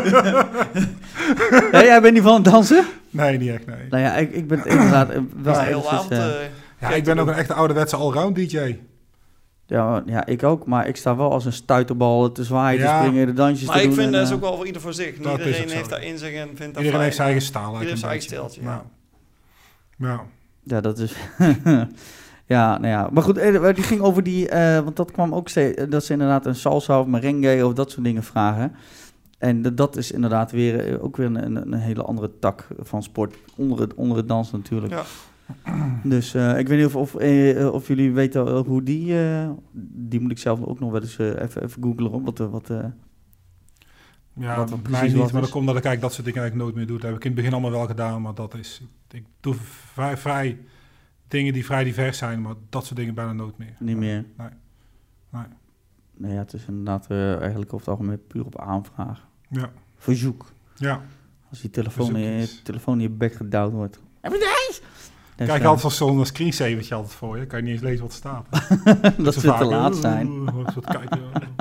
Ja, jij bent niet van het dansen? Nee, niet echt, nee. Nou ja, ik, ik ben inderdaad... wel ja, heel avond... Uh, ja, ik ben ook een echte ouderwetse allround D J. Ja, ja, ik ook. Maar ik sta wel als een stuiterbal te zwaaien, ja. te springen, de dansjes maar te doen. Maar ik vind en, dat is ook wel voor ieder voor zich. Dat iedereen heeft daar in zich en vindt dat Iedereen fijn. heeft zijn eigen staal. Iedereen heeft zijn eigen steltje, ja. Ja. Ja, dat is... ja, nou ja. Maar goed, die ging over die... Uh, want dat kwam ook steeds... Dat ze inderdaad een salsa of merengue of dat soort dingen vragen. En de, dat is inderdaad weer ook weer een, een, een hele andere tak van sport. Onder het, onder het dansen natuurlijk. Ja. Dus uh, ik weet niet of, of, uh, of jullie weten hoe die... Uh, die moet ik zelf ook nog wel eens uh, even, even googlen op. Wat, wat, uh, ja, wat mij niet, maar dat komt dat ik eigenlijk dat soort dingen eigenlijk nooit meer doe. Dat heb ik in het begin allemaal wel gedaan, maar dat is... Ik doe vrij, vrij dingen die vrij divers zijn, maar dat soort dingen bijna nooit meer. Niet meer? Nee. Nee. Nee, ja, het is inderdaad uh, eigenlijk over het algemeen puur op aanvraag. Ja. Verzoek. Ja. Als die telefoon, in je, telefoon in je bek gedouwd wordt. Heb je deze? Dus kijk, uh, altijd van zo'n screensavertje altijd voor je. Kan je niet eens lezen wat er staat. Dat ze te laat zijn. Kijken.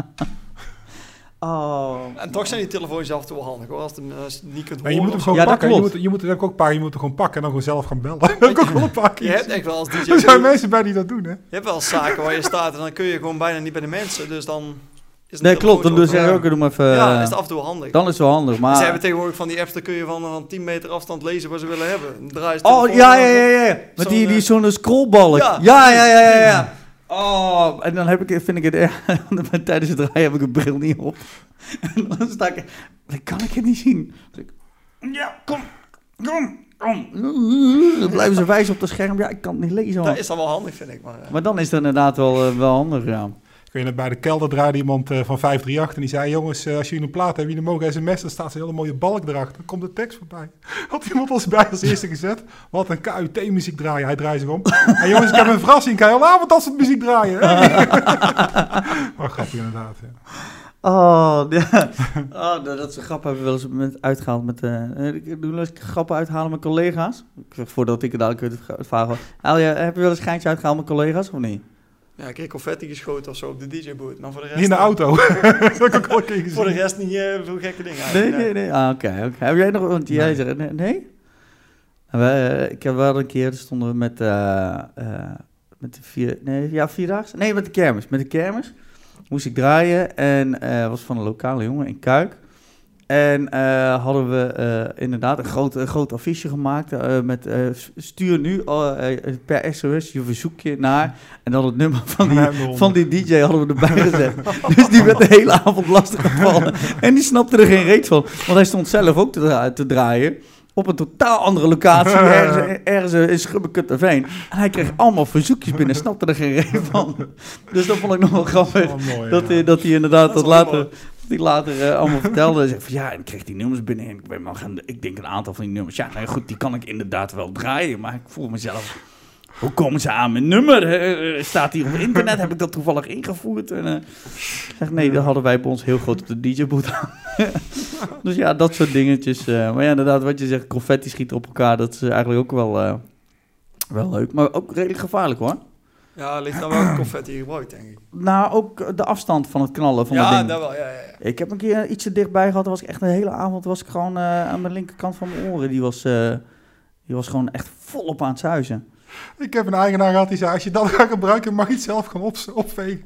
Oh. En toch zijn die telefoons af en toe wel handig, hoor. Als je het niet kunt horen. Je moet hem gewoon ja, pakken. Je moet, je moet, heb ik ook een paar, je moet hem gewoon pakken en dan gewoon zelf gaan bellen. Dat heb ik ook wel een paar keer. Je hebt echt wel als D J... Er zijn mensen bij die dat doen, hè. Je hebt wel zaken waar je staat en dan kun je gewoon bijna niet bij de mensen. Dus dan... Nee, klopt. Dan zeg je ook, doe maar even... Ja, dan is het af en toe wel handig. Dan is het wel handig, maar... Ze hebben tegenwoordig van die apps, dan kun je van, van tien meter afstand lezen wat ze willen hebben. Draai je oh, ja, ja, ja, ja. Met die, die zo'n scrollbalk. Ja, ja, ja, ja, ja, ja. Oh, en dan heb ik, vind ik het erg... Tijdens het draaien heb ik een bril niet op. En dan sta ik... Dan kan ik het niet zien. Dus ik, ja, kom, kom, kom. Dan blijven ze wijzen op het scherm. Ja, ik kan het niet lezen. Dat is dan wel handig, vind ik. Maar, ja. maar dan is het inderdaad wel, uh, wel handig, ja. Ik weet dat bij de kelder draaide iemand uh, van vijf drie acht en die zei... Jongens, uh, als jullie een plaat hebben, jullie mogen sms'en, dan staat zo'n hele mooie balk erachter. Dan komt de tekst voorbij. Had iemand ons bij als eerste gezet. Wat een K U T-muziek draaien. Hij draait zich om. En jongens, ik heb een verrassing. Kan je al avond dat soort muziek draaien? Wat grappig inderdaad, ja. Oh, ja. Oh, dat is een grap hebben we wel eens met uitgehaald met... Uh, ik doe wel eens grappen uithalen met collega's. Ik zeg, voordat ik het dadelijk het vragen... Elje, heb je wel eens schijntje uitgehaald met collega's of niet? Ja, ik heb confetti geschoten of zo op de D J-boot. Maar voor de rest... Niet in de auto. Dat heb ik ook al een keer gezien. Voor de rest niet uh, veel gekke dingen. Nee, nee, nee. Ah, oké. Okay, okay. Heb jij nog... Want jij nee. zegt... Nee? nee? We, ik heb wel een keer... stonden we met... Uh, uh, met de vier... Nee, ja, vierdaagse? Nee, met de kermis. Met de kermis moest ik draaien. En uh, was van een lokale jongen in Kuik. En uh, hadden we uh, inderdaad een groot, een groot affiche gemaakt uh, met uh, stuur nu uh, per S O S je verzoekje naar... En dan het nummer van die, van die D J hadden we erbij gezet. Dus die werd de hele avond lastig gevallen. En die snapte er geen reet van. Want hij stond zelf ook te, dra- te draaien op een totaal andere locatie, ergens, ergens in Schubbekutteveen. En hij kreeg allemaal verzoekjes binnen, snapte er geen reet van. Dus dat vond ik nog wel grappig. Oh, mooi, dat, ja. hij, dat hij inderdaad dat, dat later... die later uh, allemaal vertelde. Zei van, ja, en ik kreeg die nummers binnen. En ik, ben maar gaan, ik denk een aantal van die nummers. Ja, nou goed, die kan ik inderdaad wel draaien. Maar ik voel mezelf Hoe komen ze aan mijn nummer? Uh, staat hier op internet? Heb ik dat toevallig ingevoerd? En, uh, zeg, nee, dat hadden wij bij ons heel groot op de D J-boot aan. Dus ja, dat soort dingetjes. Uh, maar ja, inderdaad, wat je zegt, confetti schieten op elkaar, dat is eigenlijk ook wel, uh, wel leuk. Maar ook redelijk gevaarlijk, hoor. Ja, ligt dan welke confetti je gebruikt, denk ik. Nou, ook de afstand van het knallen van ja, dat ding. Dat wel, ja, ja, ja. Ik heb een keer iets te dichtbij gehad. Dan was ik echt een hele avond was ik gewoon uh, aan de linkerkant van mijn oren. Die was, uh, die was gewoon echt volop aan het zuizen. Ik heb een eigenaar gehad die zei, als je dat gaat gebruiken, mag je het zelf gewoon op, opvegen.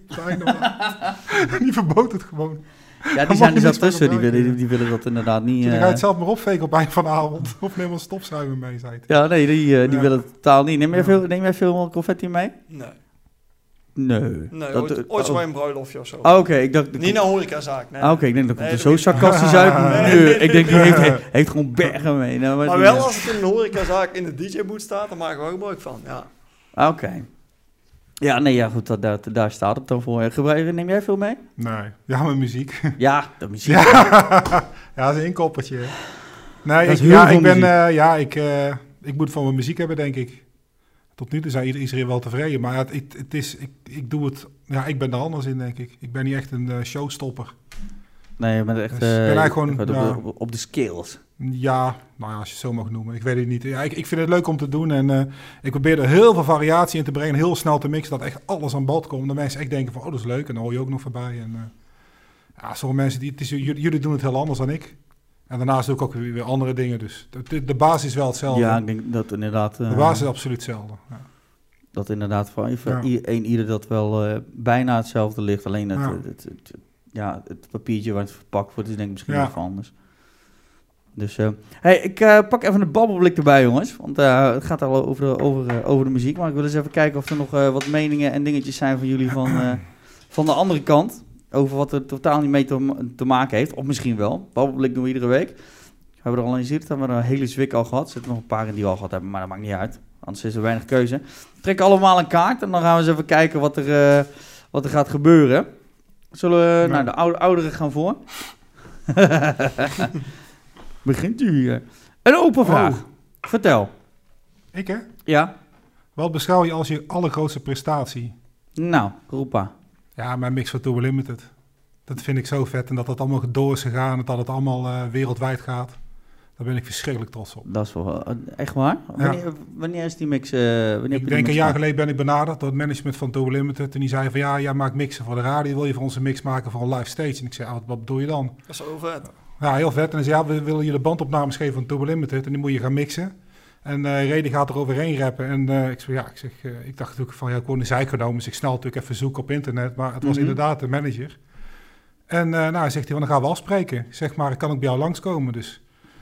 Die verbood het gewoon. Ja, die zijn er zelf tussen. Die willen, die willen dat inderdaad niet. Dan uh... ga je het zelf maar opvegen op eind van de avond. Of neem een stofzuiger mee, zei het. Ja, nee, die, uh, die ja. willen het totaal niet. Neem jij, veel, neem jij veel confetti mee? Nee. Nee. Nee, dat, ooit, ooit oh. bij een bruiloftje of zo. Oh, oké. Okay, ik dacht... Niet naar horecazaak, nee. Ah, oké, okay, ik denk dat komt nee, er zo dat sarcastisch uit. Nee, nee, nee, ik denk, die heeft, heeft, heeft gewoon bergen mee. Nou, maar maar wel die, als het in een horecazaak in de D J-boot staat, dan maken we er gebruik van, ja. Oké. Okay. Ja, nee, ja, goed, dat, dat, daar staat het dan voor. Gebruik, neem jij veel mee? Nee, ja, met muziek. Ja, de muziek. Ja, ja, dat is een inkoppertje. Nee, ik, ja, ik ben, uh, ja, ik, uh, ik moet van mijn muziek hebben, denk ik. Tot nu toe zijn iedereen wel tevreden, maar het, het, het is, ik, ik doe het, ja, ik ben er anders in, denk ik. Ik ben niet echt een uh, showstopper. Nee, je bent echt dus, uh, ben eigenlijk gewoon, op, ja, op, op de skills. Ja, nou ja, als je het zo mag noemen. Ik weet het niet. Ja, ik, ik vind het leuk om te doen en uh, ik probeer er heel veel variatie in te brengen, heel snel te mixen, dat echt alles aan bod komt. Dat mensen echt denken van, oh, dat is leuk en dan hoor je ook nog voorbij. En, uh, ja, sommige mensen, die, het is, jullie, jullie doen het heel anders dan ik. En daarnaast doe ik ook weer, weer andere dingen, dus de, de basis is wel hetzelfde. Ja, ik denk dat inderdaad... Uh, de basis is absoluut hetzelfde, ja. Dat inderdaad voor ja. een ieder dat wel uh, bijna hetzelfde ligt. Alleen het, ja. het, het, het, ja, het papiertje waar het verpakt wordt is denk ik misschien ja. even anders. Dus uh, hey, ik uh, pak even een babbelblik erbij, jongens. Want uh, het gaat al over de, over, uh, over de muziek. Maar ik wil eens even kijken of er nog uh, wat meningen en dingetjes zijn van jullie van, uh, van de andere kant. Over wat er totaal niet mee te, te maken heeft. Of misschien wel. Babbelblik doen we iedere week. We hebben er al in zitten. We hebben er een hele zwik al gehad. Er zitten nog een paar in die we al gehad hebben, maar dat maakt niet uit. Anders is er weinig keuze. We trekken allemaal een kaart en dan gaan we eens even kijken wat er, uh, wat er gaat gebeuren. Zullen we... Ja. Nou, de oude, ouderen gaan voor. Begint u hier. Een open vraag. Oh. Vertel. Ik, hè? Ja. Wat beschouw je als je allergrootste prestatie? Nou, roepa. Ja, mijn mix van Turbo Limited. Dat vind ik zo vet. En dat het allemaal door is gegaan. En dat het allemaal uh, wereldwijd gaat. Daar ben ik verschrikkelijk trots op. Dat is wel echt waar? Ja. Wanneer, wanneer is die mix? Uh, wanneer ik denk een jaar geleden ben ik benaderd door het management van Turbo Limited. En die zei van ja, jij maakt mixen voor de radio. Wil je voor ons een mix maken voor een live stage? En ik zei, ah, wat, wat bedoel je dan? Dat is wel vet. Ja, heel vet. En hij zei, ja, we willen je de bandopnames geven van Turbo Limited. En die moet je gaan mixen. En uh, Redi gaat er overheen rappen. En uh, ik zei, ja, ik, zeg, uh, ik dacht natuurlijk van, ja, ik word in zeik genomen. Dus ik snel natuurlijk even zoeken op internet. Maar het was mm-hmm. inderdaad de manager. En uh, nou, zegt hij, dan gaan we afspreken. Zeg maar, ik kan ook bij jou langskomen. Dus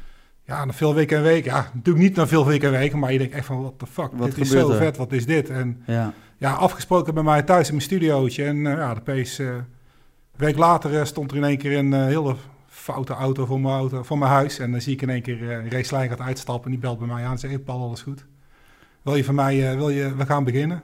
ja, na veel weken en weken. Ja, natuurlijk niet na veel weken en weken. Maar je denkt echt van, what the fuck. Wat dit is zo er? vet, wat is dit? En ja, ja afgesproken bij mij thuis in mijn studiootje. En uh, ja, de pees, uh, een week later uh, stond er in één keer een uh, hele foute auto voor mijn, auto, voor mijn huis. En dan zie ik in één keer uh, een racelijn gaat uitstappen. En die belt bij mij aan en zegt, hey Paul, alles goed? Wil je van mij, uh, wil je, we gaan beginnen.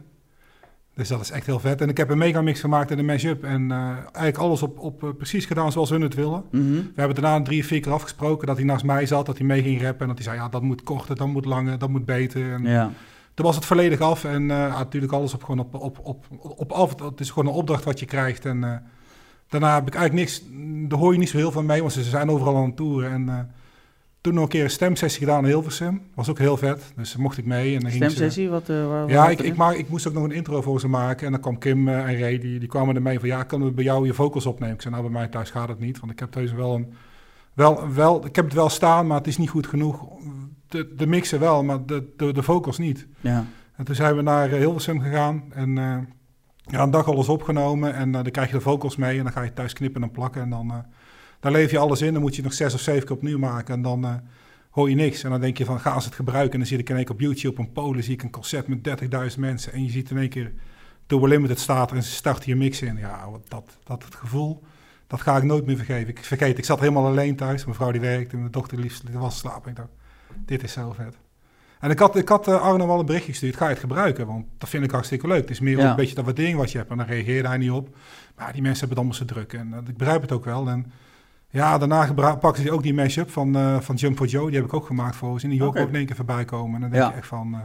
Dus dat is echt heel vet. En ik heb een megamix gemaakt in de mashup. En uh, eigenlijk alles op, op uh, precies gedaan zoals hun het willen. Mm-hmm. We hebben daarna drie, vier keer afgesproken dat hij naast mij zat. Dat hij mee ging rappen. En dat hij zei, ja, dat moet korter, dat moet langer, dat moet beter. En ja. toen was het volledig af. En uh, ja, natuurlijk alles op, gewoon op, op, op, op af. Het is gewoon een opdracht wat je krijgt. En uh, daarna heb ik eigenlijk niks... Daar hoor je niet zo heel van mee. Want ze zijn overal aan het toeren. En... Uh, toen nog een keer een stemsessie gedaan in Hilversum. Was ook heel vet. Dus mocht ik mee. En dan stemsessie? Ze... Wat, uh, waar, ja, waar ik, ik, maak, ik moest ook nog een intro voor ze maken. En dan kwam Kim uh, en Ray, die, die kwamen er mee van... ja, kunnen we bij jou je vocals opnemen? Ik zei, nou, bij mij thuis gaat het niet. Want ik heb thuis wel een... Wel, wel, ik heb het wel staan, maar het is niet goed genoeg. De, de mixen wel, maar de, de, de vocals niet. Ja. En toen zijn we naar uh, Hilversum gegaan. En uh, ja, een dag alles opgenomen. En uh, dan krijg je de vocals mee. En dan ga je thuis knippen en plakken. En dan... Uh, Daar leef je alles in, dan moet je nog zes of zeven keer opnieuw maken en dan uh, hoor je niks. En dan denk je van, gaan ze het gebruiken? En dan zie ik in één keer op YouTube op een Polen, zie ik een concert met dertigduizend mensen. En je ziet in één keer Turbo Limited staat er en ze starten je mix in. Ja, dat, dat het gevoel, dat ga ik nooit meer vergeven. Ik vergeet, ik zat helemaal alleen thuis. Mijn vrouw die werkte, mijn dochter liefst was slapen. Ik dacht, dit is zo vet. En ik had, ik had uh, Arno wel een berichtje gestuurd, ga je het gebruiken? Want dat vind ik hartstikke leuk. Het is meer ja. een beetje dat waardering wat je hebt. En dan reageerde hij niet op. Maar die mensen hebben het allemaal zo druk. En uh, ik begrijp het ook wel. En ja, daarna gebra- pakte hij ook die mashup van, uh, van Jump for Joe. Die heb ik ook gemaakt voor ze. En die hoor ik okay. ook in één keer voorbij komen. En dan denk ja. je echt van, uh,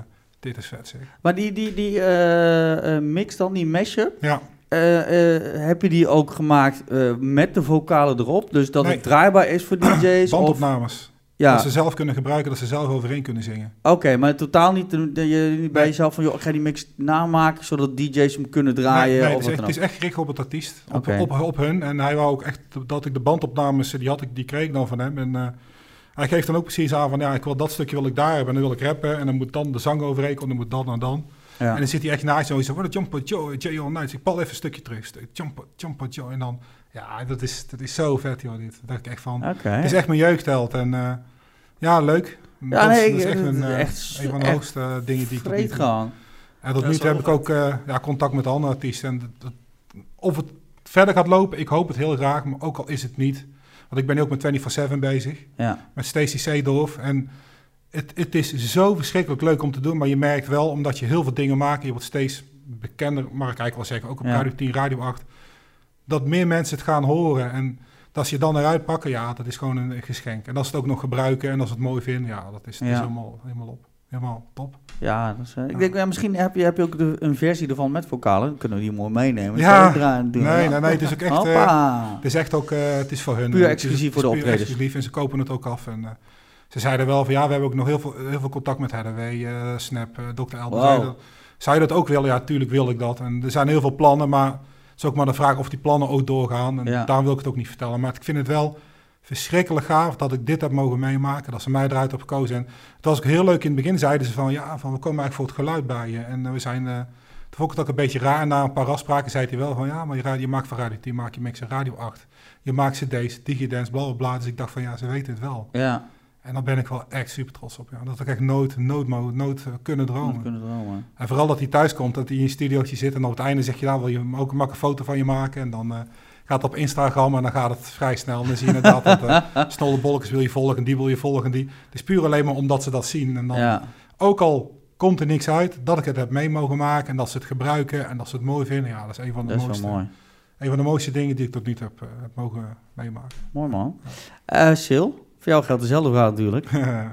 dit is vet zeg. Maar die, die, die uh, uh, mix dan, die mashup, Ja. Uh, uh, heb je die ook gemaakt uh, met de vocalen erop? Dus dat Nee. het draaibaar is voor D J's? Bandopnames. Ja. Dat ze zelf kunnen gebruiken, dat ze zelf overheen kunnen zingen. Oké, okay, maar totaal niet, de, de, je, niet bij Nee. jezelf van, joh, ik ga die mix namaken, zodat D J's hem kunnen draaien? Nee, nee of het, is wat echt, dan het ook? is echt gericht op het artiest, op, Okay. op, op, op hun. En hij wou ook echt dat ik de bandopnames, die, had ik, die kreeg ik dan van hem. En uh, hij geeft dan ook precies aan van, ja, ik wil dat stukje wil ik daar hebben. En dan wil ik rappen en dan moet dan de zang overheen, en dan moet dat en dan. Ja. En dan zit hij echt naast je en zo, what a jumper Joe, Jay all night. Ik pal even een stukje terug, jumper, jumper Joe. En dan, ja, dat is, dat is zo vet, joh, dit. Daar dacht ik echt van. Okay. Het is echt mijn jeugdheld en uh, ja, leuk. Ja, dat, nee, is, dat is echt, een, uh, echt, een van de echt hoogste uh, dingen die ik tot nu toe... gaan. En tot Ja, nu toe heb zo ik ook uh, ja, contact met andere artiesten. En dat, dat, of het verder gaat lopen, ik hoop het heel graag, maar ook al is het niet. Want ik ben ook met vierentwintig zeven bezig, Ja. met Stacey Seedorf. En het, het is zo verschrikkelijk leuk om te doen, maar je merkt wel, omdat je heel veel dingen maakt, je wordt steeds bekender, mag ik eigenlijk wel zeggen, ook op Ja. Radio tien, Radio acht, dat meer mensen het gaan horen. En als je dan eruit pakken, ja, dat is gewoon een geschenk. En als ze het ook nog gebruiken en als ze het mooi vinden, ja, dat is, dat Ja. is helemaal, helemaal op. Helemaal top. Ja, dat is, uh, ik Ja. denk, ja, misschien heb je, heb je ook de, een versie ervan met vocalen. Dan kunnen we die mooi meenemen. Ja. Draaien, doen. Nee, Ja. nee, nee, het is ook echt... Uh, Hoppa. het is echt ook, uh, het is voor hun. Puur Het exclusief is, voor de het is puur optredens. exclusief en ze kopen het ook af. En, uh, ze zeiden wel van, ja, we hebben ook nog heel veel, heel veel contact met Hathaway, uh, Snap, uh, dokter Elber. Wow. Zeiden, zou je dat ook willen? Ja, tuurlijk wil ik dat. En er zijn heel veel plannen, maar het is ook maar de vraag of die plannen ook doorgaan. En Ja. daarom wil ik het ook niet vertellen. Maar ik vind het wel verschrikkelijk gaaf dat ik dit heb mogen meemaken, dat ze mij eruit hebben gekozen. En het was ook heel leuk, in het begin zeiden ze van, ja, van, we komen eigenlijk voor het geluid bij je. En uh, we zijn, uh, toen vond ik het ook een beetje raar, na een paar afspraken zei hij wel van, ja, maar je, radio, je maakt van Radio tien, maak je mixen Radio acht. Je maakt cd's, digidance, bla bla bla. Dus ik dacht van, ja, ze weten het wel. Ja. En daar ben ik wel echt super trots op. Ja. Dat ik echt nooit, nooit, nooit, nooit uh, kunnen dromen. Kunnen dromen. En vooral dat hij thuis komt, dat hij in een studiootje zit en op het einde zeg je, nou, wil je ook mag een foto van je maken? En dan uh, gaat het op Instagram en dan gaat het vrij snel. En dan zie je inderdaad dat uh, Snolle Bolletjes wil je volgen, die wil je volgen, die. Het is puur alleen maar omdat ze dat zien. En dan, Ja. ook al komt er niks uit, dat ik het heb mee mogen maken en dat ze het gebruiken en dat ze het mooi vinden. Ja, dat is een van de Dat is mooiste. wel mooi. Een van de mooiste dingen die ik tot nu toe heb, uh, heb mogen meemaken. Mooi man. Uh, Sil, voor jou geldt dezelfde verhaal natuurlijk.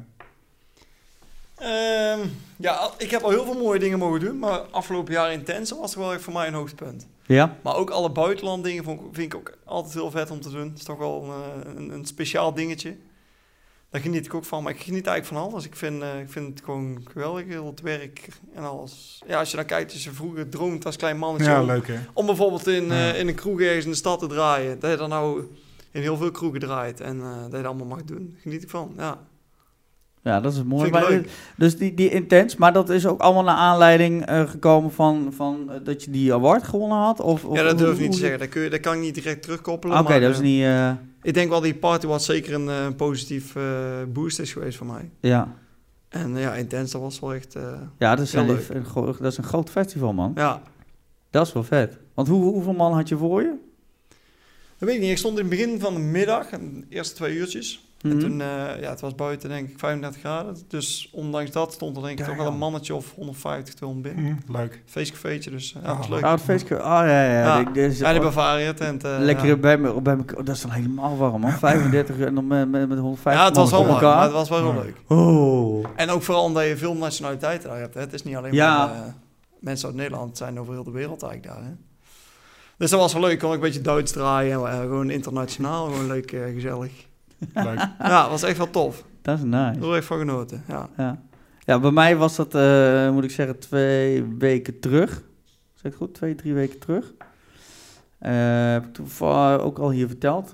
Um, ja, ik heb al heel veel mooie dingen mogen doen, maar afgelopen jaar Intense was toch wel echt voor mij een hoogtepunt. Ja? Maar ook alle buitenland dingen vond, vind ik ook altijd heel vet om te doen. Het is toch wel een, een, een speciaal dingetje. Daar geniet ik ook van, maar ik geniet eigenlijk van alles. Ik vind, uh, ik vind het gewoon geweldig, heel het werk en alles. Ja, als je dan kijkt, als je vroeger droomt als klein mannetje... Ja, om, leuk hè. om bijvoorbeeld in, Ja. uh, in een kroeg ergens in de stad te draaien. Dat je dan nou in heel veel kroegen draait en uh, dat je dat allemaal mag doen. Geniet ik van, ja. Ja, dat is mooi. Vind ik Maar, leuk. dus die, die Intens, maar dat is ook allemaal naar aanleiding uh, gekomen van, van uh, dat je die award gewonnen had? Of, of Ja, dat durf hoe- ik niet te hoe- zeggen. Dat, kun je, dat kan ik niet direct terugkoppelen. Oké, maar, dat is uh, niet... Uh, Ik denk wel die Party Watch zeker een uh, positief uh, boost is geweest voor mij. ja. En uh, ja, Intense, dat was wel echt... Uh, Ja, dat is, Heel een, leuk. een, gro- dat is een groot festival, man. ja, Dat is wel vet. Want hoe, hoeveel man had je voor je? dat weet ik niet. Ik stond in het begin van de middag, de eerste twee uurtjes. Mhm. En toen, uh, ja, het was buiten denk ik vijfendertig graden. Dus ondanks dat stond er denk ik Ja, toch wel ja. een mannetje of honderdvijftig, tweehonderd binnen. Hm, leuk. Feestcafeetje, dus uh, ja, Oh, dat was leuk. Oh, het feestje. Oh, ja, ja. Ja. ja. Dit is- Ja, die Bavaria tent. Uh, Lekker ja. bij me, bij me. Oh, dat is dan helemaal warm, man. vijfendertig en dan met, met, met honderdvijftig Ja, het was wel man op warm, maar elkaar. het was wel heel Ja. leuk. Oh. En ook vooral omdat je veel nationaliteiten daar hebt. Hè. Het is niet alleen Ja. maar uh, mensen uit Nederland, het zijn over heel de wereld eigenlijk daar. Hè. Dus dat was wel leuk. Kon ik een beetje Duits draaien. Uh, gewoon internationaal. Gewoon leuk, uh, gezellig. Leuk. Ja, het was echt wel tof. Dat is Ik nice. heb er echt van genoten. Ja. Ja. Ja, bij mij was dat, uh, moet ik zeggen, twee weken terug. Zeg ik het goed? Twee, drie weken terug. Uh, heb ik toevallig ook al hier verteld.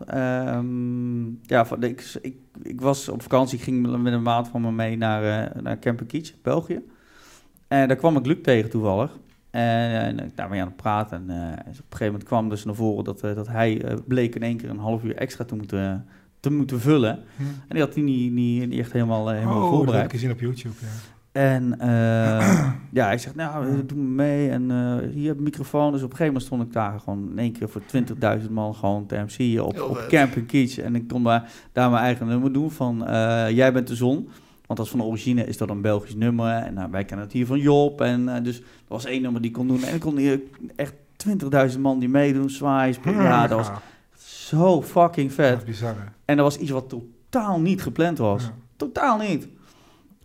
Um, ja, van, ik, ik, ik was op vakantie, ik ging met een maat van me mee naar, uh, naar Camper Kietz, België. En daar kwam ik Luc tegen toevallig. En, en ik daar mee aan het praten. En uh, op een gegeven moment kwam dus naar voren dat, uh, dat hij uh, bleek in één keer een half uur extra te moeten, te moeten vullen. Hm. En die had hij niet, niet, niet echt helemaal, uh, helemaal Oh, dat heb voorbereid. ik gezien op YouTube, ja. En uh, ja, ik zeg, nou, doe me mee. En uh, hier heb ik een microfoon. Dus op een gegeven moment stond ik daar gewoon in één keer voor twintigduizend man gewoon te M C'en op, Heel op vet. Camping Kietz. En ik kon daar, daar mijn eigen nummer doen van uh, Jij bent de zon. Want als van de origine is dat een Belgisch nummer. En uh, wij kennen het hier van Job. En uh, dus er was één nummer die ik kon doen. En ik kon hier echt twintigduizend man die meedoen, zwaaien, springen. Ja, dat was zo fucking vet. Dat is bizar, hè? En dat was iets wat totaal niet gepland was. Ja. Totaal niet.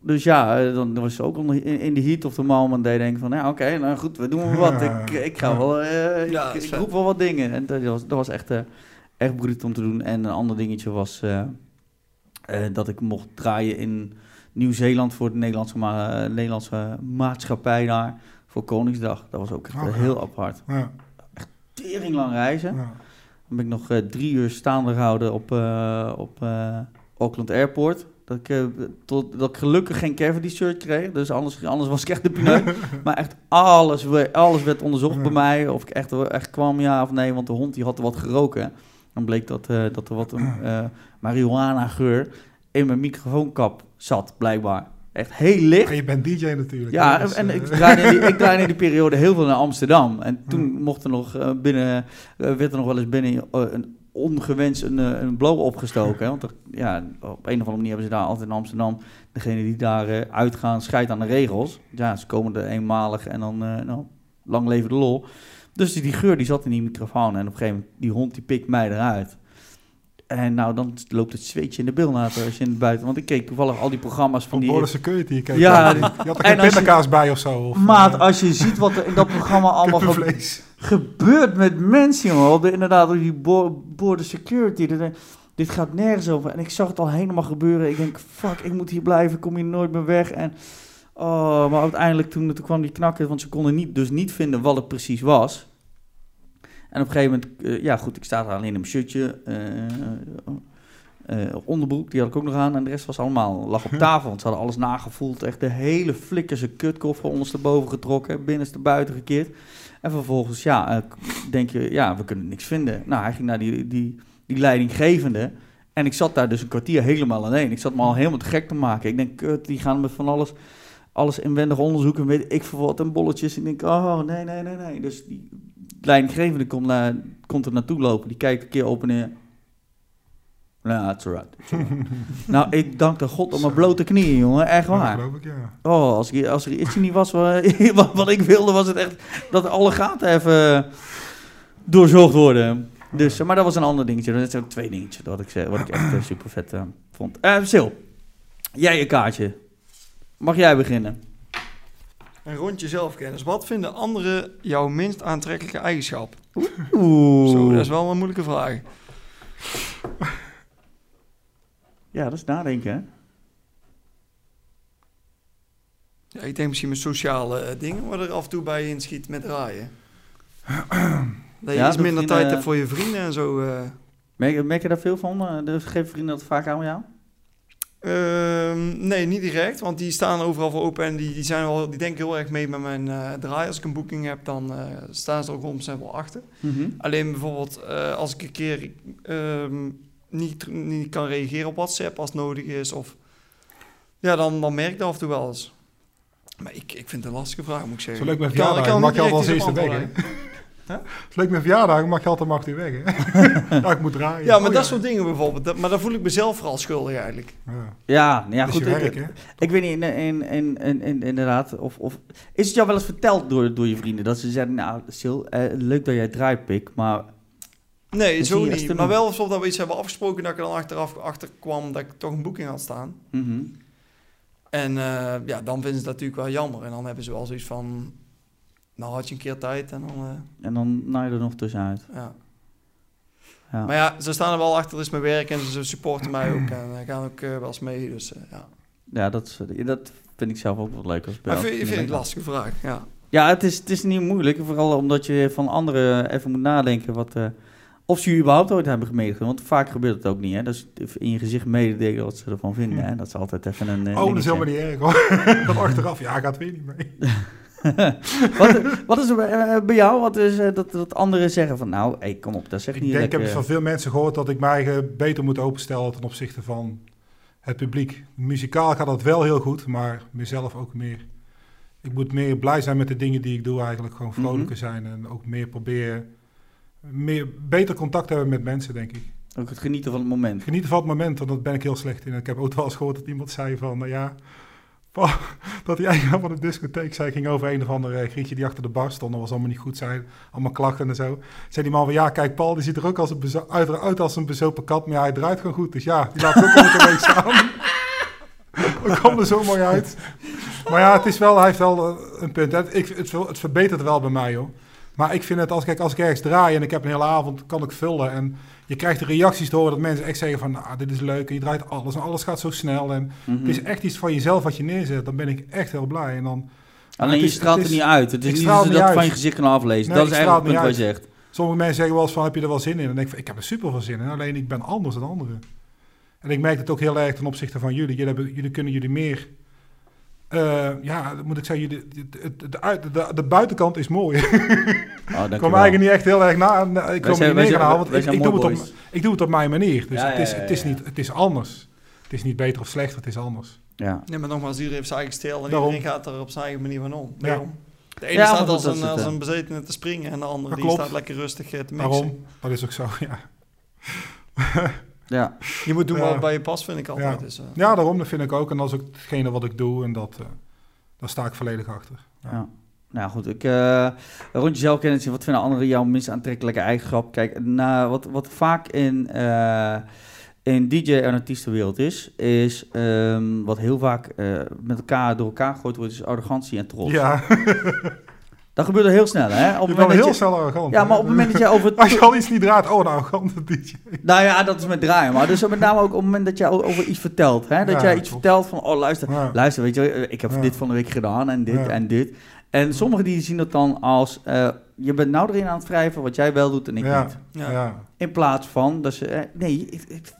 Dus ja, dan was ze ook in, in de heat of the moment. Dat je denkt van, ja, oké, okay, nou goed, we doen wel wat. Ik, ik ga wel, uh, ja, ik, ik roep wel wat dingen. En dat was, dat was echt, uh, echt bruut om te doen. En een ander dingetje was uh, uh, dat ik mocht draaien in Nieuw-Zeeland voor de Nederlandse, ma- Nederlandse maatschappij daar. Voor Koningsdag. Dat was ook echt oh, ja. heel apart. Ja. Echt tering lang reizen. Ja. Dan ben ik nog uh, drie uur staande gehouden op, uh, op uh, Auckland Airport. Dat ik, uh, tot, dat ik gelukkig geen Cavendish shirt kreeg. Dus anders, anders was ik echt de pineut. Maar echt alles, alles werd onderzocht ja. bij mij. Of ik echt, echt kwam, ja of nee. Want de hond die had wat geroken. Dan bleek dat, uh, dat er wat een uh, marihuana geur in mijn microfoonkap zat, blijkbaar. Echt heel licht. En je bent D J natuurlijk. Ja, dus, en uh... ik draaide in, die, ik draaide in die periode heel veel naar Amsterdam. En toen hmm. mocht er nog uh, binnen, uh, werd er nog wel eens binnen uh, een ongewenst een, uh, een blow opgestoken. Hè? Want er, ja, op een of andere manier hebben ze daar altijd in Amsterdam, degene die daar uh, uitgaan, scheidt aan de regels. Ja, ze komen er eenmalig en dan uh, nou, lang leven de lol. Dus die, die geur die zat in die microfoon en op een gegeven moment, die hond die pikt mij eruit. En nou, dan loopt het zweetje in de bil na als je in het buiten. Want ik keek toevallig al die programma's van, van die... Border Security. Keek ja, die, je had er geen pindakaas bij of zo. Of, maat, uh, als je ziet wat er in dat programma allemaal ge- gebeurt met mensen, jongen. De, inderdaad, die Border Security. De, dit gaat nergens over. En ik zag het al helemaal gebeuren. Ik denk, fuck, ik moet hier blijven. Ik kom hier nooit meer weg. En, oh, maar uiteindelijk toen, toen kwam die knakker. Want ze konden niet, dus niet vinden wat het precies was. En op een gegeven moment, uh, ja goed, ik sta er alleen in mijn shirtje, uh, uh, onderbroek, die had ik ook nog aan. En de rest was allemaal, lag op tafel, want ze hadden alles nagevoeld. Echt de hele flikkerse kutkoffer ondersteboven getrokken, binnenste buiten gekeerd. En vervolgens, ja, uh, denk je, ja, we kunnen niks vinden. Nou, hij ging naar die, die, die leidinggevende. En ik zat daar dus een kwartier helemaal alleen. Ik zat me al helemaal te gek te maken. Ik denk, kut, die gaan met van alles, alles inwendig onderzoeken, weet ik veel wat, en bolletjes. Ik denk, oh, nee, nee, nee, nee. Dus die... De leidinggevende komt, na, komt er naartoe lopen. Die kijkt een keer op en neer. Nou, it's alright. It's alright. Nou, ik dank de God op mijn blote knieën, jongen. Echt waar. Ja, geloof ik, ja. Oh, als, ik, als er iets niet was wat, wat ik wilde, was het echt dat alle gaten even doorzocht worden. Dus, maar dat was een ander dingetje. Dat zijn twee dingetjes wat ik, zeg, wat ik echt uh, super vet uh, vond. Uh, Sil, jij je kaartje. Mag jij beginnen? Een rondje zelfkennis. Wat vinden anderen jouw minst aantrekkelijke eigenschap? Oeh. Zo, dat is wel een moeilijke vraag. Ja, dat is nadenken, hè? Ja, ik denk misschien met sociale uh, dingen waar er af en toe bij inschiet met draaien. Dat je ja, iets minder vrienden, tijd hebt voor je vrienden en zo. Uh. Merk, merk je daar veel van? Uh, de, geven vrienden dat vaak aan jou? Uh, nee, niet direct, want die staan overal voor open en die, die, zijn wel, die denken heel erg mee met mijn uh, draai. Als ik een boeking heb, dan uh, staan ze er ook om, zijn wel achter. Mm-hmm. Alleen bijvoorbeeld uh, als ik een keer uh, niet, niet kan reageren op WhatsApp als het nodig is, of ja, dan, dan merk ik dat af en toe wel eens. Maar ik, ik vind het een lastige vraag, moet ik zeggen. Zo leuk met verjaardag, mag je al als eerste weg, hè? Huh? Zo leuk met verjaardag, mag je altijd mag u weg, hè? Ja, ik moet draaien. Ja, maar oh, dat ja. soort dingen bijvoorbeeld. Dat, maar dan voel ik mezelf vooral schuldig eigenlijk. Ja, ja, ja goed. Werk, ik, ik weet niet, in, in, in, in, in, inderdaad. Of, of, is het jou wel eens verteld door, door je vrienden? Dat ze zeiden, nou, Sil, uh, leuk dat jij draait, pik, maar... Nee, zo niet. Maar wel alsof dat we iets hebben afgesproken, dat ik er dan achteraf achter kwam dat ik toch een boeking had staan. Mm-hmm. En uh, ja, dan vinden ze dat natuurlijk wel jammer. En dan hebben ze wel zoiets van... Nou had je een keer tijd en dan... Uh... En dan naai je er nog tussenuit. Ja. ja. Maar ja, ze staan er wel achter, dat is mijn werk en ze supporten mij ook. En uh, gaan ook uh, wel eens mee, dus uh, ja. Ja, dat, dat vind ik zelf ook wel leuk. Als maar vind, vind ik een lastige vraag, ja. Ja, het is, het is niet moeilijk. Vooral omdat je van anderen even moet nadenken wat... Uh, of ze je überhaupt ooit hebben gemedegeld. Want vaak gebeurt het ook niet, hè. Dus in je gezicht mededelen wat ze ervan vinden, hè. Dat is altijd even een... Uh, oh, dat is helemaal niet erg, hoor. Dat achteraf, ja, gaat weer niet mee. wat, wat is er bij, uh, bij jou? Wat is uh, dat, dat anderen zeggen van nou, hey, kom op, dat zeg niet. Ik denk, lekker. ik heb van veel mensen gehoord dat ik mij beter moet openstellen ten opzichte van het publiek. Muzikaal gaat dat wel heel goed, maar mezelf ook meer. Ik moet meer blij zijn met de dingen die ik doe eigenlijk. Gewoon vrolijker mm-hmm. zijn en ook meer proberen, meer, beter contact hebben met mensen, denk ik. Ook het genieten van het moment. Genieten van het moment, want dat ben ik heel slecht in. Ik heb ook wel eens gehoord dat iemand zei van, nou ja... dat hij eigenlijk van de discotheek zei, ging over een of andere Grietje die achter de bar stond. Dat was allemaal niet goed, zei allemaal klachten en zo. Zei die man van, ja, kijk, Paul, die ziet er ook als een bezo- uit, uit als een bezopen kat, maar ja, hij draait gewoon goed. Dus ja, die laat ook wel een week staan. Dat kwam er zo mooi uit. Maar ja, het is wel, hij heeft wel uh, een punt. Het, ik, het, het verbetert wel bij mij, hoor. Maar ik vind het, als, kijk, als ik ergens draai en ik heb een hele avond, kan ik vullen. En je krijgt de reacties te horen dat mensen echt zeggen van, ah, dit is leuk. En je draait alles en alles gaat zo snel. En mm-hmm. Het is echt iets van jezelf wat je neerzet. Dan ben ik echt heel blij. En dan, Alleen je is, straalt is, er niet uit. Het is niet dat je dat van je gezicht kan aflezen. Nee, dat is eigenlijk het punt wat je zegt. Sommige mensen zeggen wel eens van, heb je er wel zin in? En dan denk ik, ik heb er super veel zin in. Alleen ik ben anders dan anderen. En ik merk het ook heel erg ten opzichte van jullie. Jullie, hebben, jullie kunnen jullie meer... Uh, ja, moet ik zeggen, de, de, de, de, de, de buitenkant is mooi. Oh, ik kom eigenlijk niet echt heel erg na. Ik kom niet neergaan, want ik, ik, doe het op, ik doe het op mijn manier. Dus ja, het, is, ja, ja, ja. Het, is niet, het is anders. Het is niet beter of slechter, het is anders. Ja. Nee, maar nogmaals, iedereen heeft zijn eigen stijl en Daarom. iedereen gaat er op zijn eigen manier van om. Ja. De ene ja, staat als een, als een bezetene te springen en de andere die staat lekker rustig te mixen. Waarom? Dat is ook zo, ja. Ja. Je moet doen wat ja. bij je pas, vind ik altijd. Ja. Dus, uh. ja, daarom, dat vind ik ook. En dat is ook hetgene wat ik doe en dat, uh, daar sta ik volledig achter. Ja. Ja. Nou goed, ik, uh, rond jezelf kennis, wat vinden anderen jouw minst aantrekkelijke eigenschap? Kijk, na, wat, wat vaak in, uh, in D J- en artiestenwereld is, is um, wat heel vaak uh, met elkaar door elkaar gegooid wordt, is arrogantie en trots. Ja. Dat gebeurt er heel snel, hè? Op je bent heel je, snel arrogant. Ja, maar op het moment dat jij over... Als je al iets niet draait, oh, een arrogante D J. Nou ja, dat is met draaien. Maar dus met name ook op het moment dat jij over iets vertelt. Hè? Dat ja, jij iets klopt. vertelt van, oh luister, ja. luister, weet je, ik heb ja. dit van de week gedaan en dit ja. en dit. En sommigen die zien dat dan als, uh, je bent nou erin aan het wrijven wat jij wel doet en ik ja. niet. Ja. Ja. In plaats van dat ze, uh, nee, ik, ik,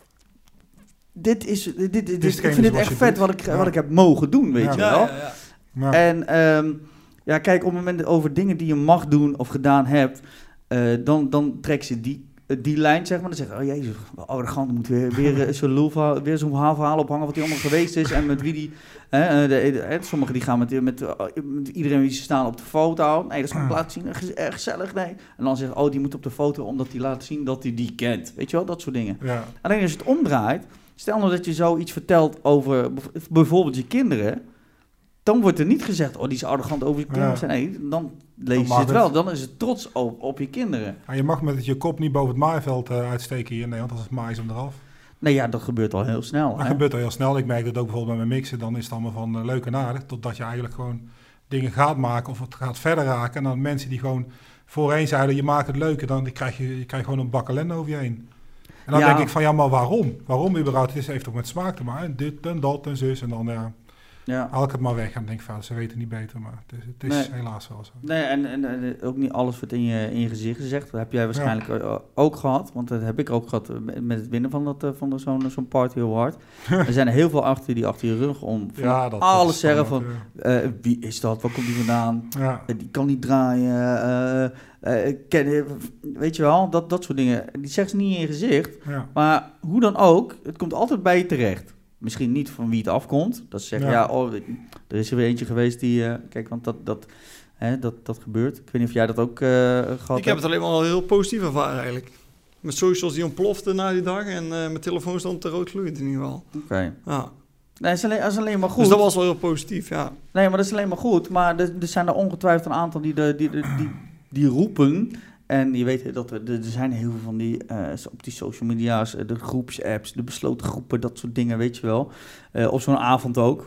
dit is, dit, dit, dit, ik vind het echt vet wat ik, ja. wat ik heb mogen doen, weet ja. je wel. Ja, ja, ja. Ja. En... Um, Ja, kijk, op het moment over dingen die je mag doen of gedaan hebt, uh, dan, dan trek ze die, uh, die lijn, zeg maar. Dan zeggen oh jezus, arrogant, moet weer, weer, uh, zo'n lulverhaal, weer zo'n verhaal ophangen wat hij allemaal geweest is en met wie die... Uh, de, de, de, sommigen die gaan met, met, uh, met iedereen wie ze staan op de foto. Nee, dat is gewoon laten zien, erg gezellig, nee. En dan zeggen oh, die moet op de foto omdat hij laat zien dat hij die kent. Weet je wel, dat soort dingen. Ja. Alleen als je het omdraait, stel nou dat je zoiets vertelt over bijvoorbeeld je kinderen... Dan wordt er niet gezegd, oh, die is arrogant over je kinderen. Ja. Nee, dan lees je het wel. Dan is het trots op, op je kinderen. Ja, je mag met je kop niet boven het maaiveld uh, uitsteken hier in Nederland, als het maai is om eraf. Nee, ja, dat gebeurt al heel snel. Dat hè? gebeurt al heel snel. Ik merk dat ook bijvoorbeeld met mijn mixen. Dan is het allemaal van uh, leuk en aardig. Totdat je eigenlijk gewoon dingen gaat maken of het gaat verder raken. En dan mensen die gewoon voorheen zeiden, je maakt het leuk. En dan krijg je, je krijgt gewoon een bak ellende over je heen. En dan ja. denk ik van, ja, maar waarom? Waarom überhaupt? Het heeft toch met smaak te maken. Dit en dat en zus. En dan, ja... Ja. Haal ik het maar weg en denk van, ze weten niet beter, maar het is, het is nee. helaas wel zo. Nee, en, en, en ook niet alles wordt in je, in je gezicht gezegd. Dat heb jij waarschijnlijk ja. ook gehad, want dat heb ik ook gehad met het winnen van, dat, van zo'n, zo'n Party Award. Er zijn er heel veel achter die achter je rug om van ja, dat, alles dat zeggen van, uh, wie is dat, waar komt die vandaan, ja. uh, die kan niet draaien, uh, uh, ken, weet je wel, dat, dat soort dingen. Die zeggen ze niet in je gezicht, ja. maar hoe dan ook, het komt altijd bij je terecht. Misschien niet van wie het afkomt. Dat ze zeggen, ja, ja oh, er is er weer eentje geweest die... Uh, kijk, want dat, dat, hè, dat, dat gebeurt. Ik weet niet of jij dat ook uh, gehad hebt. Ik heb het alleen maar al heel positief ervaren eigenlijk. Mijn socials die ontploften na die dag. En uh, mijn telefoon stond te rood gloeiend in ieder geval. Oké. Okay. Ja. Nee, dat is, alleen, dat is alleen maar goed. Dus dat was wel heel positief, ja. Nee, maar dat is alleen maar goed. Maar er, er zijn er ongetwijfeld een aantal die, de, die, die, die, die roepen... En je weet dat er, er zijn heel veel van die, uh, op die social media's, de groepsapps, de besloten groepen, dat soort dingen, weet je wel. Uh, op zo'n avond ook.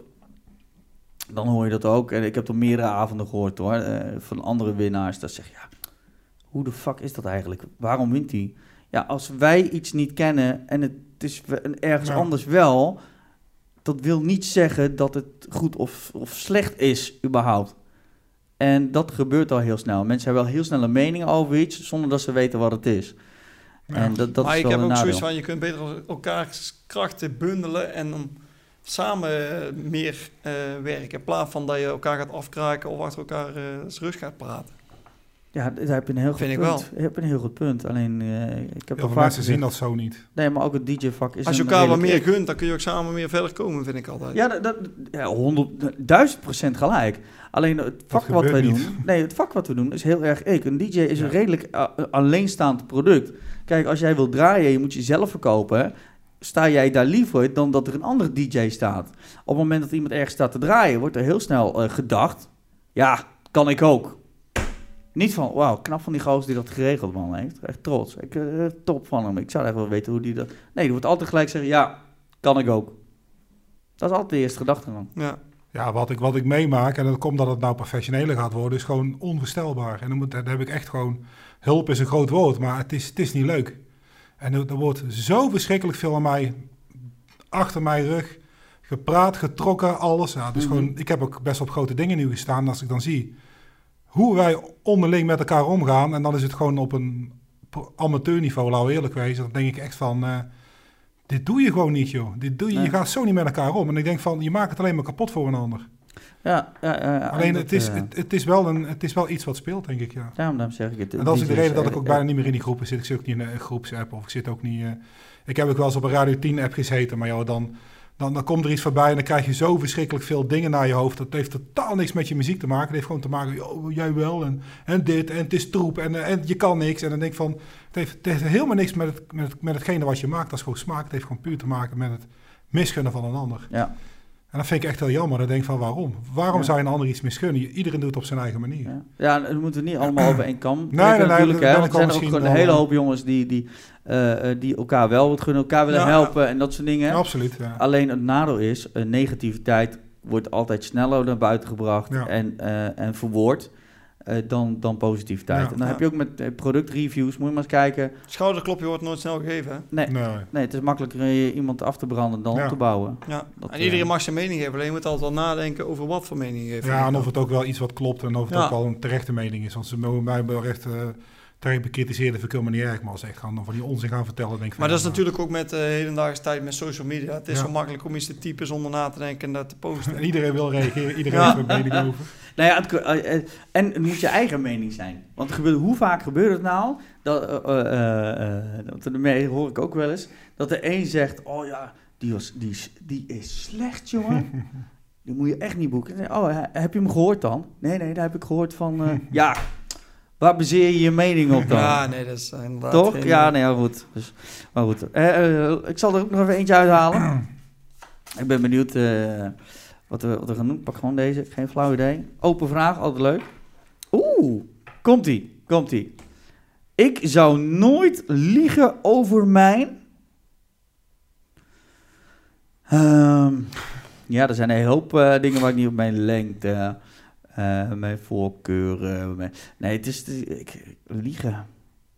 Dan hoor je dat ook. En ik heb er meerdere avonden gehoord hoor, uh, van andere winnaars. Dat zeg je, ja, hoe de fuck is dat eigenlijk? Waarom wint hij? Ja, als wij iets niet kennen en het is ergens ja. anders wel, dat wil niet zeggen dat het goed of, of slecht is überhaupt. En dat gebeurt al heel snel. Mensen hebben wel heel snel een mening over iets, zonder dat ze weten wat het is. Ja. En dat, dat maar is ik wel heb ook nadeel. zoiets van, je kunt beter elkaars krachten bundelen en dan samen meer uh, werken. In plaats van dat je elkaar gaat afkraken of achter elkaar uh, rug gaat praten. Ja, daar heb je een heel goed Vind punt. Ik wel. Je hebt een heel goed punt. Alleen, uh, ik heb heel veel mensen zien dat zo niet. Nee, maar ook het D J-vak is als je elkaar wat meer gunt, dan kun je ook samen meer verder komen, vind ik altijd. Ja, dat, dat, ja honderd, duizend procent gelijk. Alleen het vak wat wij niet. doen, nee, het vak wat we doen is heel erg ik. Een D J is ja. een redelijk uh, alleenstaand product. Kijk, als jij wilt draaien, je moet jezelf verkopen. Sta jij daar liever dan dat er een andere D J staat? Op het moment dat iemand ergens staat te draaien, wordt er heel snel uh, gedacht, ja, kan ik ook. Niet van, wauw, knap van die gozer die dat geregeld man heeft. Echt trots. Ik, uh, top van hem. Ik zou echt wel weten hoe die dat... Nee, die wordt altijd gelijk zeggen, ja, kan ik ook. Dat is altijd de eerste gedachte dan. Ja. Ja, wat ik, wat ik meemaak, en dat komt dat het nou professioneler gaat worden, is gewoon onvoorstelbaar. En dan, moet, dan heb ik echt gewoon... Hulp is een groot woord, maar het is, het is niet leuk. En er, er wordt zo verschrikkelijk veel aan mij, achter mijn rug, gepraat, getrokken, alles. Ja, dus mm-hmm. gewoon, ik heb ook best op grote dingen nu gestaan. Als ik dan zie hoe wij onderling met elkaar omgaan, en dan is het gewoon op een amateurniveau, laten we eerlijk wezen, dan denk ik echt van... Uh, dit doe je gewoon niet, joh. Dit doe je, nee. Je gaat zo niet met elkaar om. En ik denk van, je maakt het alleen maar kapot voor een ander. Ja, ja, ja, alleen dat, het, is, uh, het, het, is wel een, het is wel iets wat speelt, denk ik, ja. Daarom, daarom zeg ik het. En dat is de reden dat ik ook bijna niet meer in die groepen zit. Ik zit ook niet in een groepsapp of ik zit ook niet... Uh, ik heb ook wel eens op een Radio tien app gezeten, maar joh, dan, dan, dan komt er iets voorbij en dan krijg je zo verschrikkelijk veel dingen naar je hoofd. Dat heeft totaal niks met je muziek te maken. Het heeft gewoon te maken, joh, jij wel en, en dit en het is troep en, en je kan niks. En dan denk ik van, het heeft, het heeft helemaal niks met, het, met, het, met hetgene wat je maakt. Dat is gewoon smaak. Het heeft gewoon puur te maken met het misgunnen van een ander. Ja. En dat vind ik echt heel jammer. Dan denk ik van, waarom? Waarom ja. zou je een ander iets misgunnen? Iedereen doet het op zijn eigen manier. Ja, ja dat moeten we niet allemaal over één kam. Nee, nee, nee. Natuurlijk, nee, hè, want er zijn ook gewoon wel, een hele hoop jongens die, die, uh, die elkaar wel wat gunnen, elkaar willen ja, helpen en dat soort dingen. Ja, absoluut, ja. Alleen het nadeel is, uh, negativiteit wordt altijd sneller naar buiten gebracht ja. en, uh, en verwoord. Uh, dan, dan positiviteit. Ja, en dan ja. heb je ook met uh, productreviews, moet je maar eens kijken. Schouderklopje wordt nooit snel gegeven, hè? Nee, nee. nee het is makkelijker uh, iemand af te branden dan ja. op te bouwen. Ja. Dat, en iedereen uh, mag zijn mening geven, alleen je moet altijd wel nadenken over wat voor mening je geeft. Ja, en of het ook wel iets wat klopt en of het ja. ook wel een terechte mening is. Want ze mogen mij wel echt... Uh, terecht bekritiseerd, vind ik helemaal niet erg, maar als ze echt gaan van die onzin gaan vertellen, denk ik. Maar dat is nou, natuurlijk ook met de uh, hedendaagse tijd met social media. Het is ja. zo makkelijk om iets te typen zonder na te denken en dat te posten. En iedereen wil reageren, iedereen ja. heeft een mening over. Nou ja, het, uh, uh, en het moet je eigen mening zijn. Want het gebeurt, hoe vaak gebeurt het nou, dat, uh, uh, uh, daarmee hoor ik ook wel eens, dat de een zegt, oh ja, die, was, die, is, die is slecht, jongen. Die moet je echt niet boeken. Oh, heb je hem gehoord dan? Nee, nee, daar heb ik gehoord van, uh, ja... Waar baseer je je mening op dan? Ja, nee, dat is inderdaad... Toch? Geen... Ja, nee, ja, goed. Dus, maar goed. Uh, uh, ik zal er ook nog even eentje uithalen. Ik ben benieuwd uh, wat, we, wat we gaan doen. Ik pak gewoon deze. Geen flauw idee. Open vraag, altijd leuk. Oeh, komt-ie. Komt-ie. Ik zou nooit liegen over mijn... Um, ja, er zijn een hoop uh, dingen waar ik niet op mijn lengte... Uh, mijn voorkeuren. Mijn... Nee, het is... Het is ik, liegen.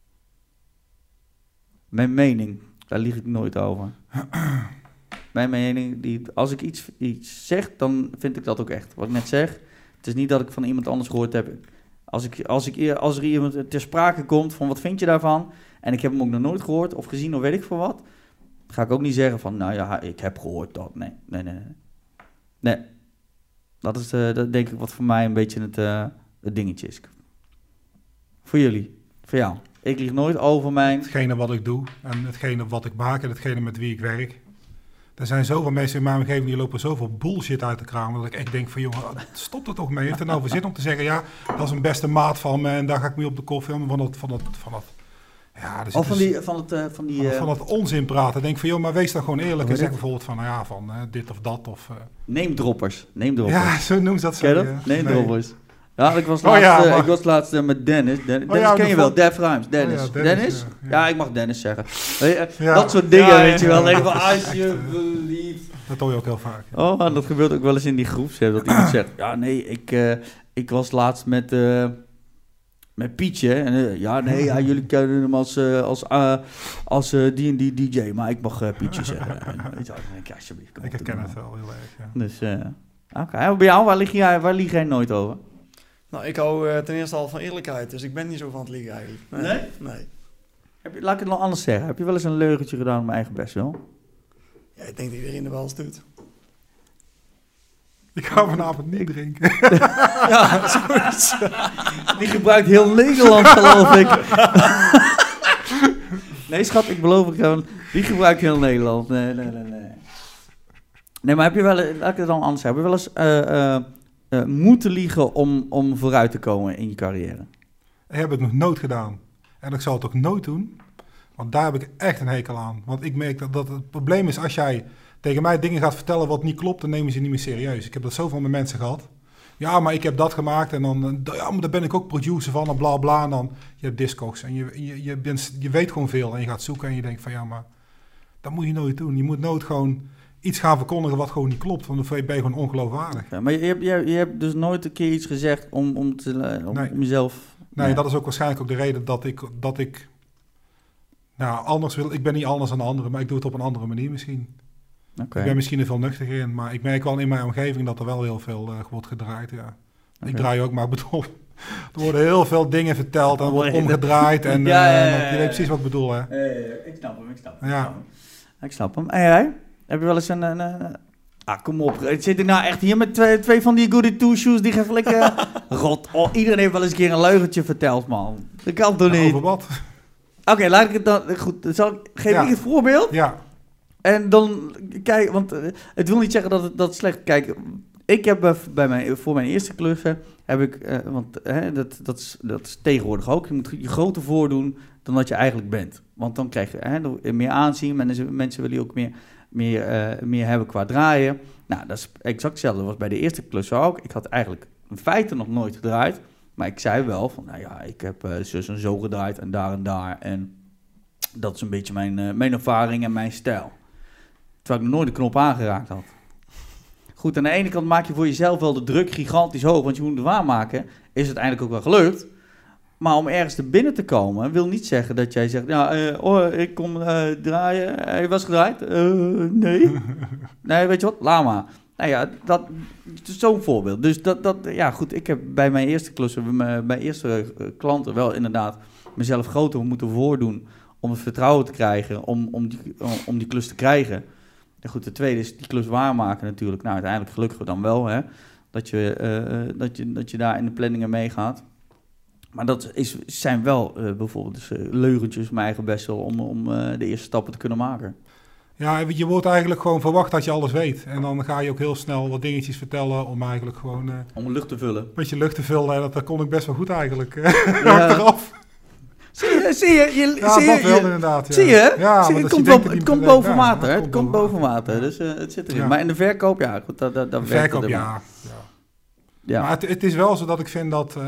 Mijn mening. Daar lieg ik nooit over. Mijn mening... Die, als ik iets, iets zeg, dan vind ik dat ook echt. Wat ik net zeg. Het is niet dat ik van iemand anders gehoord heb. Als, ik, als, ik, als er iemand ter sprake komt van wat vind je daarvan... en ik heb hem ook nog nooit gehoord of gezien of weet ik veel wat... ga ik ook niet zeggen van... nou ja, ik heb gehoord dat. Nee, nee, nee. Nee. nee. Dat is uh, dat denk ik wat voor mij een beetje het, uh, het dingetje is. Voor jullie, voor jou. Ik lieg nooit over mijn... Hetgene wat ik doe en hetgene wat ik maak en hetgene met wie ik werk. Er zijn zoveel mensen in mijn omgeving die lopen zoveel bullshit uit de kraam. Dat ik echt denk van, jongen, stop er toch mee. Heeft er nou voor zin om te zeggen, ja, dat is een beste maat van me en daar ga ik mee op de koffie. Van dat, van dat, van dat, ja, dus oh, van, die, van, het, uh, van die... Uh... Van dat onzin praten. Denk van, joh, maar wees dan gewoon eerlijk. En zeg bijvoorbeeld van, nou ja, van uh, dit of dat. Of, uh... Neemdroppers. Neemdroppers. Ja, zo noemen ze dat. Ken je dat? Neemdroppers. Nee. Ja, ik was laatst, oh, ja, uh, ik was laatst uh, met Dennis. Den- Dennis oh, ja, ken je wel, Def Rhymes. Dennis. Oh, ja, Dennis? Dennis? Ja, ja. ja, ik mag Dennis zeggen. Ja. Dat soort dingen, ja, weet je wel. Ja, ja, ja. Alsjeblieft. Dat hoor je ook heel vaak. Ja. Oh, en dat gebeurt ook wel eens in die groepsapp. Dat iemand zegt, ja nee, ik, uh, ik was laatst met... Uh, Met Pietje. En, uh, ja, nee, ja, jullie kennen hem als, uh, als, uh, als uh, die en die D J. Maar ik mag uh, Pietje zeggen. En, weet je, dan denk ik, alsjeblieft. Ik herken het wel heel erg, ja. Dus, uh, oké. Okay. Bij jou, waar lieg jij, waar lieg jij nooit over? Nou, ik hou uh, ten eerste al van eerlijkheid. Dus ik ben niet zo van het liegen eigenlijk. Nee? Nee? Nee. Heb je, laat ik het nog anders zeggen. Heb je wel eens een leugentje gedaan op mijn eigen best wel? Ja, ik denk dat iedereen er wel eens doet. Ik ga vanavond niet drinken. Ja, zoiets. Die gebruikt heel Nederland, geloof ik. Nee, schat, ik beloof het gewoon. Die gebruikt heel Nederland. Nee, nee, nee, nee. Nee, maar heb je wel... Laat ik het dan anders hebben. Heb je wel eens uh, uh, uh, moeten liegen om, om vooruit te komen in je carrière? Dat heb ik nog nooit gedaan. En ik zal het ook nooit doen. Want daar heb ik echt een hekel aan. Want ik merk dat, dat het probleem is als jij... tegen mij dingen gaat vertellen wat niet klopt, dan nemen ze niet meer serieus. Ik heb dat zoveel met mensen gehad. Ja, maar ik heb dat gemaakt en dan, ja, maar daar ben ik ook producer van en bla bla. En dan, je hebt Discogs en je, je, je, bent, je weet gewoon veel en je gaat zoeken en je denkt van ja, maar dat moet je nooit doen. Je moet nooit gewoon iets gaan verkondigen wat gewoon niet klopt. Want dan ben je gewoon ongeloofwaardig. Ja, maar je hebt, je, je hebt dus nooit een keer iets gezegd om, om, te, om, Nee. om jezelf... Nee, ja. dat is ook waarschijnlijk ook de reden dat ik... Dat ik nou, anders wil... Ik ben niet anders dan de anderen, maar ik doe het op een andere manier misschien. Okay. Ik ben misschien er veel nuchter in, maar ik merk wel in mijn omgeving dat er wel heel veel uh, wordt gedraaid, ja. Okay. Ik draai ook, maar ik bedoel... Er worden heel veel dingen verteld en er wordt omgedraaid. En ja, ja, ja, ja, ja. Uh, je weet precies wat ik bedoel, hè? Uh, ik snap hem, ik snap hem. Ja. Ik snap hem. En jij? Heb je wel eens een... een, een ah, kom op. Zit ik nou echt hier met twee, twee van die goody two-shoes die gaan flikken? Rot. Oh, iedereen heeft wel eens een keer een leugentje verteld, man. Dat kan toch niet? Ja, over wat? Oké, okay, laat ik het dan... Goed, dan zal ik, geef ja. ik het voorbeeld. Ja. En dan... Kijk, want uh, het wil niet zeggen dat het, dat het slecht... Kijk, ik heb uh, bij mijn, voor mijn eerste klussen... Heb ik... Uh, want uh, dat, dat, is, dat is tegenwoordig ook. Je moet je groter voordoen dan dat je eigenlijk bent. Want dan krijg je uh, meer aanzien. Mensen, mensen willen je ook meer... Meer, uh, meer hebben qua draaien. Nou, dat is exact hetzelfde. Dat was bij de eerste klus ook. Ik had eigenlijk in feite nog nooit gedraaid. Maar ik zei wel van, nou ja, ik heb uh, zus en zo gedraaid en daar en daar. En dat is een beetje mijn, uh, mijn ervaring en mijn stijl. Terwijl ik nog nooit de knop aangeraakt had. Goed, aan de ene kant maak je voor jezelf wel de druk gigantisch hoog. Want je moet het waarmaken. Is het uiteindelijk ook wel gelukt. Maar om ergens er binnen te komen, wil niet zeggen dat jij zegt... Ja, uh, oh, ik kom uh, draaien. Hij was gedraaid? Uh, nee. Nee, weet je wat? Laat maar. Nou ja, dat is zo'n voorbeeld. Dus dat, dat, ja goed, ik heb bij mijn eerste klussen, bij mijn eerste klanten wel inderdaad mezelf groter moeten voordoen om het vertrouwen te krijgen, om, om, die, om, om die klus te krijgen. En goed, de tweede is die klus waarmaken natuurlijk. Nou, uiteindelijk gelukkig dan wel, hè. Dat je, uh, dat je, dat je daar in de planningen meegaat. Maar dat is, zijn wel uh, bijvoorbeeld dus, uh, leugentjes voor mijn eigen best wel om, om uh, de eerste stappen te kunnen maken. Ja, je wordt eigenlijk gewoon verwacht dat je alles weet. En dan ga je ook heel snel wat dingetjes vertellen om eigenlijk gewoon... Uh, om lucht te vullen. Een beetje lucht te vullen. En dat, dat kon ik best wel goed eigenlijk. Ja. Achteraf. Zie je, zie je, je ja, zie dat je, wel je, inderdaad. Ja. Zie je? Ja, zie je het, komt je bo- het komt boven ja, water, het het komt boven water, ja. Dus uh, het zit erin. Ja. Maar in de verkoop, ja, goed, dat, dat, dat de werkt verkoop, het ja. ja. Ja. Maar het, het is wel zo dat ik vind dat... Uh,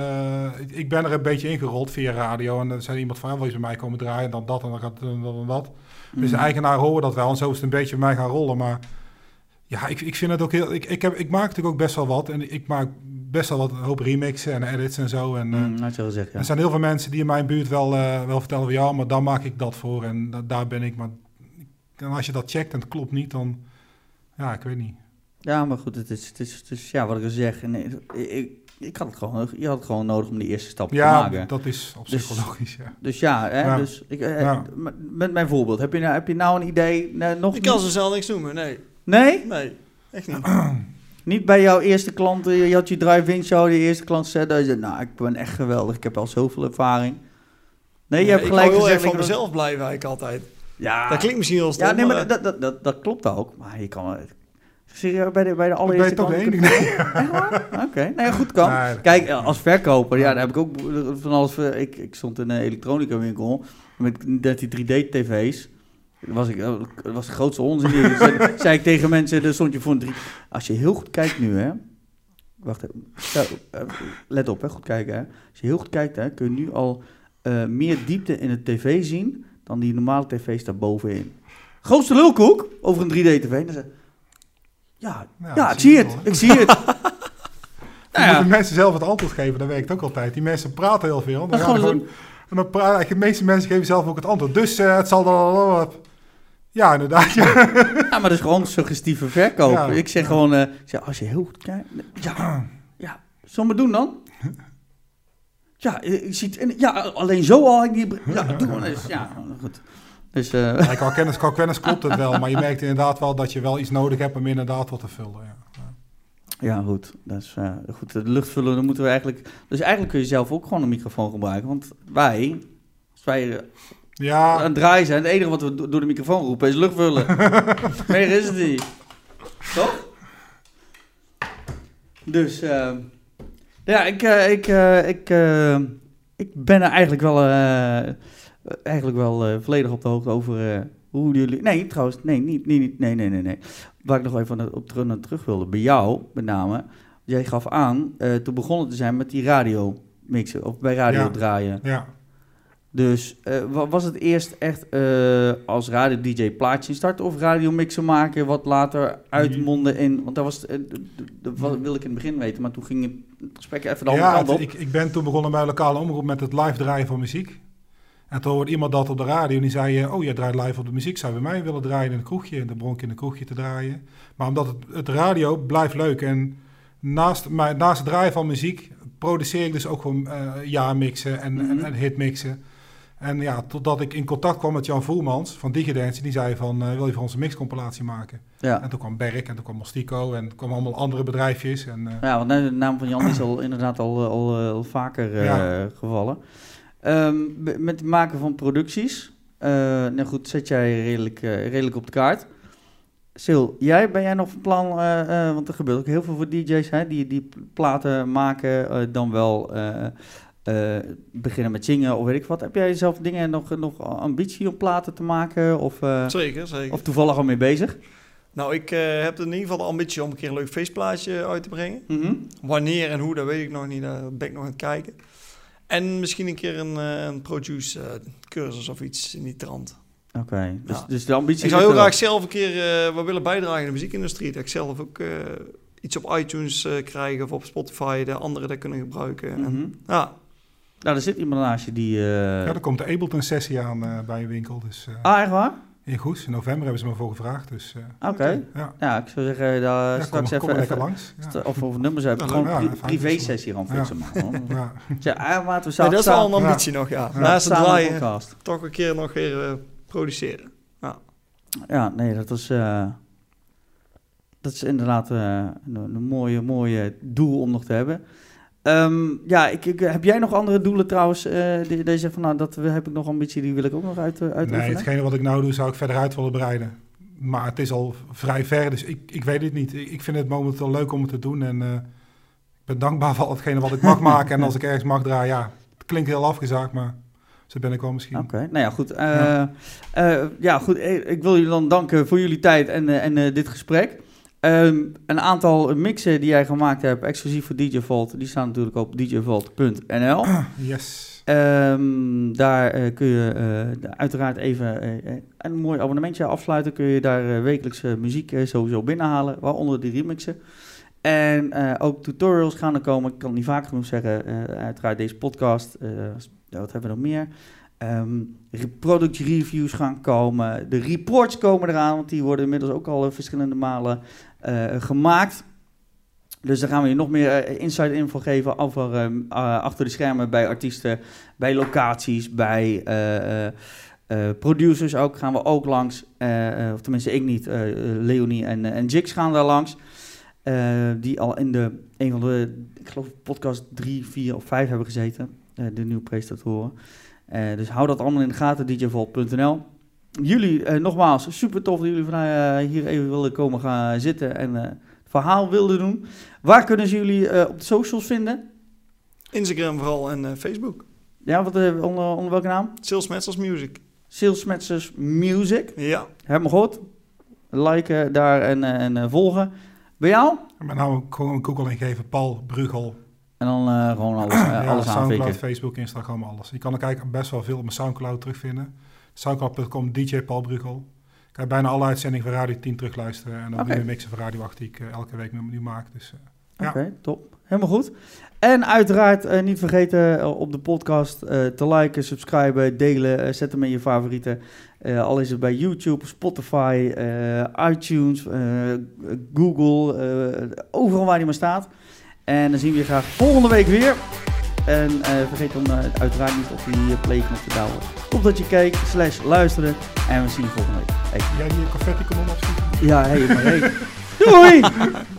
ik ben er een beetje ingerold via radio. En er zei iemand van, wil je bij mij komen draaien? En dan dat en dan gaat en dat en dat. Mm. Dus de eigenaar horen dat wel. En zo is het een beetje bij mij gaan rollen. Maar ja, ik, ik vind het ook heel... Ik, ik, heb, ik maak natuurlijk ook best wel wat. En ik maak best wel wat, een hoop remixen en edits en zo. En, uh, mm, had je al gezegd, ja. Er zijn heel veel mensen die in mijn buurt wel, uh, wel vertellen van... Ja, maar daar maak ik dat voor. En da, daar ben ik. Maar en als je dat checkt en het klopt niet, dan... Ja, ik weet niet. Ja, maar goed, het is, het is, het is ja, wat ik al zeg. Nee, ik, ik had het gewoon, je had het gewoon nodig om die eerste stap ja, te maken. Ja, dat is op zich dus, wel logisch, ja. Dus ja, hè, ja. Dus ik, eh, ja. met mijn voorbeeld, heb je, nou, heb je nou een idee? Nou, nog ik kan ze zelf niks noemen, nee. Nee? Nee, echt niet. Niet bij jouw eerste klant, je had je drive-in show, die eerste klant zei dat je zei, nou, ik ben echt geweldig, ik heb al zoveel ervaring. Nee, je ja, hebt gelijk ik wil heel gezegd... erg van mezelf blijven eigenlijk altijd. Ja. Dat klinkt misschien heel stom. Ja, nee, maar, maar dat, dat, dat, dat klopt ook. Maar je kan... Zie je bij de, bij de allereerste ben je toch de enige? Oké, okay. Nee, goed kan. Nee, kijk, als verkoper, ja, daar heb ik ook van alles... Ik, ik stond in een elektronica winkel met dertien drie D-tv's. Dat was, ik, dat was de grootste onzin. Die, zei, zei ik tegen mensen, daar stond je voor een drie... Als je heel goed kijkt nu, hè... Wacht even. Let op, hè. Goed kijken, hè. Als je heel goed kijkt, hè, kun je nu al uh, meer diepte in de tv zien dan die normale tv's daar bovenin. Grootste lulkoek over een drie D-tv. Dan zei, ja, ja, ja ik zie het. het. Ik zie het. Nou ja. Moeten mensen zelf het antwoord geven, dat werkt ook altijd. Die mensen praten heel veel. Dan gaan gewoon, en dan praten, de meeste mensen geven zelf ook het antwoord. Dus uh, het zal dan... Ja, inderdaad. Ja. ja, maar dat is gewoon suggestieve verkoop. Ja. Ik zeg gewoon, uh, zeg, als je heel goed kijkt... Ja, ja, zullen we doen dan? Ja, je ziet, ja, alleen zo al. Ja, doe maar eens. Ja, goed. Dus, uh... ja, qua, kennis, qua kennis klopt het wel, maar je merkt inderdaad wel dat je wel iets nodig hebt om inderdaad wat te vullen. Ja, ja. ja goed. Dus, uh, goed. De luchtvullen, dan moeten we eigenlijk... Dus eigenlijk kun je zelf ook gewoon een microfoon gebruiken. Want wij, als wij uh, ja. aan het draaien zijn, het enige wat we do- door de microfoon roepen is luchtvullen. Meer is het niet. Toch? Dus, uh, ja, ik, uh, ik, uh, ik, uh, ik ben er eigenlijk wel... Uh, Eigenlijk wel uh, volledig op de hoogte over uh, hoe jullie... Nee, trouwens, nee, niet, niet, nee, nee, nee, nee. Waar ik nog even op terug, naar terug wilde, bij jou met name. Jij gaf aan, uh, toen begonnen te zijn met die radio mixen, of bij radio ja, draaien. Ja. Dus uh, was het eerst echt uh, als radio-dj plaatje starten of radiomixen maken, wat later uitmondde in... Want dat was, uh, dat wil ik in het begin weten, maar toen ging het gesprek even de andere ja, kant op. Ik, ik ben toen begonnen bij lokale omroep met het live draaien van muziek. En toen hoorde iemand dat op de radio en die zei... oh, jij draait live op de muziek, zou je bij mij willen draaien in een kroegje? En dan begon ik in een kroegje te draaien. Maar omdat het, het radio blijft leuk en naast, maar naast het draaien van muziek... produceer ik dus ook gewoon uh, ja-mixen en, mm-hmm. en, en hitmixen. En ja, totdat ik in contact kwam met Jan Voermans van DigiDance. Die zei van, uh, wil je voor onze mixcompilatie maken? Ja. En toen kwam Berk en toen kwam Mostico en toen kwamen allemaal andere bedrijfjes. En, uh, ja, want de naam van Jan is al inderdaad al, al, al vaker uh, ja. gevallen. Um, met het maken van producties. Uh, nou goed, zet jij redelijk, uh, redelijk op de kaart. Sil, jij, ben jij nog van plan, uh, uh, want er gebeurt ook heel veel voor D J's, hè, die, die platen maken, uh, dan wel uh, uh, beginnen met zingen of weet ik wat. Heb jij zelf dingen nog, nog ambitie om platen te maken? Of, uh, zeker, zeker. Of toevallig al mee bezig? Nou, ik uh, heb in ieder geval de ambitie om een keer een leuk feestplaatje uit te brengen. Mm-hmm. Wanneer en hoe, dat weet ik nog niet, daar ben ik nog aan het kijken. En misschien een keer een, uh, een produce uh, cursus of iets in die trant. Oké, okay, dus, ja. dus de ambitie... Ik zou heel graag zelf een keer uh, wat willen bijdragen in de muziekindustrie. Dat ik zelf ook uh, iets op iTunes uh, krijg of op Spotify, de anderen dat kunnen gebruiken. Mm-hmm. En, ja. Nou, er zit iemand naast je die... Uh... Ja, er komt de Ableton-sessie aan uh, bij je winkel. Dus, uh, ah, echt waar? In Goes, in november hebben ze me voor gevraagd. Dus, uh, Oké, okay. ja. ja, ik zou zeggen, daar ja, straks kom, kom even... even langs. Ja. Of, of nummers hebben, ja, gewoon ja, pri- privé-sessie gaan fixen. Ja. Man. ja. Ja, maar we nee, dat is wel een ambitie ja. nog, ja. ja. Naast het draaien, podcast. toch een keer nog weer uh, produceren. Ja. Ja, nee, dat is, uh, dat is inderdaad uh, een, een mooie, mooie doel om nog te hebben. Um, ja, ik, ik, heb jij nog andere doelen trouwens? Uh, die, die zegt van, nou, dat heb ik nog ambitie, die wil ik ook nog uit, uh, uit Nee, hetgene wat ik nou doe, zou ik verder uit willen breiden. Maar het is al vrij ver, dus ik, ik weet het niet. Ik, ik vind het momenteel leuk om het te doen en uh, ik ben dankbaar voor al hetgene wat ik mag maken. En als ik ergens mag draaien, ja, het klinkt heel afgezaagd, maar... Zo ben ik wel misschien. Oké, okay. nou ja, goed. Uh, ja. Uh, ja, goed. Ik wil jullie dan danken voor jullie tijd en, uh, en uh, dit gesprek. Um, een aantal mixen die jij gemaakt hebt, exclusief voor D J Vault, die staan natuurlijk op d j vault punt n l. Yes. Um, daar uh, kun je uh, uiteraard even uh, een mooi abonnementje afsluiten. Kun je daar uh, wekelijks uh, muziek uh, sowieso binnenhalen, waaronder die remixen. En uh, ook tutorials gaan er komen. Ik kan het niet vaak genoeg zeggen. Uh, uiteraard deze podcast. Uh, Ja, wat hebben we nog meer? Um, product reviews gaan komen. De reports komen eraan, want die worden inmiddels ook al uh, verschillende malen uh, gemaakt. Dus daar gaan we je nog meer uh, inside info geven over uh, uh, achter de schermen bij artiesten, bij locaties, bij uh, uh, uh, producers ook. Gaan we ook langs, uh, uh, of tenminste ik niet, uh, Leonie en, uh, en Jix gaan daar langs. Uh, die al in de, een van de, ik geloof podcast drie, vier of vijf hebben gezeten. De nieuwe presentatoren. Uh, dus hou dat allemaal in de gaten, d j vault punt n l. Jullie, uh, nogmaals, super tof dat jullie van, uh, hier even willen komen gaan zitten en uh, het verhaal wilden doen. Waar kunnen ze jullie uh, op de socials vinden? Instagram vooral en uh, Facebook. Ja, wat, uh, onder, onder welke naam? Salesmasters Music. Salesmasters Music. Ja. Helemaal goed. Liken daar en, uh, en uh, volgen. Bij jou? Mijn naam gewoon Google ingeven, Paul Brugel. En dan uh, gewoon alles, uh, ja, alles Soundcloud, aanvikken. Facebook, Instagram, alles. Je kan er kijken best wel veel op mijn Soundcloud terugvinden. Soundcloud punt com, D J Paul Brugel. Ik kan bijna alle uitzendingen van Radio tien terugluisteren. En ook okay. de mixen van Radio acht die ik uh, elke week nu maak. Dus, uh, Oké, okay, ja. top. Helemaal goed. En uiteraard uh, niet vergeten uh, op de podcast uh, te liken, subscriben, delen. Uh, zet hem in je favorieten. Uh, al is het bij YouTube, Spotify, uh, iTunes, uh, Google. Uh, overal waar die maar staat. En dan zien we je graag volgende week weer. En uh, vergeet dan uh, uiteraard niet op die uh, play-knop te douwen. Top dat je keek, slash luisterde. En we zien je volgende week. Hey. Jij die confetti kanon opschieten? Ja, hey, maar hey. Doei!